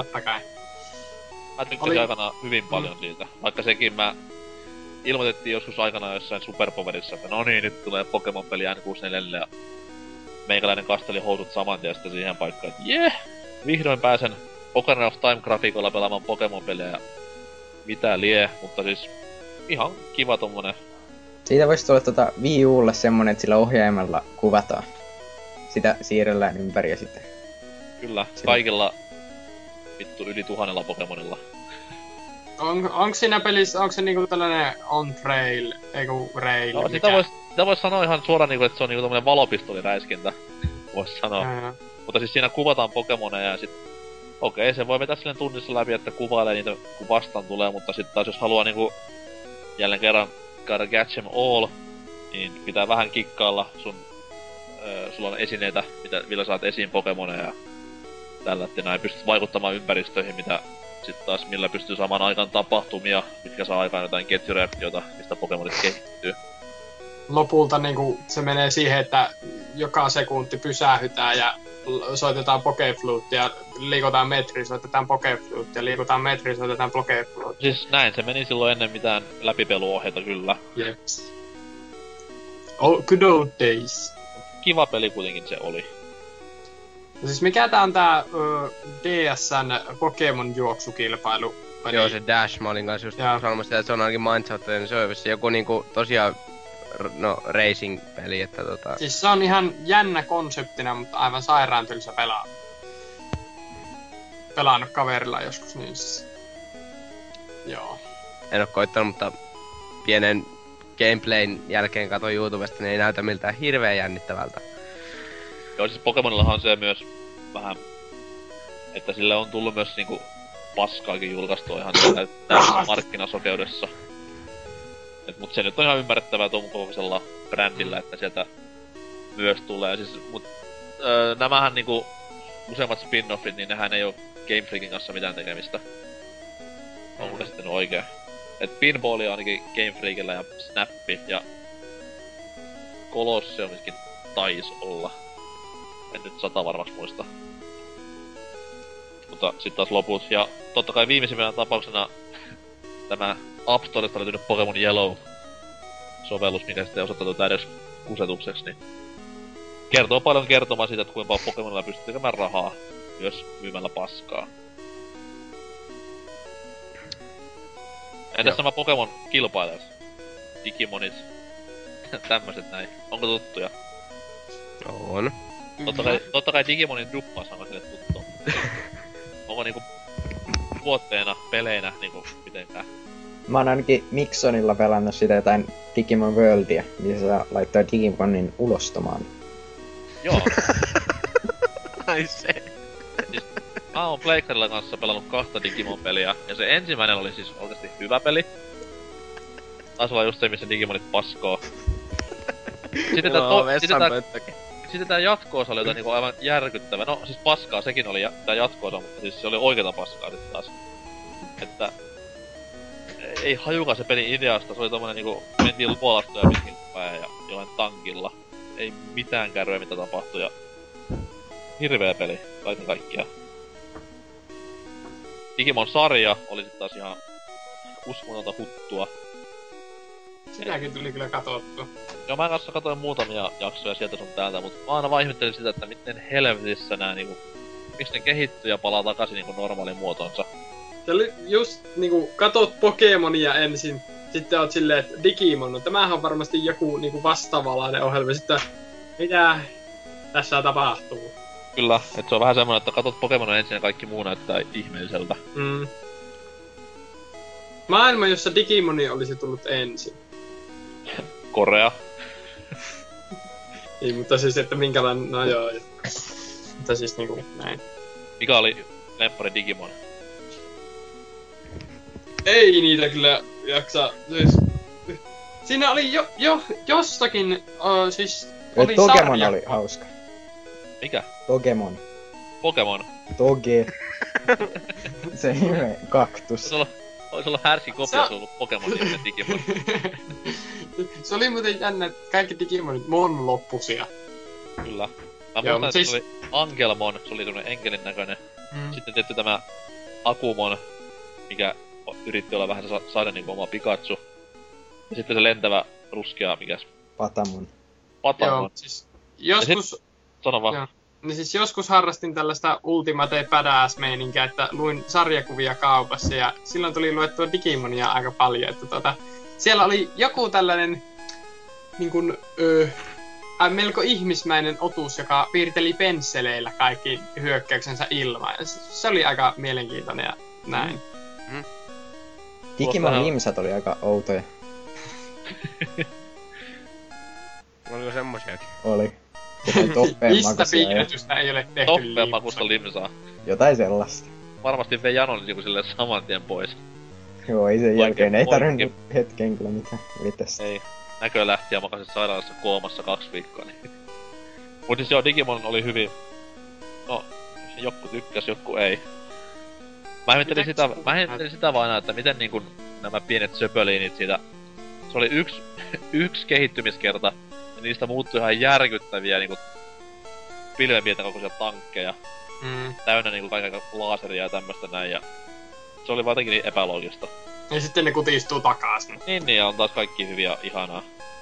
Mä tykkäsin aikanaan hyvin paljon siitä. Vaikka sekin ilmoitettiin joskus aikanaan jossain Superpowerissa, että no niin, nyt tulee Pokemon-peli N64 ja meikäläinen kasteli housut saman tien sitten siihen paikkaan, että vihdoin pääsen Ocarina of Time-grafiikolla pelaamaan Pokemon-peliä ja mitä lie, mutta siis ihan kiva tommonen. Siitä voisi tulla Wii Ulle semmonen, että sillä ohjaimella kuvataan. Sitä siirrellään ympäri ja sitten... Kyllä, kaikilla vittu yli 1000 Pokemonilla. Onko siinä pelissä, onko se niinku tällainen on-trail, eiku rail, No, sitä vois sanoa ihan suoraan niinku, että se on niinku tommonen valopistoliräiskintä, vois sanoa. Mutta siis siinä kuvataan Pokemoneja ja sit... Okei, se voi vetää silleen tunnissa läpi, että kuvailee niitä kun vastaan tulee, mutta sit taas jos haluaa niinku... Jälleen kerran gotta catch them all, niin pitää vähän kikkailla sulla on esineitä, millä saat esiin Pokemoneja ja tällä, että näin pystyt vaikuttamaan ympäristöihin, mitä sit taas millä pystyy saamaan aikaan tapahtumia, mitkä saa aikaan jotain ketjureaktiota, mistä Pokemonit kehittyy. Lopulta niinku se menee siihen, että joka sekunti pysähytään ja soitetaan Pokeflute ja liikutaan metri, soitetaan Pokeflute ja liikutaan metri, soitetaan Pokeflute. Siis näin se meni silloin ennen mitään läpipeluohjeita kyllä. Jeps. Good old days. Kiva peli kuitenkin se oli. Ja siis mikä tää on tää DS:n Pokemon juoksukilpailu? Joo, se Dash, mä olin kanssa just sanomassa, että se on ainakin Mindshot, niin se on joku niinku tosiaan racing-peli, että Siis se on ihan jännä konseptina, mutta aivan sairaan tylsä pelaa. Pelannut kaverilla joskus, niin siis... Joo. En oo koittanut, mutta pienen gameplayn jälkeen katsoin YouTubesta, niin ei näytä miltään hirveen jännittävältä. Joo, siis Pokemonillahan se myös vähän... Että sille on tullut myös niinku paskaakin julkaistua ihan täysin markkinasokeudessa. Mut se nyt on ihan ymmärrettävää tuon kokoisella brändillä, että sieltä myös tulee. Siis, nämähän niinku useimmat spin-offit, niin nehän ei oo Game Freakin kanssa mitään tekemistä. Onko käsittänyt oikein? Et Pinballia ainakin Game Freakillä ja Snappi ja Colosseumskin tais olla. En nyt 100 varmaks muista. Mutta sit taas loput. Ja totta kai viimeisimmänä tapauksena tämä App Storesta löytynyt Pokemon Yellow-sovellus, mikä sitten osoittautuu täydessä kusetukseksi, niin kertoo paljon kertomaan siitä, että kuinka Pokemonilla pystyy tekemään rahaa myös myymällä paskaa. Entäs nämä Pokemon-kilpailijat? Digimonit? Tämmöset näin. Onko tuttuja? On. Totta kai Digimonin duppaus on sille tuttu. Onko niinku tuotteena, peleinä niinku mitenkään? Mä oon ainakin Mixonilla pelannut sitä jotain Digimon Worldia, missä saa laittaa Digimonin ulostomaan. Joo. Ai se. Siis, Mä oon Pleikkarilla kanssa pelannut 2 Digimon-peliä, ja se ensimmäinen oli siis oikeesti hyvä peli. Taisi olla just se, missä Digimonit paskoo. Sitten tää jatko-osa oli jotain niinku aivan järkyttävä. No siis paskaa sekin oli tää jatko-osa, mutta siis se oli oikeeta paskaa sit taas. Että... Ei hajukaan se pelin ideasta, se oli tommonen niinku... Mentiin luolastoja pitkin päin ja jollain tankilla. Ei mitään kärryä mitä tapahtui ja... Hirveä peli, kaiken kaikkiaan. Digimon-sarja oli sit taas ihan... uskomatonta huttua. Sinäkin tuli kyllä katsottua. Joo, mä kanssa katoin muutamia jaksoja sieltä sun täältä, mut mä aina vaan ihmettelin sitä, että miten helvetissä nää niinku... Miksi ne kehittyy ja palaa takaisin niinku normaaliin muotoonsa. Se oli just niinku, katot Pokemonia ensin, sitten oot silleen, että Digimon, no tämähän on varmasti joku niinku vastaavalainen ohjelma, sitten mitä tässä tapahtuu. Kyllä, et se on vähän semmonen, että katot Pokemonia ensin ja kaikki muu näyttää ihmeelliseltä. Maailma, jossa Digimoni olisi tullut ensin. Korea. Ei, mutta siis, että minkälainen, no joo. Mutta siis niinku näin. Mikä oli lemppari Digimon? Ei niitä kyllä jaksa, siis... Siinä oli jossakin, siis oli Togemon sarja. oli hauska. Mikä? Togemon. Pokemon. Toge. Se hirveä kaktus. Ois ollut härski kopia, se ollut Pokemon niminen Digimon. Se oli muuten jännä, että kaikki Digimonit mon-loppusia. Kyllä. Mä muistan, että siis... se oli Angelmon, se oli semmonen enkelin näköinen. Sitten tietty tämä Akumon, mikä yritti olla vähän saada niinku oma Pikachu. Ja sitten se lentävä ruskea, mikäs? Patamon. Joo, siis joskus... Sano vaan. Joo. Niin siis joskus harrastin tällaista Ultimate Badass-meininkiä, että luin sarjakuvia kaupassa ja silloin tuli luettua Digimonia aika paljon, että siellä oli joku tällainen niin kuin, melko ihmismäinen otus, joka piirteli pensseleillä kaikki hyökkäyksensä ilmaan. Ja se oli aika mielenkiintoinen ja näin. Digimon limsat oli aika outoja. Oliko semmosiakin? Oli. Mistä piirretystä ei ole tehty Toppeen makusta limsaa. Jotain sellaista. Varmasti vei Janon niinku silleen saman tien pois. Joo, ei sen jälkeen. Ei tarvinnut hetken kyllä mitään yrittäisi. Ei. Näkö lähti ja makasin sairaalassa koomassa 2 viikkoa. Niin. Mut siis joo, Digimon oli hyvin... No, joku tykkäs, joku ei. Mä ihmettelin sitä vaan aina, että miten niinku nämä pienet söpöliinit siitä... Se oli yksi kehittymiskerta. Ja niistä muuttui ihan järkyttäviä niinku... pilvenpiirten kokoisia tankkeja. Täynnä niinku kaiken laaseria ja tämmöstä näin ja... Se oli vaan jotenkin niin epäloogista. Ja sitten ne kutistuu takaisin. Niin, ja on taas kaikki hyviä ja ihanaa.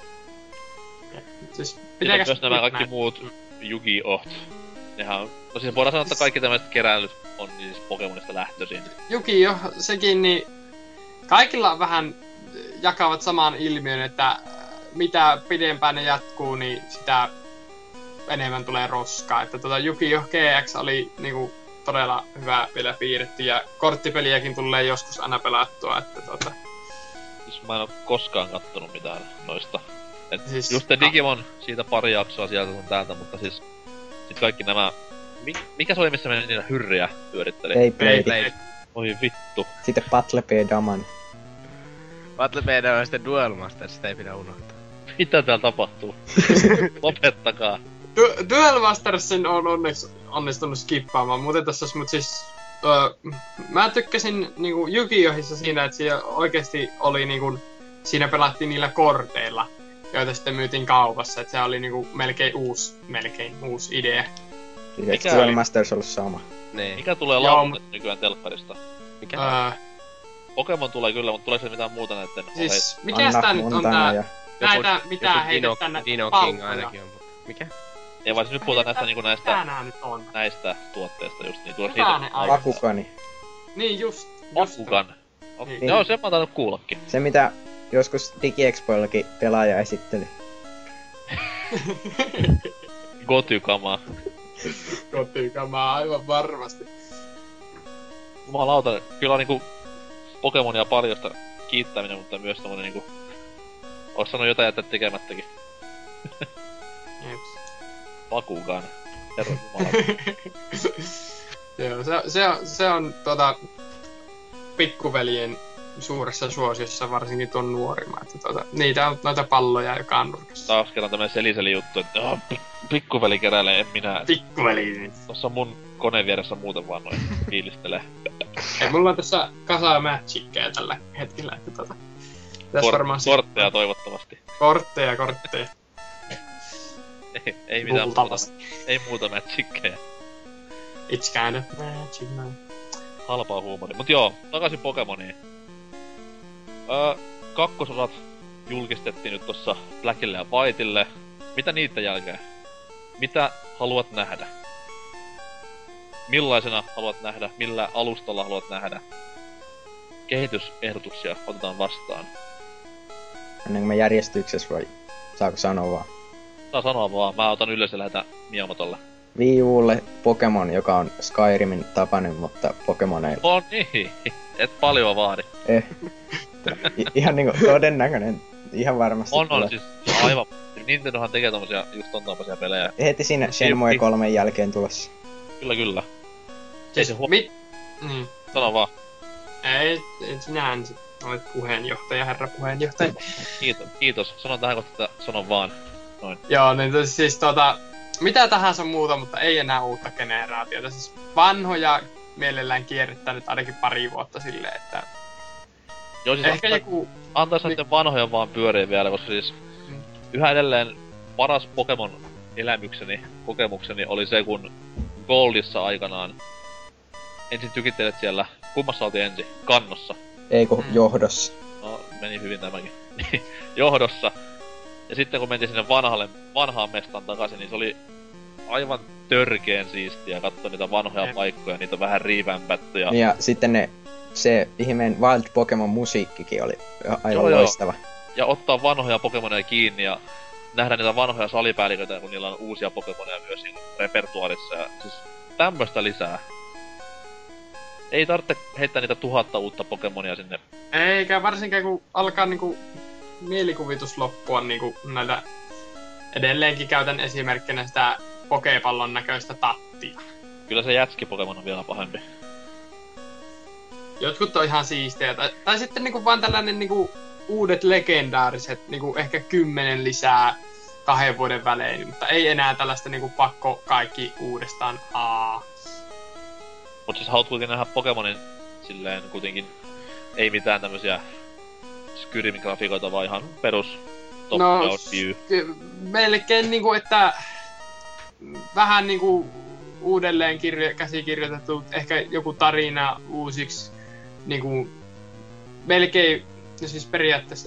Siis pitäkäs myös nämä kaikki muut Yu-Gi-Oh! Nehän on... No siis voidaan sanoa, että kaikki tämmöiset keräilyt on siis Pokemonista lähtöisin. Yu-Gi-Oh! Sekin, niin... Kaikilla vähän jakavat saman ilmiön, että mitä pidempään ne jatkuu, niin sitä enemmän tulee roskaa. Että Yu-Gi-Oh! GX oli niinku todella hyvä vielä piirretty ja korttipeliäkin tulee joskus aina pelattua, että Siis mä en oo koskaan kattonut mitään noista. Et siis, just Digimon, siitä pari jaksoa sieltä sun täältä, mutta siis... Sit kaikki nämä... Mikä se oli, missä me niitä hyrriä pyöritteli? Beyblade. Oi vittu. Sitten Battle Daman. Battle Daman ja sitten Duel Masters, sitä ei pidä unohtaa. Mitä täällä tapahtuu? Lopettakaa. Duel Mastersin on onneksi onnistunut skippaamaan, muuten tässä mut siis... mä tykkäsin niinku Yu-Gi-Ohissa siinä, että siellä oikeesti oli niinku... Siinä pelattiin niillä korteilla, joita sitten myytiin kaupassa, että se oli niinku melkein uusi idea. Eikö Duel Masters ollut sama? Niin. Mikä tulee lausunut nykyään telkkarista? Mikä? Pokemon tulee kyllä, mutta tuleeko se mitään muuta näitten siis, mikäs tää nyt on tää... Näitä mitä heität tänne Dino King ainakin on. Mikä? Ei vaan siis nyt puhutaan näistä niinku näistä tuotteista just niin. Bakugani. Niin just. Bakugan. Niin. Joo, sen mä oon tainnut kuullakin. Se mitä joskus DigiExpoillakin pelaaja esitteli. Gotykamaa. Gotykamaa, aivan varmasti. Jumalauta, kyllä on niinku Pokemonia paljosta kiittäminen, mutta myös tommonen niinku... Ois sanonut jotain jättää tekemättäkin. Jeps. Bakugan. Herran jumalauta. Joo, se on pikkuveljen suuressa suosiossa, varsinkin tuon nuorimman. Että niitä on noita palloja joka nurkassa. Taas kerran tämmönen seliseli juttu, että pikkuveli keräilee, en minä. Pikkuveli. Tossa mun koneen vieressä muuten vaan noin fiilistelee. Ei, mulla on tässä kasaa Magickeja tällä hetkellä, että Kortteja toivottavasti. Kortteja. ei mitään muuta. Ei muuta Magickeja. It's kind of magic, man. Halpaa huumori. Mut joo, takaisin Pokemoniin. Kakkososat julkistettiin nyt tossa Blackille ja Whiteille. Mitä niiden jälkeen? Mitä haluat nähdä? Millaisena haluat nähdä? Millä alustalla haluat nähdä? Kehitysehdotuksia otetaan vastaan. Ennen kuin me järjestyksessä vai saako sanoa vaan? Saa sanoa vaan, mä otan yleensä lähetä Miyamotolle. Wii Ulle Pokemon, joka on Skyrimin tapainen, mutta Pokemoneilla. On niin, et paljon vaadi. Ihan niinku todennäköinen, ihan varmasti on siis aivan. Nintendohan tekee tommosia, just ton tommosia pelejä. Heti siinä Shenmue 3 jälkeen tulossa. Kyllä. Siis niin. Sano vaan. Ei sinä ensin. Olet puheenjohtaja, herra puheenjohtaja. Kiitos. Sanon tähän kohtaan, että sanon vaan. Noin. Joo, niin siis mitä tahansa muuta, mutta ei enää uutta generaatiota. Siis vanhoja mielellään kierrättänyt ainakin pari vuotta silleen, että... Joo, siis ehkä joku... Antais näitten vanhoja vaan pyöriä vielä, koska siis... Yhä edelleen paras kokemukseni oli se, kun Goldissa aikanaan... Ensin tykittelet siellä... Kummassa oltiin ensin? Kannossa. Ei kun johdossa. No, meni hyvin tämäkin. Johdossa. Ja sitten kun mentiin sinne vanhaan mestaan takaisin, niin se oli aivan törkeen siistiä katsoa niitä vanhoja paikkoja, niitä vähän riivämpätty ja... Ja sitten se ihmeen Wild Pokemon musiikkikin oli aivan loistava. Ja ottaa vanhoja Pokemoneja kiinni ja nähdä niitä vanhoja salipäälliköitä, kun niillä on uusia Pokemoneja myös niin repertuaarissa ja siis tämmöstä lisää. Ei tarvitse heittää niitä 1000 uutta Pokemonia sinne. Eikä varsinkaan kun alkaa niinku mielikuvitus loppua niinku näitä... Edelleenkin käytän esimerkkinä sitä Pokepallon näköistä tattia. Kyllä se jätski-Pokemon on vielä pahempi. Jotkut on ihan siistejä. Tai sitten niinku vaan tällainen niinku uudet legendaariset, niinku ehkä 10 lisää 2 vuoden välein. Mutta ei enää tällaista niinku pakko kaikki uudestaan. Mut siis haluat kuitenkin nähdä Pokemonin silleen kuitenkin ei mitään tämmösiä Skyrim-grafiikoita, vaan ihan perus top-down view. Melkein niinku, että vähän niinku uudelleen käsikirjoitettu, ehkä joku tarina uusiksi, niinku melkein, no siis periaatteessa,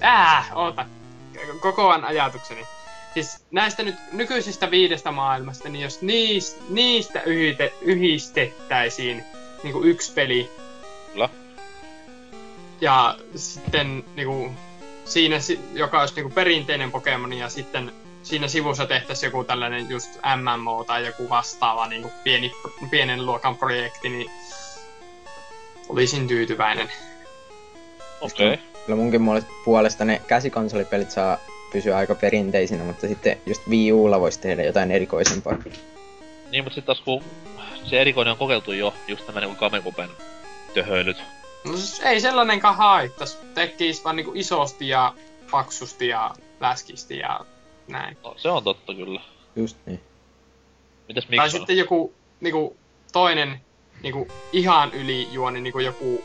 kokoan ajatukseni. Siis näistä nyt nykyisistä 5 maailmasta, niin jos niistä yhdistettäisiin niinku yksi peli. Kyllä. Ja sitten niinku siinä, joka olisi niinku perinteinen Pokemon, ja sitten siinä sivussa tehtäisiin joku tällainen just MMO tai joku vastaava niinku pienen luokan projekti, niin olisin tyytyväinen. Okei. Okay. Kyllä munkin puolesta ne käsikonsolipelit saa pysyä aika perinteisinä, mutta sitten just Wii Ulla voisi tehdä jotain erikoisempaa. Niin, mutta sitten taas kun se erikoinen on kokeiltu jo, just nämä niinku Kamekupen töhöilyt. No siis ei sellainenkaan haittais. Tekis vaan niinku isosti ja paksusti ja läskisti ja näin. No, se on totta kyllä. Just niin. Mitäs Mikko? Tai sitten joku niinku toinen niinku ihan ylijuoni niinku joku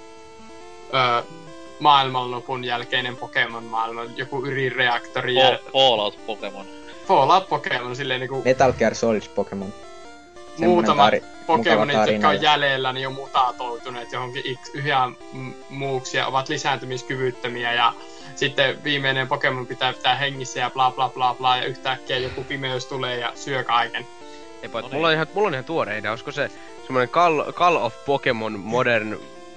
maailmanlopun jälkeinen Pokemon-maailma, joku ydinreaktori ja... Fallout Pokemon. Fallout Pokemon, silleen niinku... Metal Gear Solid Pokemon. Muutamat Pokemonit, jotka on jäljellä, niin on mutatoituneet johonkin ihan muuksi ja ovat lisääntymiskyvyttömiä ja sitten viimeinen Pokemon pitää hengissä ja bla bla bla bla ja yhtäkkiä joku pimeys tulee ja syö kaiken. Eipä, mulla on ihan tuore idea, olisiko se semmonen Call of Pokemon Modern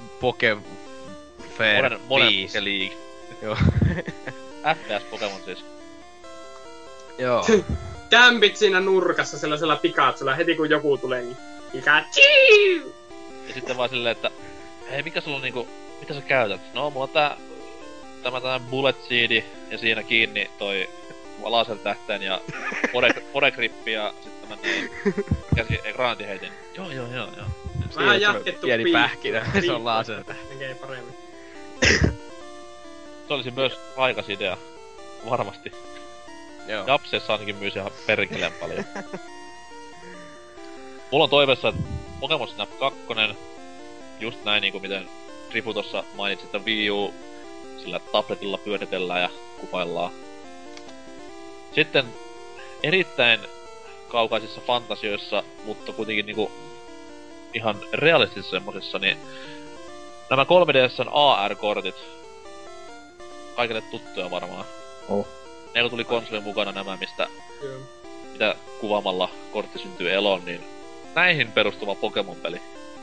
Pokefair 5? League. Joo. FPS Pokemon siis. Joo. Kämpit siinä nurkassa sellaisella Pikachulla heti kun joku tulee, niin Pikachu! Ja sitten vaan silleen, että hei, mikä sulla on niinku, mitä sä käytät? No, mulla on tämä Bullet Seed ja siinä kiinni toi lasertähteen ja Podegrippi ja sitten tämmönen granaatiheitin. Joo. Vähän jatkettu pieni piippu. pähkinä, se on lasertä. Tekee paremmin. Se olisi myös raikas idea. Varmasti. Joo. Japseessa ainakin myy ihan perkeleen paljon. Mulla on toiveessa, että Pokemon Snap 2, just näin niinku miten Rifu tossa mainitsi, että Wii U sillä tabletilla pyöritellään ja kuvaillaan. Sitten erittäin kaukaisissa fantasioissa, mutta kuitenkin niinku ihan realistisissa semmosissa, niin nämä 3DS:n AR-kortit, kaikille tuttuja varmaan. Oh. Ne kun tuli konsolin mukana nämä, Joo. mitä kuvaamalla kortti syntyy eloon, niin näihin perustuva Pokemon-peli.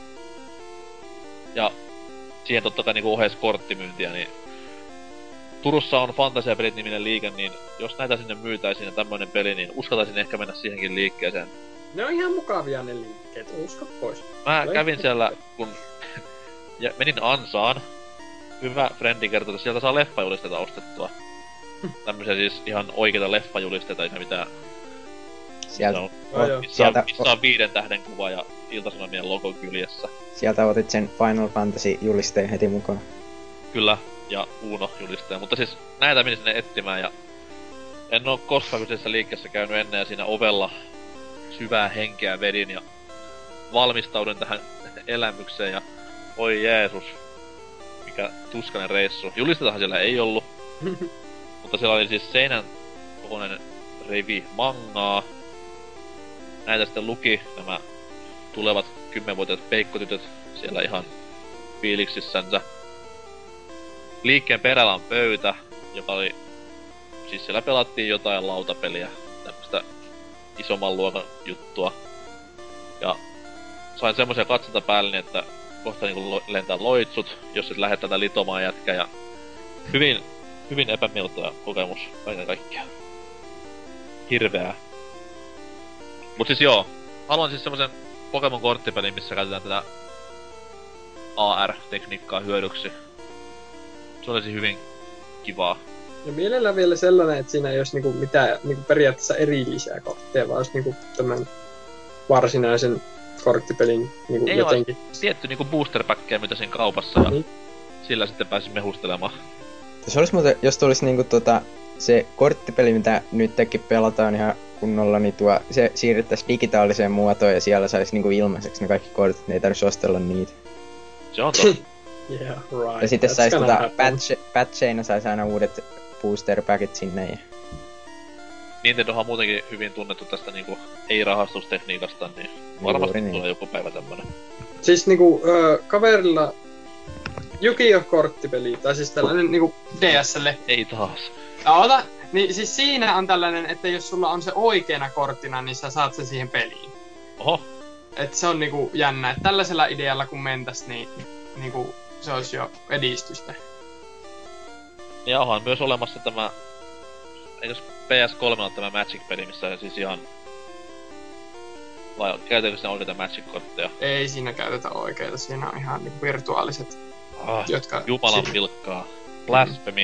Ja siihen totta kai niinku ohes korttimyyntiä, niin Turussa on Fantasiapelit-niminen liike, niin jos näitä sinne myytäisiin ja tämmönen peli, niin uskaltaisin ehkä mennä siihenkin liikkeeseen. Ne on ihan mukavia ne liikkeet, usko pois. Mä kävin siellä, kun ja menin Ansaan. Hyvä frendi kertoi, että sieltä saa leffajulisteita ostettua. Tämmöisiä siis ihan oikeita leffajulisteita, eikä mitään. Sieltä, Joo. Missä on 5 tähden kuva ja Ilta-Sanomien logo kyljessä. sieltä otit sen Final Fantasy-julisteen heti mukaan. Kyllä, ja Uno-julisteen. Mutta siis näitä menin sinne etsimään ja en oo koskaan kyseisessä liikkeessä käynyt ennen ja siinä ovella syvää henkeä vedin ja valmistaudun tähän elämykseen ja oi Jeesus, mikä tuskainen reissu. Julistetahan siellä ei ollut, mutta siellä oli siis seinän kokoinen rivi mangaa. Näitä sitten luki nämä tulevat 10-vuotiaat peikkotytöt siellä ihan fiiliksissänsä. Liikkeen perällä on pöytä, joka oli... Siis siellä pelattiin jotain lautapeliä, tämmöstä isomman luokan juttua. Ja sain semmosia katsota päälle, että kohta niinku lentää loitsut, jos et lähde tätä litomaan jätkää. Ja hyvin epämiellyttävä kokemus kaiken kaikkiaan. Hirveää. Mut siis joo, haluan siis semmosen Pokemon-korttipelin, missä käytetään tätä AR-tekniikkaa hyödyksi. Se olisi hyvin kivaa. Ja mielellään vielä sellainen, että siinä ei olisi niinku mitään niinku periaatteessa erillisiä kortteja, vaan olisi niinku tämän varsinaisen korttipelin niinku Ei jotenkin. Tietty niinku booster-päkkejä, mitä siinä kaupassa, ja Niin. sillä sitten pääsin mehustelemaan. Se olisi muuten, jos tulisi niinku se korttipeli, mitä nytkin pelataan ihan kunnolla, niin se siirrettäisiin digitaaliseen muotoon ja siellä saisi niinku ilmaiseksi ne kaikki kortit, ne ei tarvitsisi ostella niitä. Se on totta. Yeah, right. Ja sitten That's saisi gonna happen. patcheina saisi aina uudet booster packit sinne. Ja... Nintendohan on muutenkin hyvin tunnettu tästä niinku ei-rahastustekniikasta, niin varmasti niin. tulee joku päivä tämmönen. Siis niinku kaverilla Yu-Gi-Oh! Korttipeli, tai siis tällainen niinku DS:lle. Ei taas. Ota, niin siis siinä on tällainen, että jos sulla on se oikeana korttina, niin sä saat sen siihen peliin. Oho, Et se on niinku jännä, että tällaisella idealla kun mentäs, niin niinku se olisi jo edistystä. ja onhan myös olemassa tämä... Eikös PS3 on tämä Magic-peli, missä on siis ihan... Vai käytetäänkö siinä oikeita Magic-kortteja? Ei siinä käytetä oikeita, siinä on ihan niinku virtuaaliset, jotka... Jumalan pilkkaa. Blasphemy.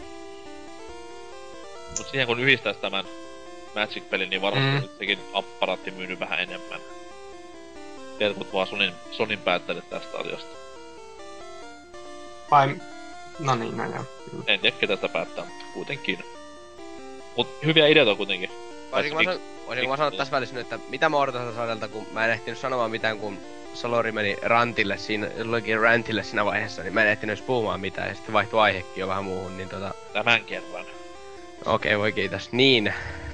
Mut siihen kun yhdistäis tämän Magic-pelin, niin varmasti sekin apparaatti myynyt vähän enemmän. Terkut vaan Sonin päättäjille tästä asiasta. Vai... No niin, no joo. En tiedä ketä sitä päättää, mutta kuitenkin. Mut hyviä ideoita kuitenkin. Voisinko mä sanoa tässä välissä nyt, että mitä mä odotan tältä sarjalta, kun mä en ehtinyt sanomaan mitään, kun Salori meni rantille siinä vaiheessa, niin mä en ehtinyt edes puhumaan mitään, ja sitten vaihtui aihekin jo vähän muuhun, niin Tämän kerran. Okei, voi kiitos. Niin,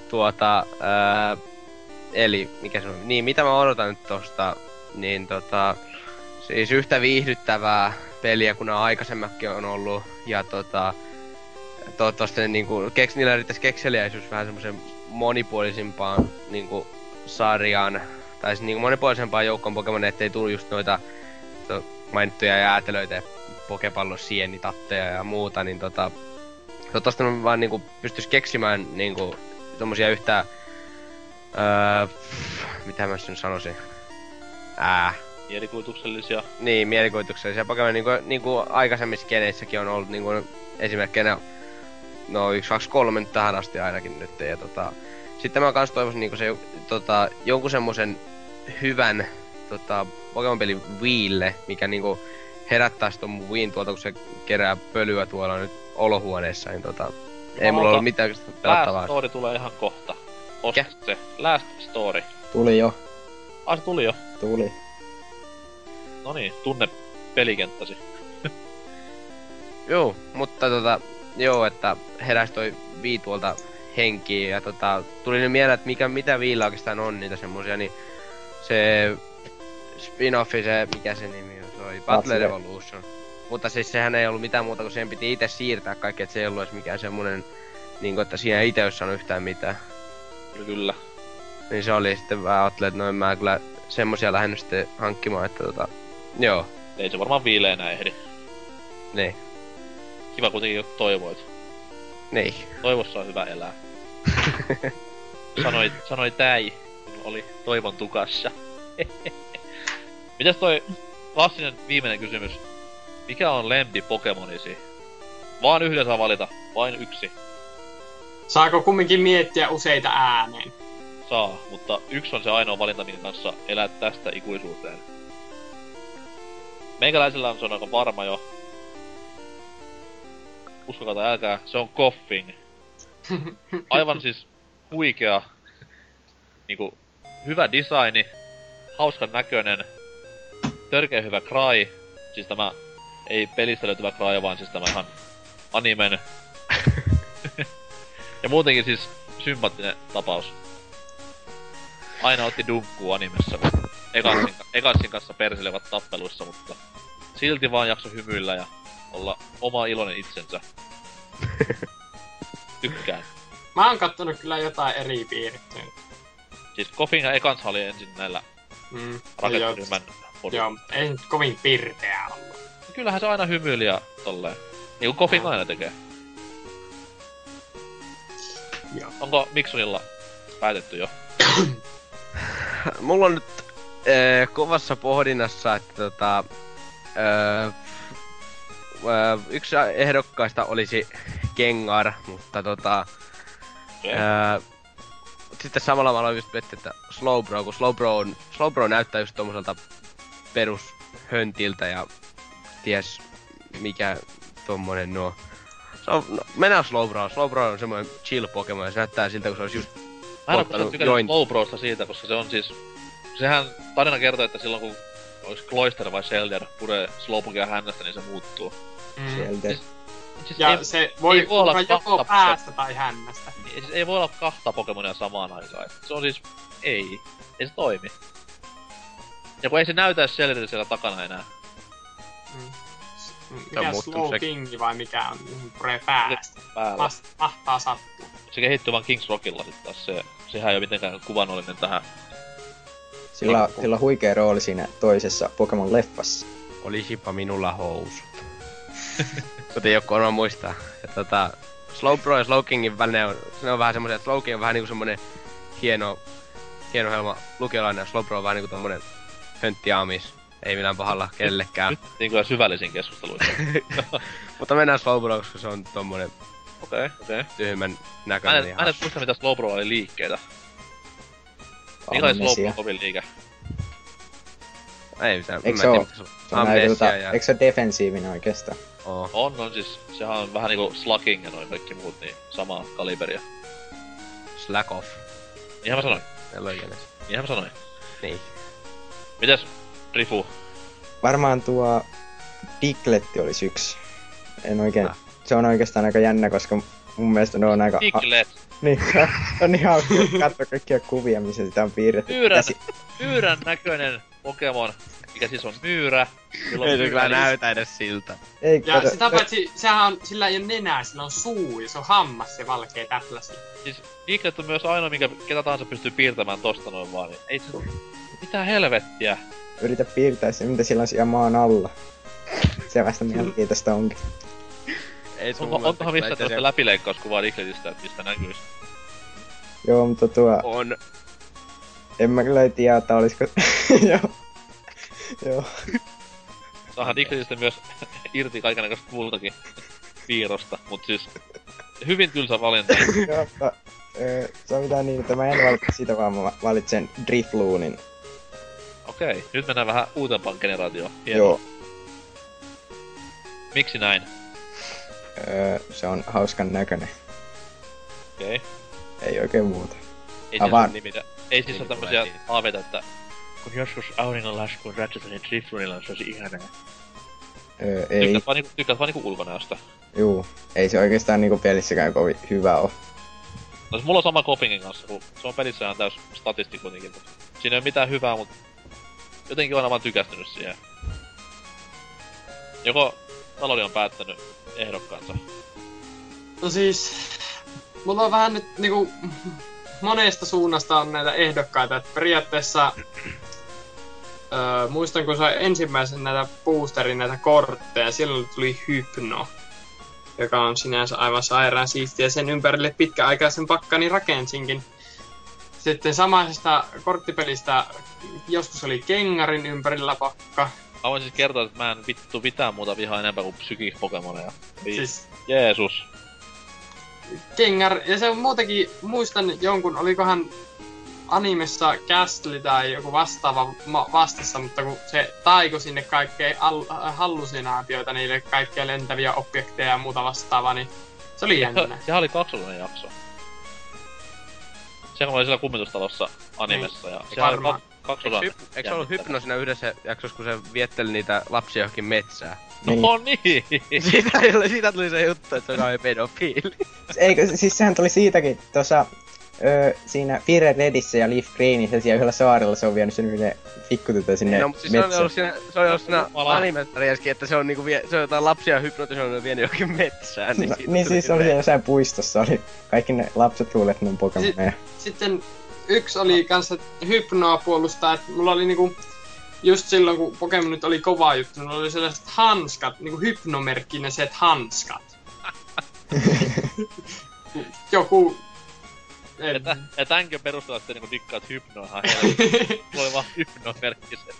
eli, mikä se on? Niin, mitä mä odotan nyt tosta, niin siis yhtä viihdyttävää peliä, kun nämä aikaisemmatkin on ollut, ja toivottavasti niinku, niillä riittäisi kekseliäisyys vähän semmosen monipuolisimpaan niinku sarjaan, tai siis niinku monipuolisempaan joukkoon Pokemonia, ettei tullut just noita mainittuja jäätelöitä ja pokepallon sienitatteja ja muuta, niin toivottavasti mä vaan niinku pystyis keksimään niinku tommosia yhtä mitä mä sen sanoisin? Mielikuvituksellisia. Niin, mielikuvituksellisia Pokemon niinku aikaisemmissa geneissäkin on ollut niinku esimerkkinä no 1, 2, 3 tähän asti ainakin nyt ja sitten mä kans toivoisin niinku se jonkun semmosen hyvän Pokemon-peli Wiille, mikä niinku herättäis ton mun Wiin tuolta, kun se kerää pölyä tuolla nyt olohuoneessa, niin ei mulla ollut mitään pelattavaa. Last Story tulee ihan kohta. Osta se. Last Story. Tuli jo. Se tuli jo. Tuli. Noniin, tunne pelikenttäsi. Joo, mutta joo, että heräsi toi Wii tuolta henkiin ja tuli nyt mieleen, että mitä Wiillä oikeastaan on niitä semmosia, niin se spin-offi, se mikä se nimi on, se oli Battle Revolution. Mutta siis sehän ei ollut mitään muuta, kun sen piti itse siirtää kaikki, että se ei ollut edes mikään semmonen, niinku että siinä ei ite ois saanut yhtään mitään. Kyllä. Niin se oli sitten vähän ajattelin, että noin mä kyllä semmosia lähennyt sitten hankkimaan, että joo. Ei se varmaan Wiille enää ehdi. Niin. Kiva kuitenkin toivoit. Niin. Toivossa on hyvä elää. sanoi täi, kun oli toivon tukassa. Mitäs toi klassinen viimeinen kysymys? Mikä on lempi Pokemonisi? Vaan yhden saa valita, vain yksi. Saako kumminkin miettiä useita ääneen? Saa, mutta yksi on se ainoa valinta, minkä kanssa elät tästä ikuisuuteen. Meikäläisellä on se on aika varma jo. Uskokaa tai älkää, se on Koffing. Aivan siis huikea, niinku, hyvä designi, hauskan näköinen, törkeä hyvä cry, siis tämä ei pelistä löytyvä cry, vaan siis tämä ihan animen. Ja muutenkin siis sympaattinen tapaus. Aina otti dunkkuu animessa, kun Egatsin kanssa perselevat tappeluissa, mutta silti vaan jakso hymyillä ja olla oma iloinen itsensä. Tykkään. Mä oon kattonut kyllä jotain eri piirrettyä. Siis Kofinga ekansa oli ensin näillä rakettiryhmän Joo, ei nyt kovin pirteää ollut. Kyllähän se aina hymyili ja tolleen. Niin kuin Kofinga aina tekee. Joo. Onko Miksonilla päätetty jo? Mulla on nyt kovassa pohdinnassa, että yksi ehdokkaista olisi Gengar, mutta sitten samalla mä aloin just miettiä, että Slowbro, kun Slowbro näyttää just tommoselta perushöntiltä ja ties mikä tommonen nuo. Mennään Slowbro. Slowbro on semmoinen chill Pokemon ja se näyttää siltä, kun se olisi just mä en oo tykännyt Slowbrosta siitä, koska se on siis... Sehän tarina kertoo, että silloin kun olis Cloyster vai Shellder puree Slowpokia hännästä, niin se muuttuu. Shellder. Siis ja se voi olla joko päästä tai hännästä. Siis ei voi olla kahta Pokemonia samaan aikaan. Se on siis... Ei se toimi. Ja kun ei se näytä Shellderillä siellä takana enää. Mikä Slow Kingi vai mikä on, mihin puree päästä? Mahtaa sattua. Se kehittyy vaan Kings Rockilla sit taas sehän ei oo mitenkään kuvannollinen tähän. Sillä on huikea rooli siinä toisessa Pokemon-leffassa. Olisipa minulla housut. Kuten joku on muistaa. Ja Slowbro ja Slowkingin välinen se on vähän semmosia, että Slowking on vähän niinku semmonen hieno helma lukiolainen ja Slowbro on vähän niinku tommonen hönttiaamis. Ei millään pahalla kenellekään. Nyt niin kyllä syvällisiin keskusteluihin. Mutta mennään Slowbro, koska se on tommonen Okei. tyhmän näköinen. Mä en muista mitä Slowbro oli liikkeitä. Mikä oli Slowbro kovin liike? Ei mitään. Eikö se oo? Eikö se oo defensiivinen oikeastaan? On siis. Sehän on vähän niinku Slugging ja noin kaikki muut, niin samaa kaliberia. Slack off. Niinhän mä sanoin. Niinhän mä sanoin. Niin. Mites Rifu? Varmaan tuo Diglett olisi yksi. En oikein... Se on oikeastaan aika jännä, koska mun mielestä ne on aika... Diglett! Niin, on ihan hauska katsoa kaikkia kuvia, missä sitä on piirretty. Myyrän näköinen Pokemon, mikä siis on myyrä. Ei se kyllä näytä edes siltä. Ei, ja kato... sitä paitsi, sillä ei oo nenää, sillä on suu ja se on hammas se valkee täpläsi. Siis Diglett on myös ainoa, mikä ketä tahansa pystyy piirtämään tosta noin vaan, niin ei se... Mitä helvettiä? Yritä piirtää se, mitä sillä on siellä maan alla. Se vasta mielenkiintoista onkin. Onkohan missään tällaista läpileikkauskuvaa Diglettistä, mistä näkyis? Joo, mutta on. En mä kyllä tiedä, että olisiko... Joo. Saahan Diglettistä myös irti kaikennäköistä kultakin piirrosta, mut siis... Hyvin tylsä valinta. Joo, mutta... Se on mitään niin, että mä en valitse sitä, vaan mä valitsen Drifloonin. Okei, nyt mennään vähän uutempaan generaatioon. Hienoa. Joo. Miksi näin? Se on hauskan näköinen. Okei. Ei oikein muuta. Ei Vaan- siis nimitä. Ei siis ole tämmösiä haaveita, että kun joskus auringonlaskuun Ratchetonin Driftrunilla se olisi ihanaa. Ei. Tykkäät vaan niinku ulkonäöstä. Juu. Ei se oikeastaan niinku pelissäkään kovin hyvä oo. No siis mulla on sama Copingin kanssa, kun se on pelissä ihan täys statisti kuitenkin, mutta siinä ei oo mitään hyvää, mut jotenkin on vaan tykästynyt siihen. Joko Taloli on päättänyt ehdokkaansa? No siis, mulla on vähän nyt niinku monesta suunnasta on näitä ehdokkaita, että periaatteessa muistan kun sai ensimmäisen näitä boosterin näitä kortteja, silloin tuli Hypno, joka on sinänsä aivan sairaan siistiä, sen ympärille pitkäaikaisen pakkani rakensinkin. Sitten samaisesta korttipelistä joskus oli Kengarin ympärillä pakka. Mä voin siis kertoa, että mä en vittu mitään muuta vihaa enempää kuin Psychic-pokemoneja. Siis Jeesus. Kengar, ja se on muutenkin, muistan jonkun, olikohan animessa Castly tai joku vastaava vastassa, mutta kun se taiko sinne kaikkea hallusinaatioita, niille kaikkea lentäviä objekteja ja muuta vastaavaa, niin se oli jännä. Sehän oli kaksonen jakso. Sehän oli siellä kummitustalossa animessa ja sehän oli varmaan. kaksosan. Eikö se ollut Hypno siinä yhdessä jaksossa, kun se vietteli niitä lapsia johonkin metsään? No niin! Siitä tuli se juttu, että se on kauhean pedofiili. Eikö, siis sehän tuli siitäkin tuossa siinä Fire Redissä ja Leaf Greenissä siellä yhdellä saarella se on vienyt sen yhden pikkutytön sinne No, mutta siis metsään. se on ollut siinä animettariaskin, että se on niinku se on jotain lapsia hypnotisoinut ja vienyt johonkin metsään. No, niin siis oli siellä jossain puistossa, oli kaikki ne lapset luulet, että ne on Pokemoneja. Sitten yksi oli kanssa Hypnoa puolustaa, että mulla oli niinku just silloin kun Pokemonit oli kova juttu, mulla oli sellaiset hanskat, niinku hypnomerkkineset hanskat. Joku... Ja tänkö perusteella, että niinku dikkaat Hypnoa ihan helvetti. Mulla oli vaan Hypno-merkkiset.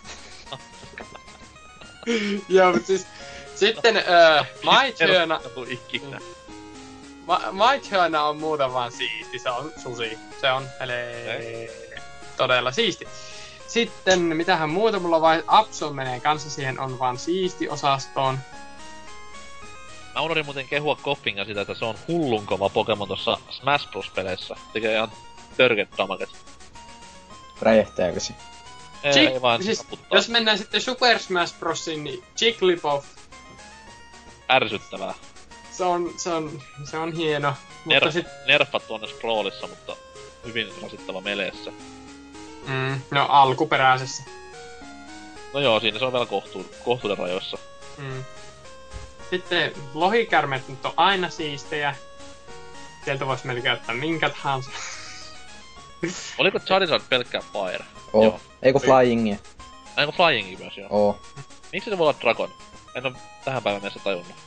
Joo, mut siis... Sitten Maithyöna... Ikinä. Maithyöna on muuten vaan siisti, se on susi. Se on todella siisti. Sitten, mitähän muuta mulla vai... Absol menee kanssa siihen, on vaan siisti osastoon. Mä unohdin muuten kehua Koppinga sitä, että se on hullun kova Pokemon tossa Smash Bros-peleissä. Tekee ihan törket damaget. Räjähtääkö se? Ei vaan siis, taputtaa. jos mennään sitten Super Smash Brosiin, niin Jigglypuff, Ärsyttävää. se on hieno. Mutta sit, Nerfat tuonne Scrollissa, mutta hyvin rasittava meleessä. no alkuperäisessä. No joo, siinä se on vielä kohtuuden rajoissa. Sitten lohikärmet nyt on aina siistejä. Sieltä vois melkein ottaa minkä tahansa. Oliko Charizard pelkkää Fire? Oo. Joo. Eikö Flyingia? Aiko Flyingi myös joo? Oo. Miksi se voi olla Dragon? En oo tähän päivän mennessä tajunnut.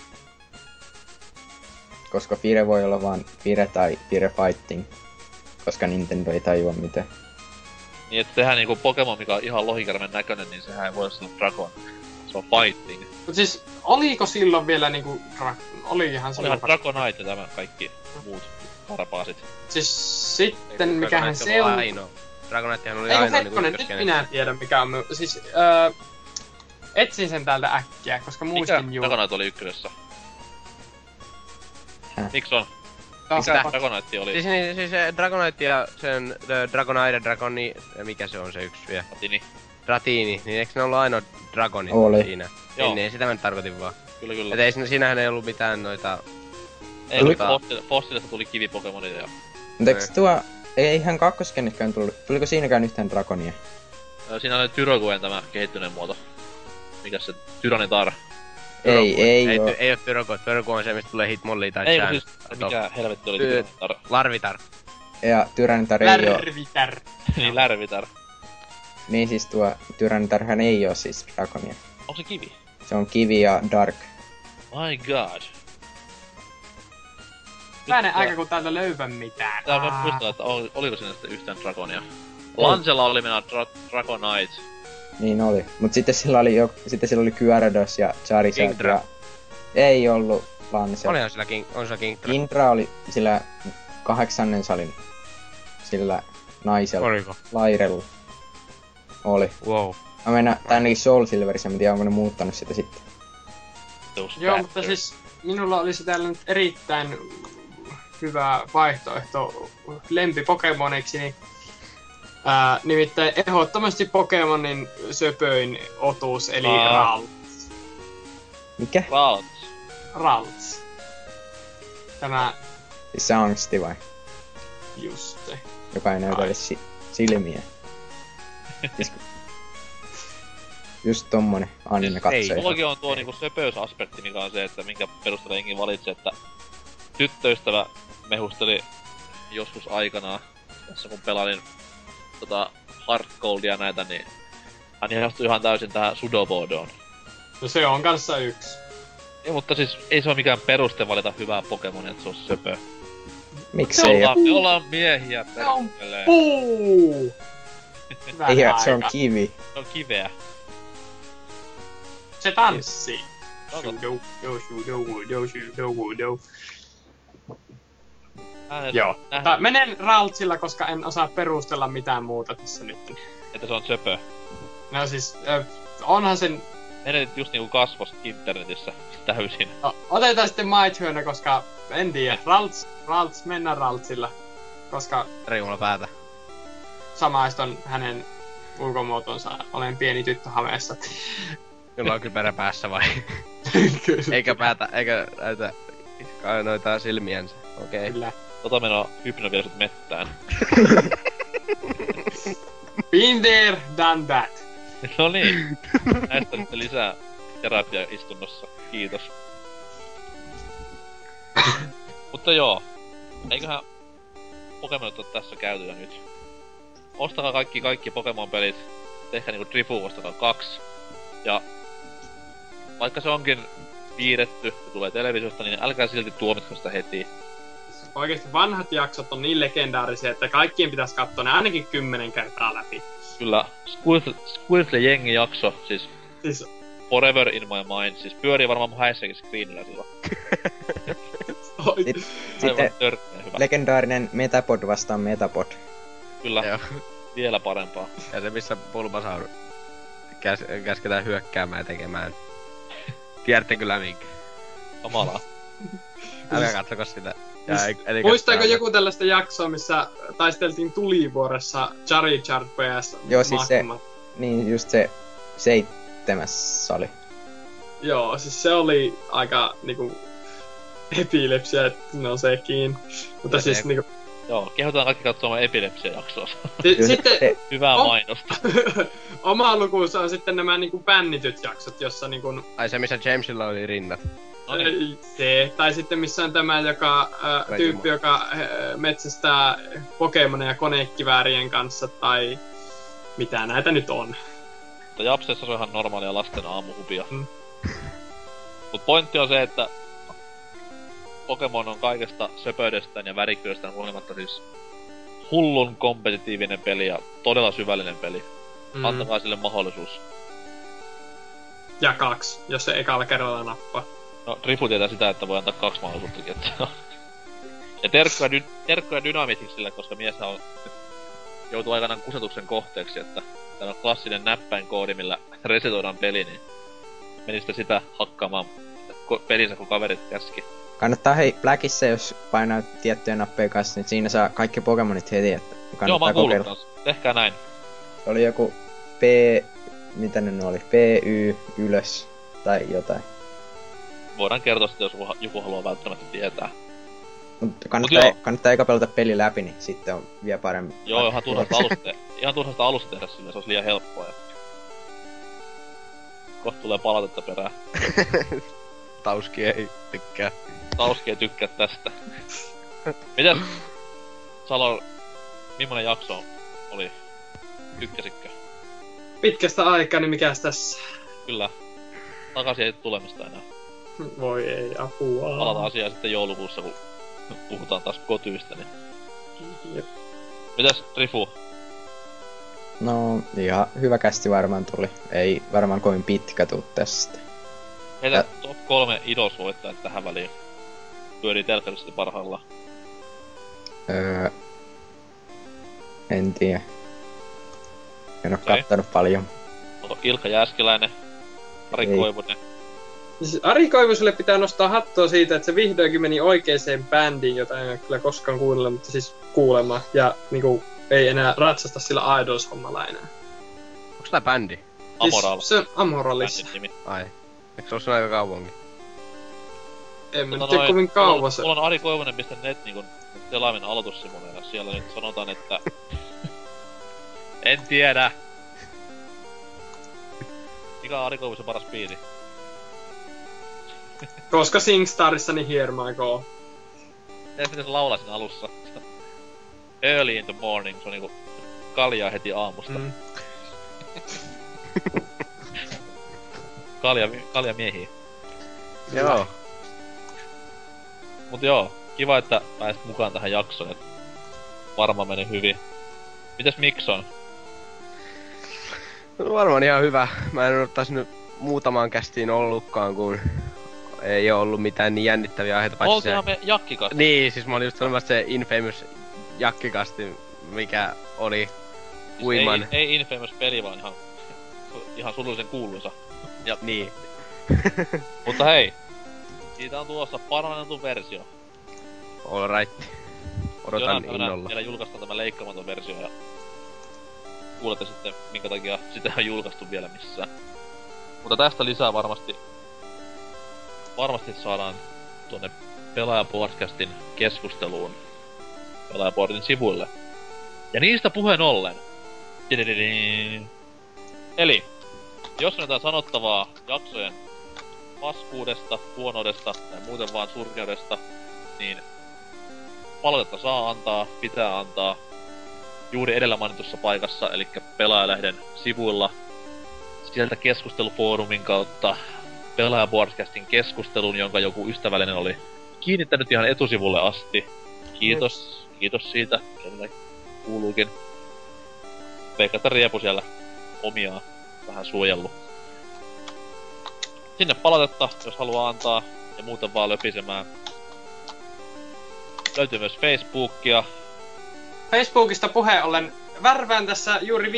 Koska Fire voi olla vaan Fire tai Fire Fighting. Koska Nintendo ei tajua mitään. Niin että tehdään niinku Pokemon, mikä on ihan lohikärmen näköinen, niin sehän ei voi olla Dragon. Se on Fighting. Mut siis, oliko silloin vielä niinku... Olihan silloin... Olihan Dragonite ja tämä kaikki muut varapaasit. Siis sitten, mikähän se on... Dragonitehan oli Eikö ainoa hetkonen, nyt minä tiedän mikä on siis etsin sen täältä äkkiä, koska muistin Mikä juuri. Dragonite oli ykkösessä? Miks on? Mitä? Dragonite oli Siis Dragonite ja sen Dragonite, Dragoni, mikä se on se yksi vielä? Ratini. Ratini, niin eikö ne ollut ainoa Dragonit Oli. siinä? Joo. Niin, sitä mä nyt tarkoitin vaan. Kyllä. Et ei siinähän ei ollut mitään noita... Ei, Fossilista tuli kivipokemonita ja... Mutta eikö tuo... Ei ihan kakkoskenniskään tullut. Tuliko siinäkään yhtään Dragonia? Siinä oli Tyrokuen tämä kehittyneen muoto. Mikäs se? Tyranitar. Ei oo. Ei oo Tyroku on se, mistä tulee Hitmonlee tai Ei, Chan. siis mikä helvetti oli Tyranitar? Larvitar. Ja Tyranitar ei oo. Lärvitär. Niin, Lärvitar. Niin siis tuo Tyranitarhan ei oo siis Dragonia. Onko se kivi? Se on kivi ja dark. My god. Väinen aika kun täältä löyvän mitään. Tää on muistella, että oliko siinä sitten yhtään Dragonia. Lancella oli minä Dragonite. Niin oli. Mut sitten sillä oli Gyarados ja Charizard Kingdra. ja... Ei ollut Lance. Olihan sillä on sillä Kingdra. Indra oli sillä 8. salin sillä naisella. Oliko? Lairella. Oli. Wow. Mä mennään tännekin Soul Silverissa, en tiedä onko ne muuttanut sitä sitten. Joo, mutta siis minulla olisi täällä nyt erittäin hyvä vaihtoehto lempipokemoniksi, niin nimittäin ehdottomasti Pokemonin söpöin otus, eli Ralts. Mikä? Ralts. Tämä Siis se angsti vai? just se. Joka ei näytä edes silmiä. Siis, just tommonen anime katsoja. Mullakin on tuo niinku söpöysaspekti, mikä on se, että minkä perusteella jengi valitsi, että tyttöystävä mehusteli joskus aikanaan, tässä kun pelailin Heart Goldia näitä, niin hän ihastui ihan täysin tähän Sudowoodoon. No se on kanssa yksi. Niin, mutta siis ei se ole mikään peruste valita hyvää Pokemonia, että se on söpö. Miksei? Me ollaan miehiä perustelee. Puu! Ei, se on kivi. Se on kiveä. Se tanssii. Joo. Menen Raltsilla, koska en osaa perustella mitään muuta tässä nyt. Että se on söpö. No siis, onhan sen... Menetit just niinku kasvos internetissä täysin. No, otetaan sitten Maithönä, koska en tiedä. Ralts, mennään Raltsilla. Koska... Reunalla päätä. Samaiston hänen ulkomuotonsa. Olen pieni tyttö hameessa. Jolla on kypärä päässä vai? Eikä päätä, eikä näytä noita silmiänsä. Okei. Kyllä. Menoa hypnoviesut mettään. Been there, done that. No niin. Näistä nyt lisää terapia-istunnossa. Kiitos. Mutta joo. Eiköhän Pokemonit ole tässä käyty jo nyt. Ostakaa kaikki Pokemon-pelit. Tehkää niinku Drifu, ostakaa 2. Ja vaikka se onkin piirretty ja tulee televisiosta, niin älkää silti tuomitko sitä heti. Oikeesti vanhat jaksot on niin legendaarisia, että kaikkien pitäisi katsoa ne ainakin 10 kertaa läpi. Kyllä, Squirtle Jengi jakso, siis Forever in my mind, siis pyörii varmaan mun häissäkin screenillä silloin. Sitten hyvä. Legendaarinen Metapod vastaan Metapod. Kyllä, joo. Vielä parempaa. Ja se missä Bulbasaur käsketään hyökkäämään ja tekemään. Tiedätte kyllä minkä. Kamalaa. Älkää katsoko sitä. Muistaako joku tällaista jaksoa, missä taisteltiin tulivuoressa Charizard vs. Joo, siis se, niin just se 7. oli. Joo, siis se oli aika niinku epilepsia, että no sekin. Mutta siis niinku... Joo, kehotetaan kaikki katsomaan epilepsia-jaksoa. Sitten... Hyvää mainosta. Oma lukuunsa on sitten nämä niinku bännityt jaksot, jossa niinku... Ai se, missä Jamesilla oli rinnat. Se, tai sitten missä on tämä tyyppi, joka metsästää Pokemoneja konekiväärien kanssa, tai mitä näitä nyt on. Mutta Japsessa se on ihan normaalia lasten aamuhupia. Mut pointti on se, että Pokemon on kaikesta söpöydestään ja värikkyydestään huolimatta siis hullun kompetitiivinen peli ja todella syvällinen peli. Antakaa sille mahdollisuus. Ja 2, jos se ekalla kerralla nappaa. No, Drifu tietää sitä, että voi antaa 2 mahdollisuuttakin, että... Ja terkkoja Dynamitiksille, koska mieshän on joutuu aikanaan kusetuksen kohteeksi, että tämä on klassinen näppäinkoodi, millä resetoidaan peli, niin menistä sitä hakkaamaan pelinsä, kun kaverit käski. Kannattaa Blackissa, jos painaa tiettyjä nappeja kanssa, niin siinä saa kaikki Pokemonit heti, että kannattaa joo, mä oon kuullut kokeilla. Kans. Tehkää näin. Oli joku mitä ne oli? Y ylös tai jotain. Voidaan kertoa sitten, jos joku haluaa välttämättä tietää. Mutta kannattaa eka pelata peli läpi, niin sitten on vielä parempi. Joo, ihan turhasta alusta tehdä sille, se olisi liian helppoa. Ja... Kohta tulee palautetta perään. Tauski ei tykkää. Tauski ei tykkää tästä. Mitäs, Salo, millainen jakso oli? Tykkäsitkö? Pitkästä aikaa, niin mikäs tässä? Kyllä. Takaisin ei tulemista enää. Voi ei, apua. Palataan asiaan sitten joulukuussa, kun puhutaan taas kotyistä, niin... Jep. Mitäs, Rifu? No, ihan hyvä kästi varmaan tuli. Ei varmaan kovin pitkä tuu tästä. Heitä top 3 idolsuoittajat tähän väliin. Pyörii telkkarisesti parhaillaan. En tiedä. En oo kattonut paljon. Onko Ilkka Jääskeläinen, Ari Ei. Koivunen? Siis Ari Koivuselle pitää nostaa hattua siitä, että se vihdoinkin meni oikeeseen bändiin, jota en ole kyllä koskaan kuunnella, mutta siis kuulemma. Ja niinku ei enää ratsasta sillä Idols-hommalla enää. Onks tää bändi? Amoral. Siis se on Amoralissa. Bändin nimi. Ai. Eikö se oo sun aika kauankin? En mä tiedä kovin kauan se. Mulla on arikoivunen.net niinku selaimen aloitussivuilla ja siellä nyt sanotaan, että... en tiedä! Mikä on Ari Koivusen paras biisi? Koska Singstarissa, niin Here My Go. Tiedätkö, miten se laulaa siinä alussa? Early in the morning, se on niinku kaljaa heti aamusta. Kalja miehiä. Joo. Mut joo, kiva, että pääsit mukaan tähän jaksoon, et varmaan meni hyvin. Mitäs Mikson? No varmaan ihan hyvä. Mä en oo taas nyt muutamaan kästiin ollutkaan, kun ei oo ollut mitään niin jännittäviä aiheita. Oltiinhan me jakkikasti. Niin, siis mä olin just sanomassa se Infamous jakkikasti, mikä oli huiman. Siis ei Infamous peli, vaan ihan surullisen kuuluisa. Ja Niin. Mutta hei, siitä on tulossa parannettu versio. All right. Odotan innolla. Vielä julkaistaan tämä leikkaamaton versio ja kuulette sitten minkä takia sitä on julkaistu vielä missään. Mutta tästä lisää varmasti saadaan tuonne Pelaajapodcastin keskusteluun Pelaajaportin sivuille. Ja niistä puheen ollen. Eli, jos on jotain sanottavaa jaksojen paskuudesta, huonoudesta tai muuten vaan surkeudesta, niin palautetta saa antaa, pitää antaa juuri edellä mainitussa paikassa, eli Pelaajalehden sivuilla. Sieltä keskustelufoorumin kautta Pelaajapodcastin keskustelun, jonka joku ystävällinen oli kiinnittänyt ihan etusivulle asti. Kiitos siitä, kenelle kuuluukin. Veikka, että Riepu siellä omiaan vähän suojellut. Sinne palautetta, jos haluaa antaa, ja muuten vaan löpisemään. Löytyy myös Facebookia. Facebookista puheen ollen värvään tässä juuri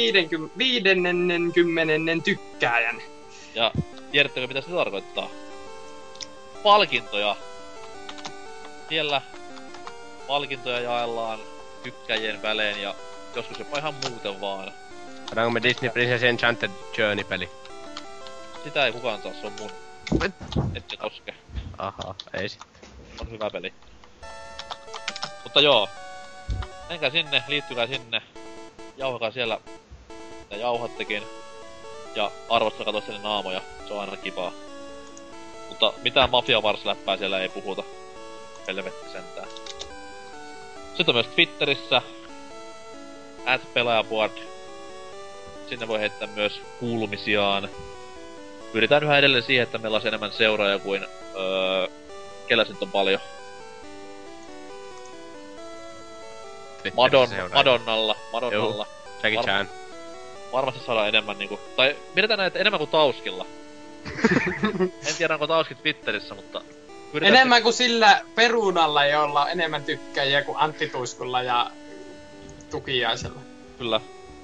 50 tykkääjän. Ja tiedättekö mitä se tarkoittaa? Palkintoja! Siellä palkintoja jaellaan tykkäjien välein ja joskus jopa ihan muuten vaan. Saadaanko me Disney Princess Enchanted Journey-peli? Sitä ei kukaan saa, se on mun. Ette koske. Aha, ei sit. On hyvä peli. Mutta joo. Menkää sinne, liittykää sinne. Jauhakaa siellä mitä jauhattekin. Ja arvostakaa toistenne naamoja, se on aina kivaa. Mutta mitään mafia-varsläppää siellä ei puhuta. Helvetti sentään. Sitten on myös Twitterissä @pelaajaboard. Sinne voi heittää myös kuulumisiaan. Pyritään yhä edelleen siihen, että meillä olisi enemmän seuraajia kuin kellä nyt on paljon. Madonnalla. Jackie Chan. Varmasti saadaan enemmän niinku, tai pidetään näitä enemmän kuin Tauskilla. En tiedä onko Tauski Twitterissä, mutta enemmän kuin sillä perunalla, jolla on enemmän tykkäjiä kuin Antti Tuiskulla ja Tukiaisella. Kyllä.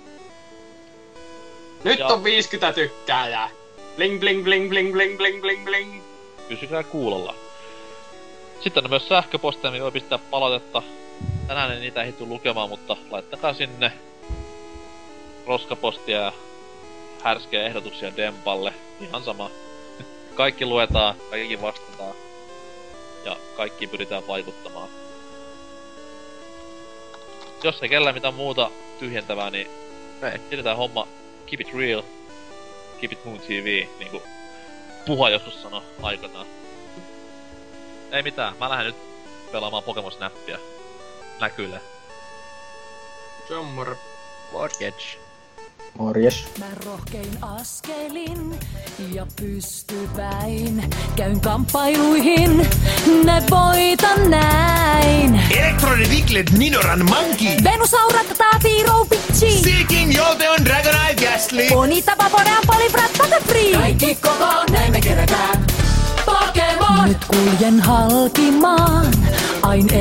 Nyt on 50 tykkääjää. Bling bling bling bling bling bling bling bling. Pysykää kuulolla. Sitten on myös sähköposteja, mihin voi pistää palautetta. Tänään ei niitä ehitty lukemaan, mutta laittakaa sinne roskapostia ja härskejä ehdotuksia Dempalle. Ihan sama. Kaikki luetaan, kaikki vastataan. Ja kaikki pyritään vaikuttamaan. Jos ei kellään mitään muuta tyhjentävää, niin pidetään homma keep it real, keep it Moon TV, niinku Puha joskus sanoi aikanaan. Ei mitään, mä lähden nyt pelaamaan Pokemon Snappia. Näkyille. John Moore. Mortgage. Morjes. Mä rohkein askelin ja pystypäin. Käyn kamppailuihin, ne voitan näin. Electronic Diglett Ninoran Monkey. Venusaura Tafiro Pichi. Seeking Jolteon Dragonite Ghastly. Bonita Vaporean Polybrat Butterfree. Kaikki kokoon, näin me kerätään. Pokemon! Nyt kuljen halkimaan, ain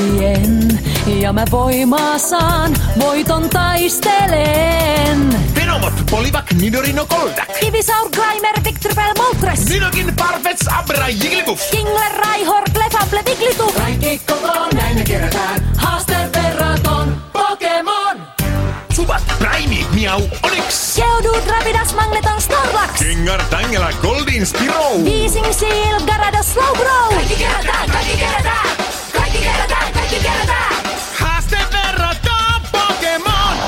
etsien. Ja mä voimaa saan, voiton taistelen. Polivac, Nidorino, Goldak. Ivisaur, Grimer, Victreebel, Moltres. Ninokin, Parfets, Abra, Jigglypuff. Kingler, Raihor, Clefable, Wigglytuff. Kaikki kokoon, näin me kerätään. Haasteverraton Pokemon. Subat, Prime, Miau, Onyx. Geodude, Rapidas, Magneton, Snorlax. Gengar, Tangela, Goldin, Spearow. Weezing, Seel, Gyarados, Slowbro. Kaikki kerätään, kaikki kerätään. Kaikki kerätään, kaikki kerätään. Haasteverraton Pokemon.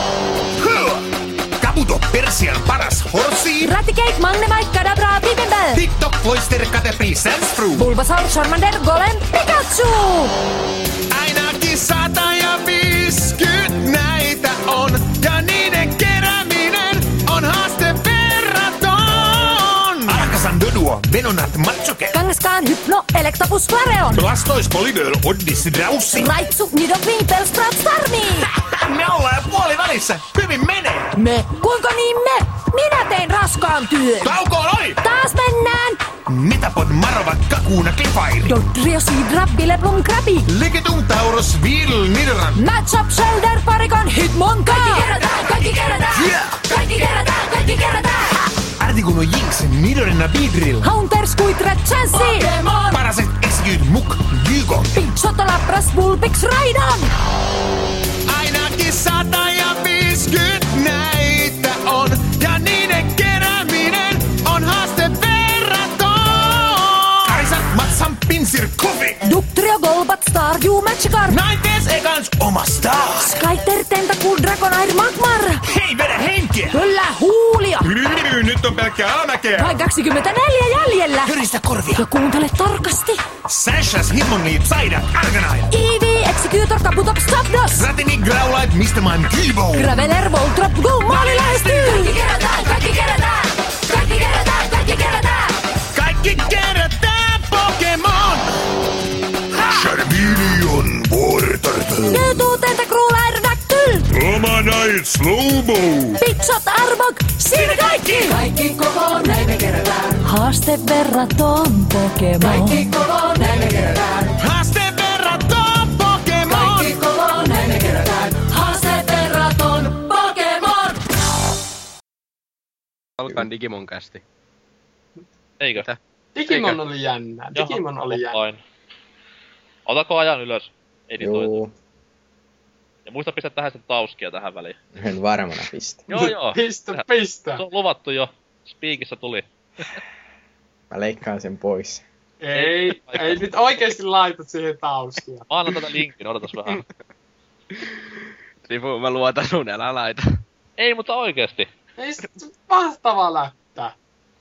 Kabuto, Persian paras Horsey. Raticate, Magnemite, Kadabra, Pipimbel. TikTok, Cloyster, Caterpie, Sandshrew. Bulbasaur, Charmander, Golem, Pikachu. Ainakin 150 näitä on, ja niiden kerääminen on haasteverraton. Arakasan, Doduo, Venonat, Machoke. Kangaskaan, Hypno, Electabuzz, Flareon. Blastoise, Polydöl, Oddis, Draussi. Raichu, Nidoqueen, Bellsprout, Starmie. Me ollaan jo puolivälissä. Hyvin menee. Me? Kuinka niin me? Minä tein raskaan työn. Taukoon oli! Taas mennään. Metapod, Marovat, Kakuna, Clefairy. Dodrio, Seadra, Vileplume, Krabi. Ligetum, Tauros, Weedle, Nidoran. Matchup, Shelder, Parikon, Hitmonka. Kaikki kerätään, kaikki kerätään. Yeah! Kaikki kerätään, kaikki kerätään. Artikuno, Jinx, Nidorina, Beedrill. Haunter, Squirtle, Chansey. Pokemon. Paraset, Execute, Muk, Gygo. Pidgeotto, Lapras, Vulpix, Raidon. Ainakin 150 näitä on, ja niiden kerääminen on haasteverraton. Karisan, Matsan, Pinsir, Kofi. Dugtrio, Golbat, Staryu, Magikarp. Ninetales ekans oma star. Skyter, Tentacool, Dragonair, Magmar. Hei, vedä henkeä! Kyllä, huulia. Nyt on pelkkää alamäkeä. Vain 24 jäljellä. Höristä korvia. Ja kuuntele tarkasti. Sashas, Hitmonlee, Psyduck, Arcanine. Eevee, Executor, Kabutops, Zapdos. Ratini, Growlite, Mr. Mime, Cubo. Graveler, Voltrop, Go, maali lähestyy. Kaikki kerätään, kaikki kerätään. Kaikki kerätään, kaikki kerätään. Kaikki kerätään Pokemon! Charmeleon, Wartortle. Mewtwo, Tentacruel, Aerodactyl. Omanite, Slowbo. Pidgeot, Arbok. Siinä kaikki. Kaikki kokoon, näin me kerätään. Haasteverraton Pokemon. Kaikki kokoon, näin me kerätään. Haasteverraton Pokemon! Kaikki kokoon, näin me kerätään. Haasteverraton Pokemon. Alkaa Digimon kästi. Eikö? Mitä? Digimon oli jännää. Digimon oli jännää. Fine. Otako ajan ylös? Ei niin toita. Juu, Ja muista pistää tähän sitten tauskia tähän väliin. en varmana pistä. Joo. Pistä. Se on luvattu jo. Spiikissä tuli. Mä leikkaan sen pois. Ei nyt oikeesti laitat siihen tauskia. Mä annan tätä linkin, odotas vähän. Rifu, mä luotan sun, älä laita. Ei, mutta oikeesti. Ei mahtava läppä.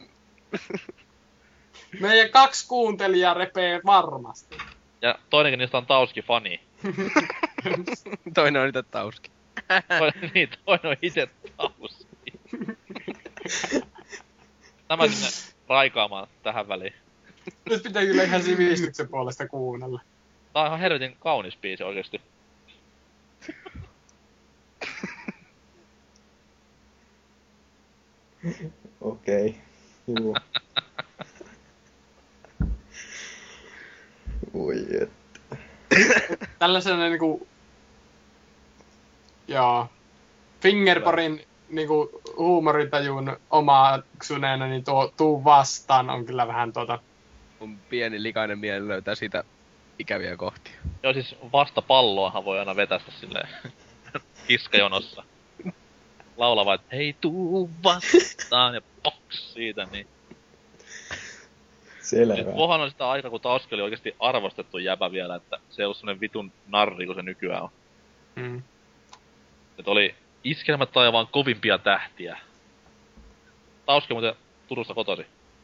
Meidän 2 kuuntelijaa repee varmasti. Ja toinenkin niistä on Tauski-fani. Toinen on itse Tauski. Toinen on itse Tauski. Tämä sinne raikaamaan tähän väliin. Nyt pitää kyllä ihan sivistyksen puolesta kuunnella. Tää on ihan helvetin kaunis biisi oikeesti. Okei. Juu. Oi et. Tällaisena niinku... Joo. Fingerporin niinku huumorintajun omaksuneena, niin tuu vastaan on kyllä vähän Mun pieni likainen mieli löytää siitä ikäviä kohtia. Joo, siis vasta palloahan voi aina vetästä silleen kiskajonossa. Laula vaan, että hei tuu vastaan ja box siitä, niin. Selvä. Vohan on sitä aikaa, kun Tauski oli oikeesti arvostettu jäbä vielä, että se ei ollut semmonen vitun narri, kun se nykyään on. Mm. Et oli iskelmät taivaan kovimpia tähtiä. Tauski muuten Turusta kotosi.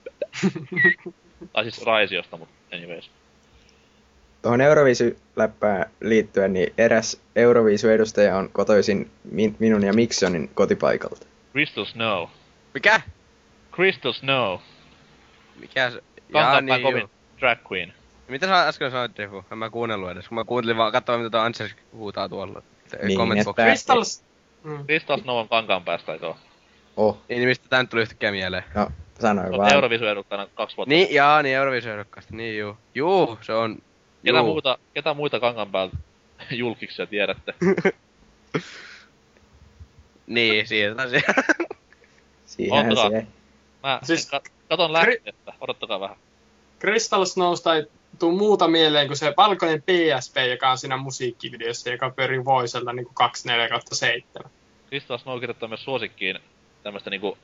Tai siis Raisiosta, mut anyways. Tuohon Euroviisu-läppään liittyen, niin eräs Euroviisu-edustaja on kotoisin minun ja Miksonin kotipaikalta. Crystal Snow. Mikä? Crystal Snow. Mikä se? Kankaanpään kovin drag queen. Mitä sä äsken sanoit, Rifu? En mä kuunnellut edes, kun mä kuuntelin vaan katsomaan, mitä tuo Ansel huutaa tuolla. Niin, Comment-boxissa. Crystals... Crystal Snow on Kankaanpäästä, eikö oo? Oh, Niin, mistä tää nyt tuli yhtäkkiä mieleen? no sanoin Se on vaan. Eurovisu-ehdokkaana 2 vuotta. Niin, niin Euroviisu-ehdokkaasta, niin juu. Juu, se on... Ketä muita Kankaanpäältä julkiksia tiedätte? Niin, siitä taisi. Siihenhän Ottakaa. se jäi. Mä Siis- katon lähteestä, odottakaa vähän. Crystal Snowsta ei tuu muuta mieleen kuin se valkoinen PSP, joka on siinä musiikkivideossa, joka pyörii Voisella niin 24/7. Crystal Snow kirjoittaa myös suosikkiin tämmöstä niinku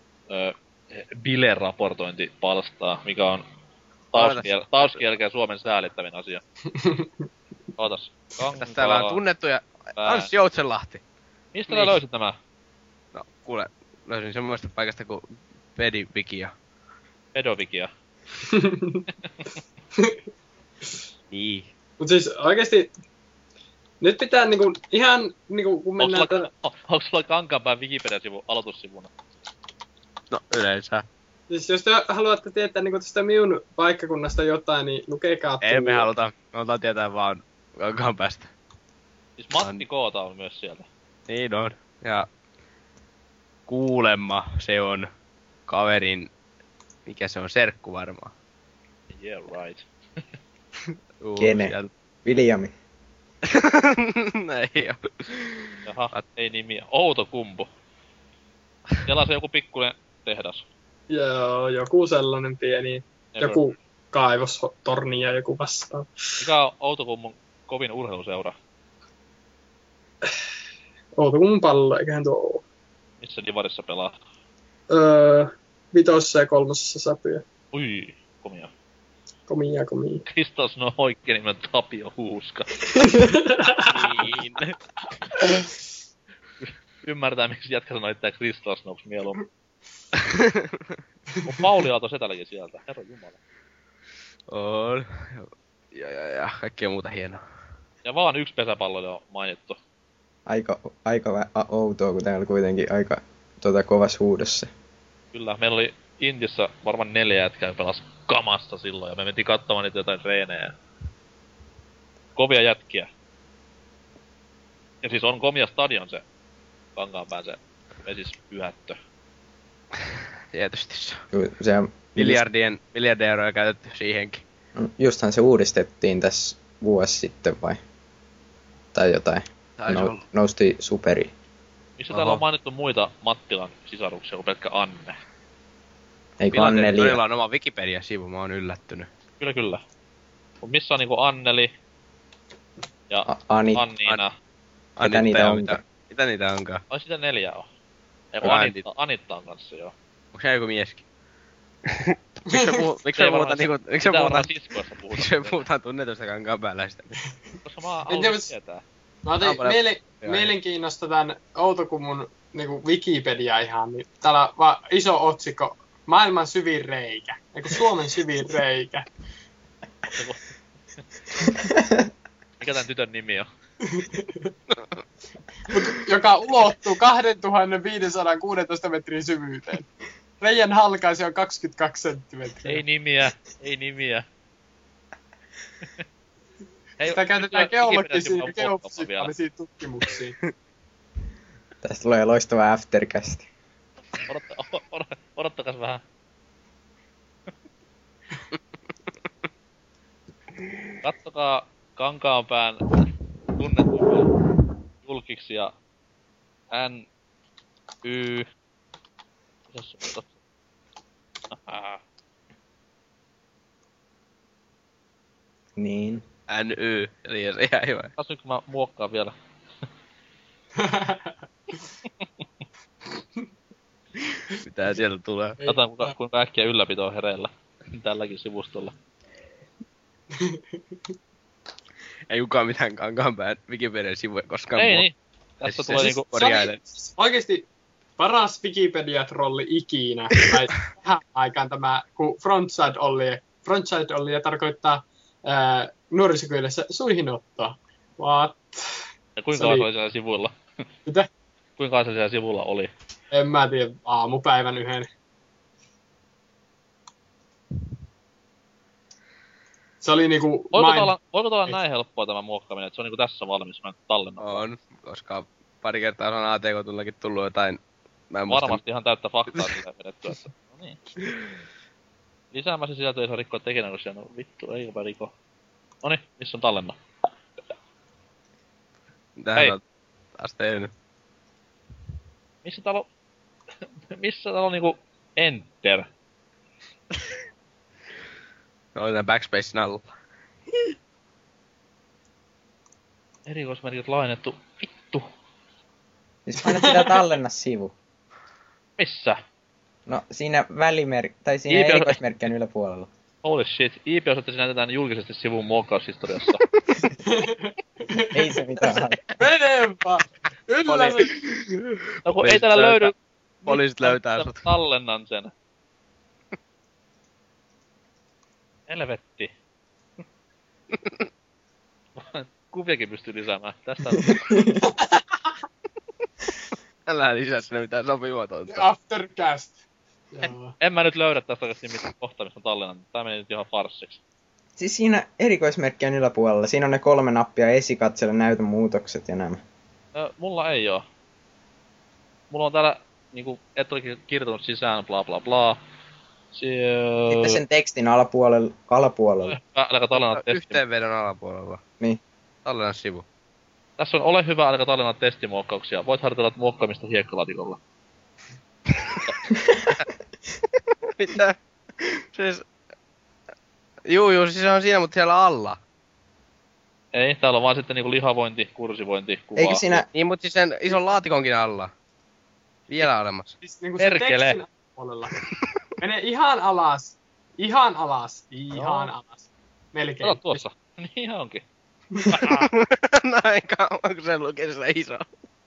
bile-raportointipalstaa, mikä on Tauskin jälkeen Suomen säälittävin asia. Ootas. Tästä täällä on tunnettuja Anssi Joutsenlahti. Mistä niin. löysit nämä? No, kuule, löysin semmoista paikasta kuin Pedivikia. Pedovikia. Niin. Mut siis oikeesti, nyt pitää niinku ihan niinku kun mennään Onks sulla Kankaanpään Wikipedia-sivu aloitussivuna? No, yleensä. Siis jos te haluatte tietää niinku tästä minun paikkakunnasta jotain, niin lukekaa Ei me haluta. Me halutaan tietää vaan Kankaanpäästä. Siis Matti Koota on myös sieltä. Niin on. Ja kuulemma se on kaverin, mikä se on, serkku varmaan. Yeah, right. Kene? Viljami. Ei oo. Jaha, ei nimiä. Outokumpu. Siellä on se joku pikkuinen tehdas. Joo, joku sellainen pieni, joku kaivostorni ja joku vastaava. Mikä on Outokummun kovin urheiluseura? Outokummun pallo, eiköhän tuo oo. Missä divarissa pelaa? 5. ja 3. säpyjä. Ui, komia. Komia. Crystal Snow oikein nimen Tapio Huuska. Niin. Ymmärtää, miksi jätkä sanoi itseään Crystal Snows mieluummin. On Pauli Aalto setälläkin sieltä, herra jumala. On. Ja kaikkea muuta hienoa. Ja vaan yksi pesäpallo on mainittu. Aika outoa, kun täällä kuitenkin aika kovas huudossa. Kyllä, meillä oli Intissä varmaan 4 jätkää pelas kamassa silloin, ja me mentiin katsomaan niitä jotain treenejä. Kovia jätkiä. Ja siis on komia stadion se Kankaanpään se vesispyhättö. Tietysti se on. Se on Miljardia euroja käytetty siihenkin. Justhan se uudistettiin tässä vuosi sitten vai? Tai jotain. Nousti superi. Missä täällä on mainittu muita Mattilan sisaruksia kuin pelkkä Anne? Eikö Anneli? Meillä on oma Wikipedia-sivu, mä oon yllättynyt. Kyllä. Mut missä on niinku Anneli ja Anniina? Mitä niitä onkaan? Mitä niitä onkaan? Ai sitä 4 on. Eiku Anitta on kanssa joo. Onks se joku mieskin? Miksi me puhutaan tunnetusta Kankaanpääläistä? Koska mä haluan tietää. Mä otin mielenkiinnosta tän Outokummun niinku Wikipedia ihan, niin täällä on vaan iso otsikko, maailman syvin reikä. Eiku Suomen syvin reikä. Mikä tän tytön nimi on? Joka ulottuu 2516 metrin syvyyteen. Reijän halkaisi on 22 senttimetriä. Ei nimiä. Sitä käytetään geofysykaalisiin tutkimuksiin. Tästä tulee loistava aftercast. Odottakas vähän. Kattokaa Kankaanpään tunnetuimpia julkiksia NY. Niin. NY, eli se jäi vai? Kas nyt kun mä muokkaan vielä. Mitä sieltä tulee? Katsotaan kuinka äkkiä ylläpito on hereillä tälläkin sivustolla. Ei kukaan mitään Kankaanpään Wikipedia-sivuja koskaan Ei niin. Tässä tulee niinku korjailen. Oikeesti paras Wikipedia-trolli ikinä. Tai tähän aikaan tämä, kun Frontside Ollie tarkoittaa nuorisokyydessä suihinottoa. What? Ja kuinka se oli siellä sivuilla? Mitä? Kuinka se siellä sivulla oli? En mä tiedä, aamupäivän yhden. Se oli niinku... Voiko olla näin helppoa tämä muokkaaminen, että se on niinku tässä valmis, mä tallennan? On, koska pari kertaa on ATK-tullakin tullut jotain... Varmasti ihan täyttä faktaa siitä vedettyä, että... No niin. Lisäämässä sisältö ei saa rikkoa tekijänäköisiä, no vittu, ei jopa riko. Noniin, missä on tallenna? Mitähän sä oot taas tehnyt? Missä täällä on... Missä täällä on niinku enter? Oli tän backspacein alla. Erikoismerkit lainettu. Vittu. Siis aina pitää tallenna sivu. Missä? No siinä tai siinä IP erikoismerkkien yläpuolella. Holy shit. IP-osoitteessa näytetään julkisesti sivun muokkaushistoriassa. Ei se mitään haittaa. Mene vaan! Yllä se! No kun ei täällä löydy... Poliisit löytää sut. Tallennan sen. Helvetti. Kuviakin pystyy lisäämään. Tästä on... Älä lisää sinne mitään sopimatonta. Aftercast. Joo. En mä nyt löydä tästä oikeesti mitään kohtaa, mistä mä tallennan. Tää meni nyt ihan farssiksi. Siis siinä erikoismerkkien yläpuolella, siinä on ne 3 nappia, esikatsele, näytä muutokset ja nämä. Mulla ei oo. Mulla on täällä niinku, et olikin kirjoittanut sisään, bla bla bla. Sitten sen tekstin alapuolella. Älä tallenna testi. Yhteenvedon alapuolella. Niin. Tallenna sivu. Tässä on ole hyvä, älä tallenna testimuokkauksia. Voit harjoitella muokkaamista hiekkalaatikolla. Mitä? Siis... Juu, siis se on siinä, mutta siellä alla. Ei, täällä on vaan sitten niinku lihavointi, kursivointi, kuvaa. Eikö siinä... Niin, mutta siis sen ison laatikonkin alla. Vielä olemassa. Siis niinku se Perkele. tekstin puolella. Mene ihan alas. Ihan alas. Ihan alas. Melkein. Kato tuossa. Niin ihan onkin. Näin kauan, kun se lukee sillä iso.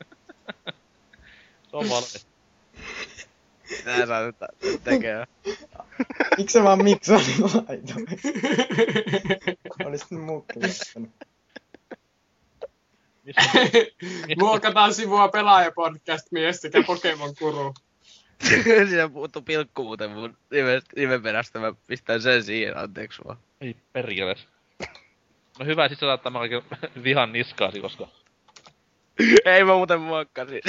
Se on valmis. Mitä sä nyt tekee? Miksi sä vaan miksaani laitoin? Olis nyt muukin laittanut. Muokataan sivua Pelaajapodcast mies sekä Pokemon Guru. Siinä puuttuu pilkku muuten mun nimen perästä. Mä pistän sen siihen, anteeksi vaan. Ei perkeles. No hyvä, sit sä saat tämän kaiken vihan niskaasi, koska... Ei mä muuten muokkasin.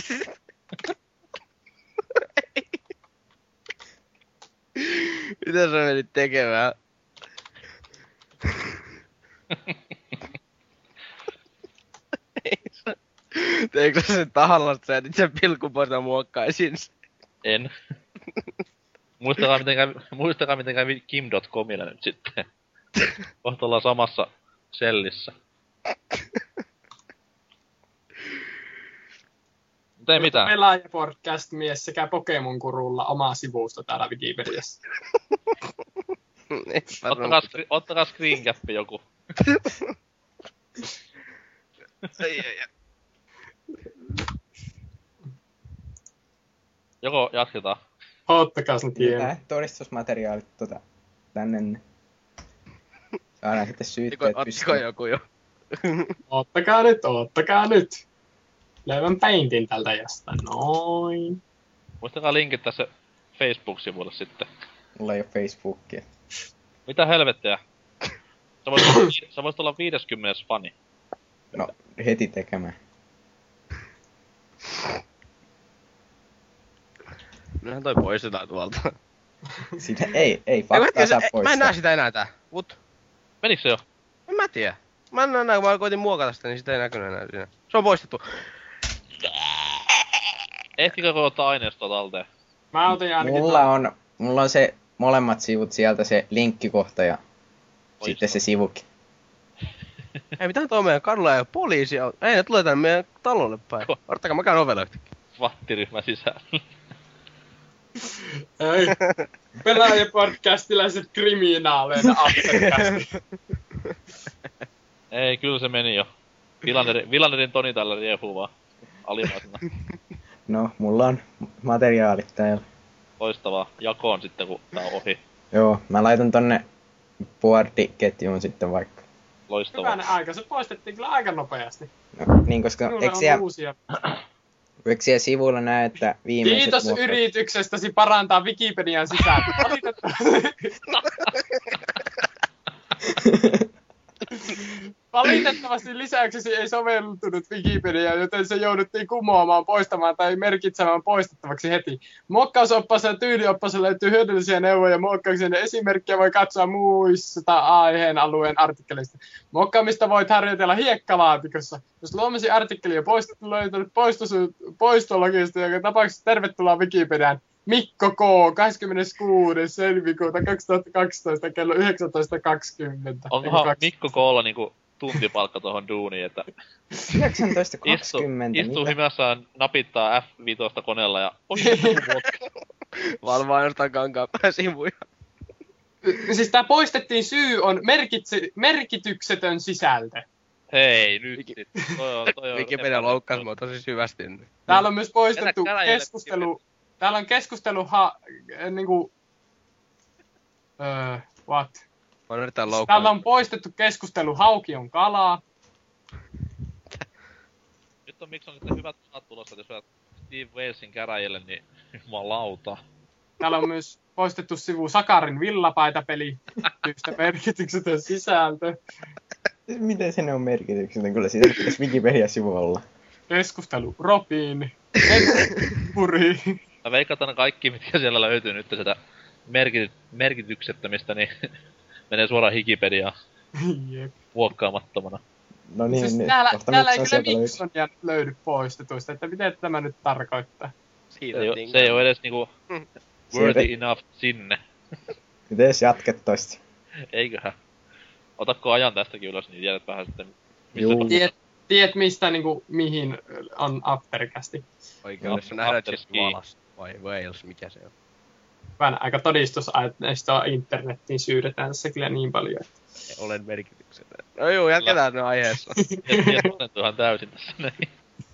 Mitä sä menit tekemään? Teikö sä sen tahallasta, sä jätit sen pilkun pois ja muokkaisin sen? En. Muistakaa miten kävi Kim.comilla nyt sitten. Kohta ollaan samassa sellissä. Mutta ei mitään. Pelaajapodcast mies sekä Pokemon Gurulla omaa sivusta täällä Wikipediassa. Ottakaa screencappi joku. Ai. Joko jatketaan? Ottakas nyt hieno. Tää todistusmateriaalit tänne. Saadaan sitten syytteet Ottiko pystyyn. joku jo? Ottakaa nyt. Löydän paintin tältä jostain. Noin. Muistakaa linkit tässä Facebook-sivuille sitten. Mulla ei oo Facebookia. Mitä helvettiä? Sä voisit olla 50. fani. No, heti tekemään. Kyllähän toi poistetaan tuolta. Sitä ei faktaa saa poistaa. Mä en näe sitä enää tää. Mut. Menikö se jo? En mä tiedä. Mä en näe, kun mä koitin muokata sitä, niin sitä ei näkynyt enää siinä. Se on poistettu. Ehtikö ottaa aineistoa talteen? Mä otin ainakin... Mulla on se molemmat sivut sieltä, se linkkikohta ja sitten se sivukin. Ei mitään tuo meidän kadulla ei oo poliisia. Ei ne tulee tänne meidän talolle päin. Odottakaa, mä käyn ovella yhtäkkiä. Vattiryhmä sisään. Ei. Pelaajapodcastiläiset kriminaaleina aftercast. Ei, kyllä se meni jo. Villanerin Toni tällä riehuu vaan alimaisena. No, mulla on materiaalit täällä. Loistavaa. Jakoon sitten, kun tää on ohi. Joo, mä laitan tonne boardiketjuun sitten vaikka. Loistavaa. Hyvänen aika, se poistettiin kyllä aika nopeasti. No, niin, koska eikö siellä sivuilla näe, että viimeiset Kiitos yrityksestäsi parantaa Wikipedian sisältöä. Valitettavasti. Valitettavasti lisäyksesi ei soveltunut Wikipediaan, joten se jouduttiin kumoamaan, poistamaan tai merkitsemään poistettavaksi heti. Muokkausoppaassa ja tyylioppaassa löytyy hyödyllisiä neuvoja muokkauksen esimerkkejä voi katsoa muista aiheen alueen artikkeleista. Muokkaamista voit harjoitella hiekkalaatikossa. Jos luomasi artikkeli on poistettu, löytänyt poistologista, joka tapauksessa tervetuloa Wikipediaan. Mikko K. 26. helmikuuta 2012 kello 19.20. Onkohan Mikko K:lla niinku tuntipalkka tohon duuniin, että 19.20. istuu himassaan, napittaa F5 koneella ja Valvaa jostain kankaanpään sivuja. Siis tää poistettiin syy on merkityksetön sisältö. Hei, nyt sit. Toi on Wikipedia loukkasi mua tosi syvästi. Täällä on myös poistettu käräjille keskustelu. Täällä on keskustelu niinku... what? Täällä on poistettu keskustelu hauki on kalaa. Nyt on miksi on sitten hyvät sanat tulossa, että jos olet Steve Walesin käräjille, niin jumalauta. Täällä on myös poistettu sivu Sakarin villapaitapeli. Yhtä merkityksetön sisältö. Miten se on merkityksetön? Kyllä siitä pitäisi Wikipedia-sivu olla. Keskustelu Robin. Puri. Mä veikkaan kaikki, mitkä siellä löytyy nyt sitä merkityksettömistä, niin menee suoraan Wikipediaan. Jep. Vuokkaamattomana. No niin, siis niin. täällä ei kyllä Miksonia löydy poistetuista, että mitä tämä nyt tarkoittaa? Se ei oo edes niinku worthy enough sinne. Mites jatket toista? Eiköhän. Otatko ajan tästäkin ylös, niin tiedät vähän sitten, Juu. Tiedät mistä niinku, mihin on aftercasti. Oikeudessa nähdään Wallace vai Wales, mikä se on. Vähän aika todistusaineistoa internettiin syydetään tässä kyllä niin paljon. Että... Olen merkityksetön. No juu, jatketaan ne aiheessa. Tunnettuhan täysin tässä näin.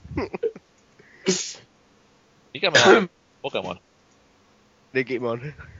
Mikä meillä on Pokemon? Digimon.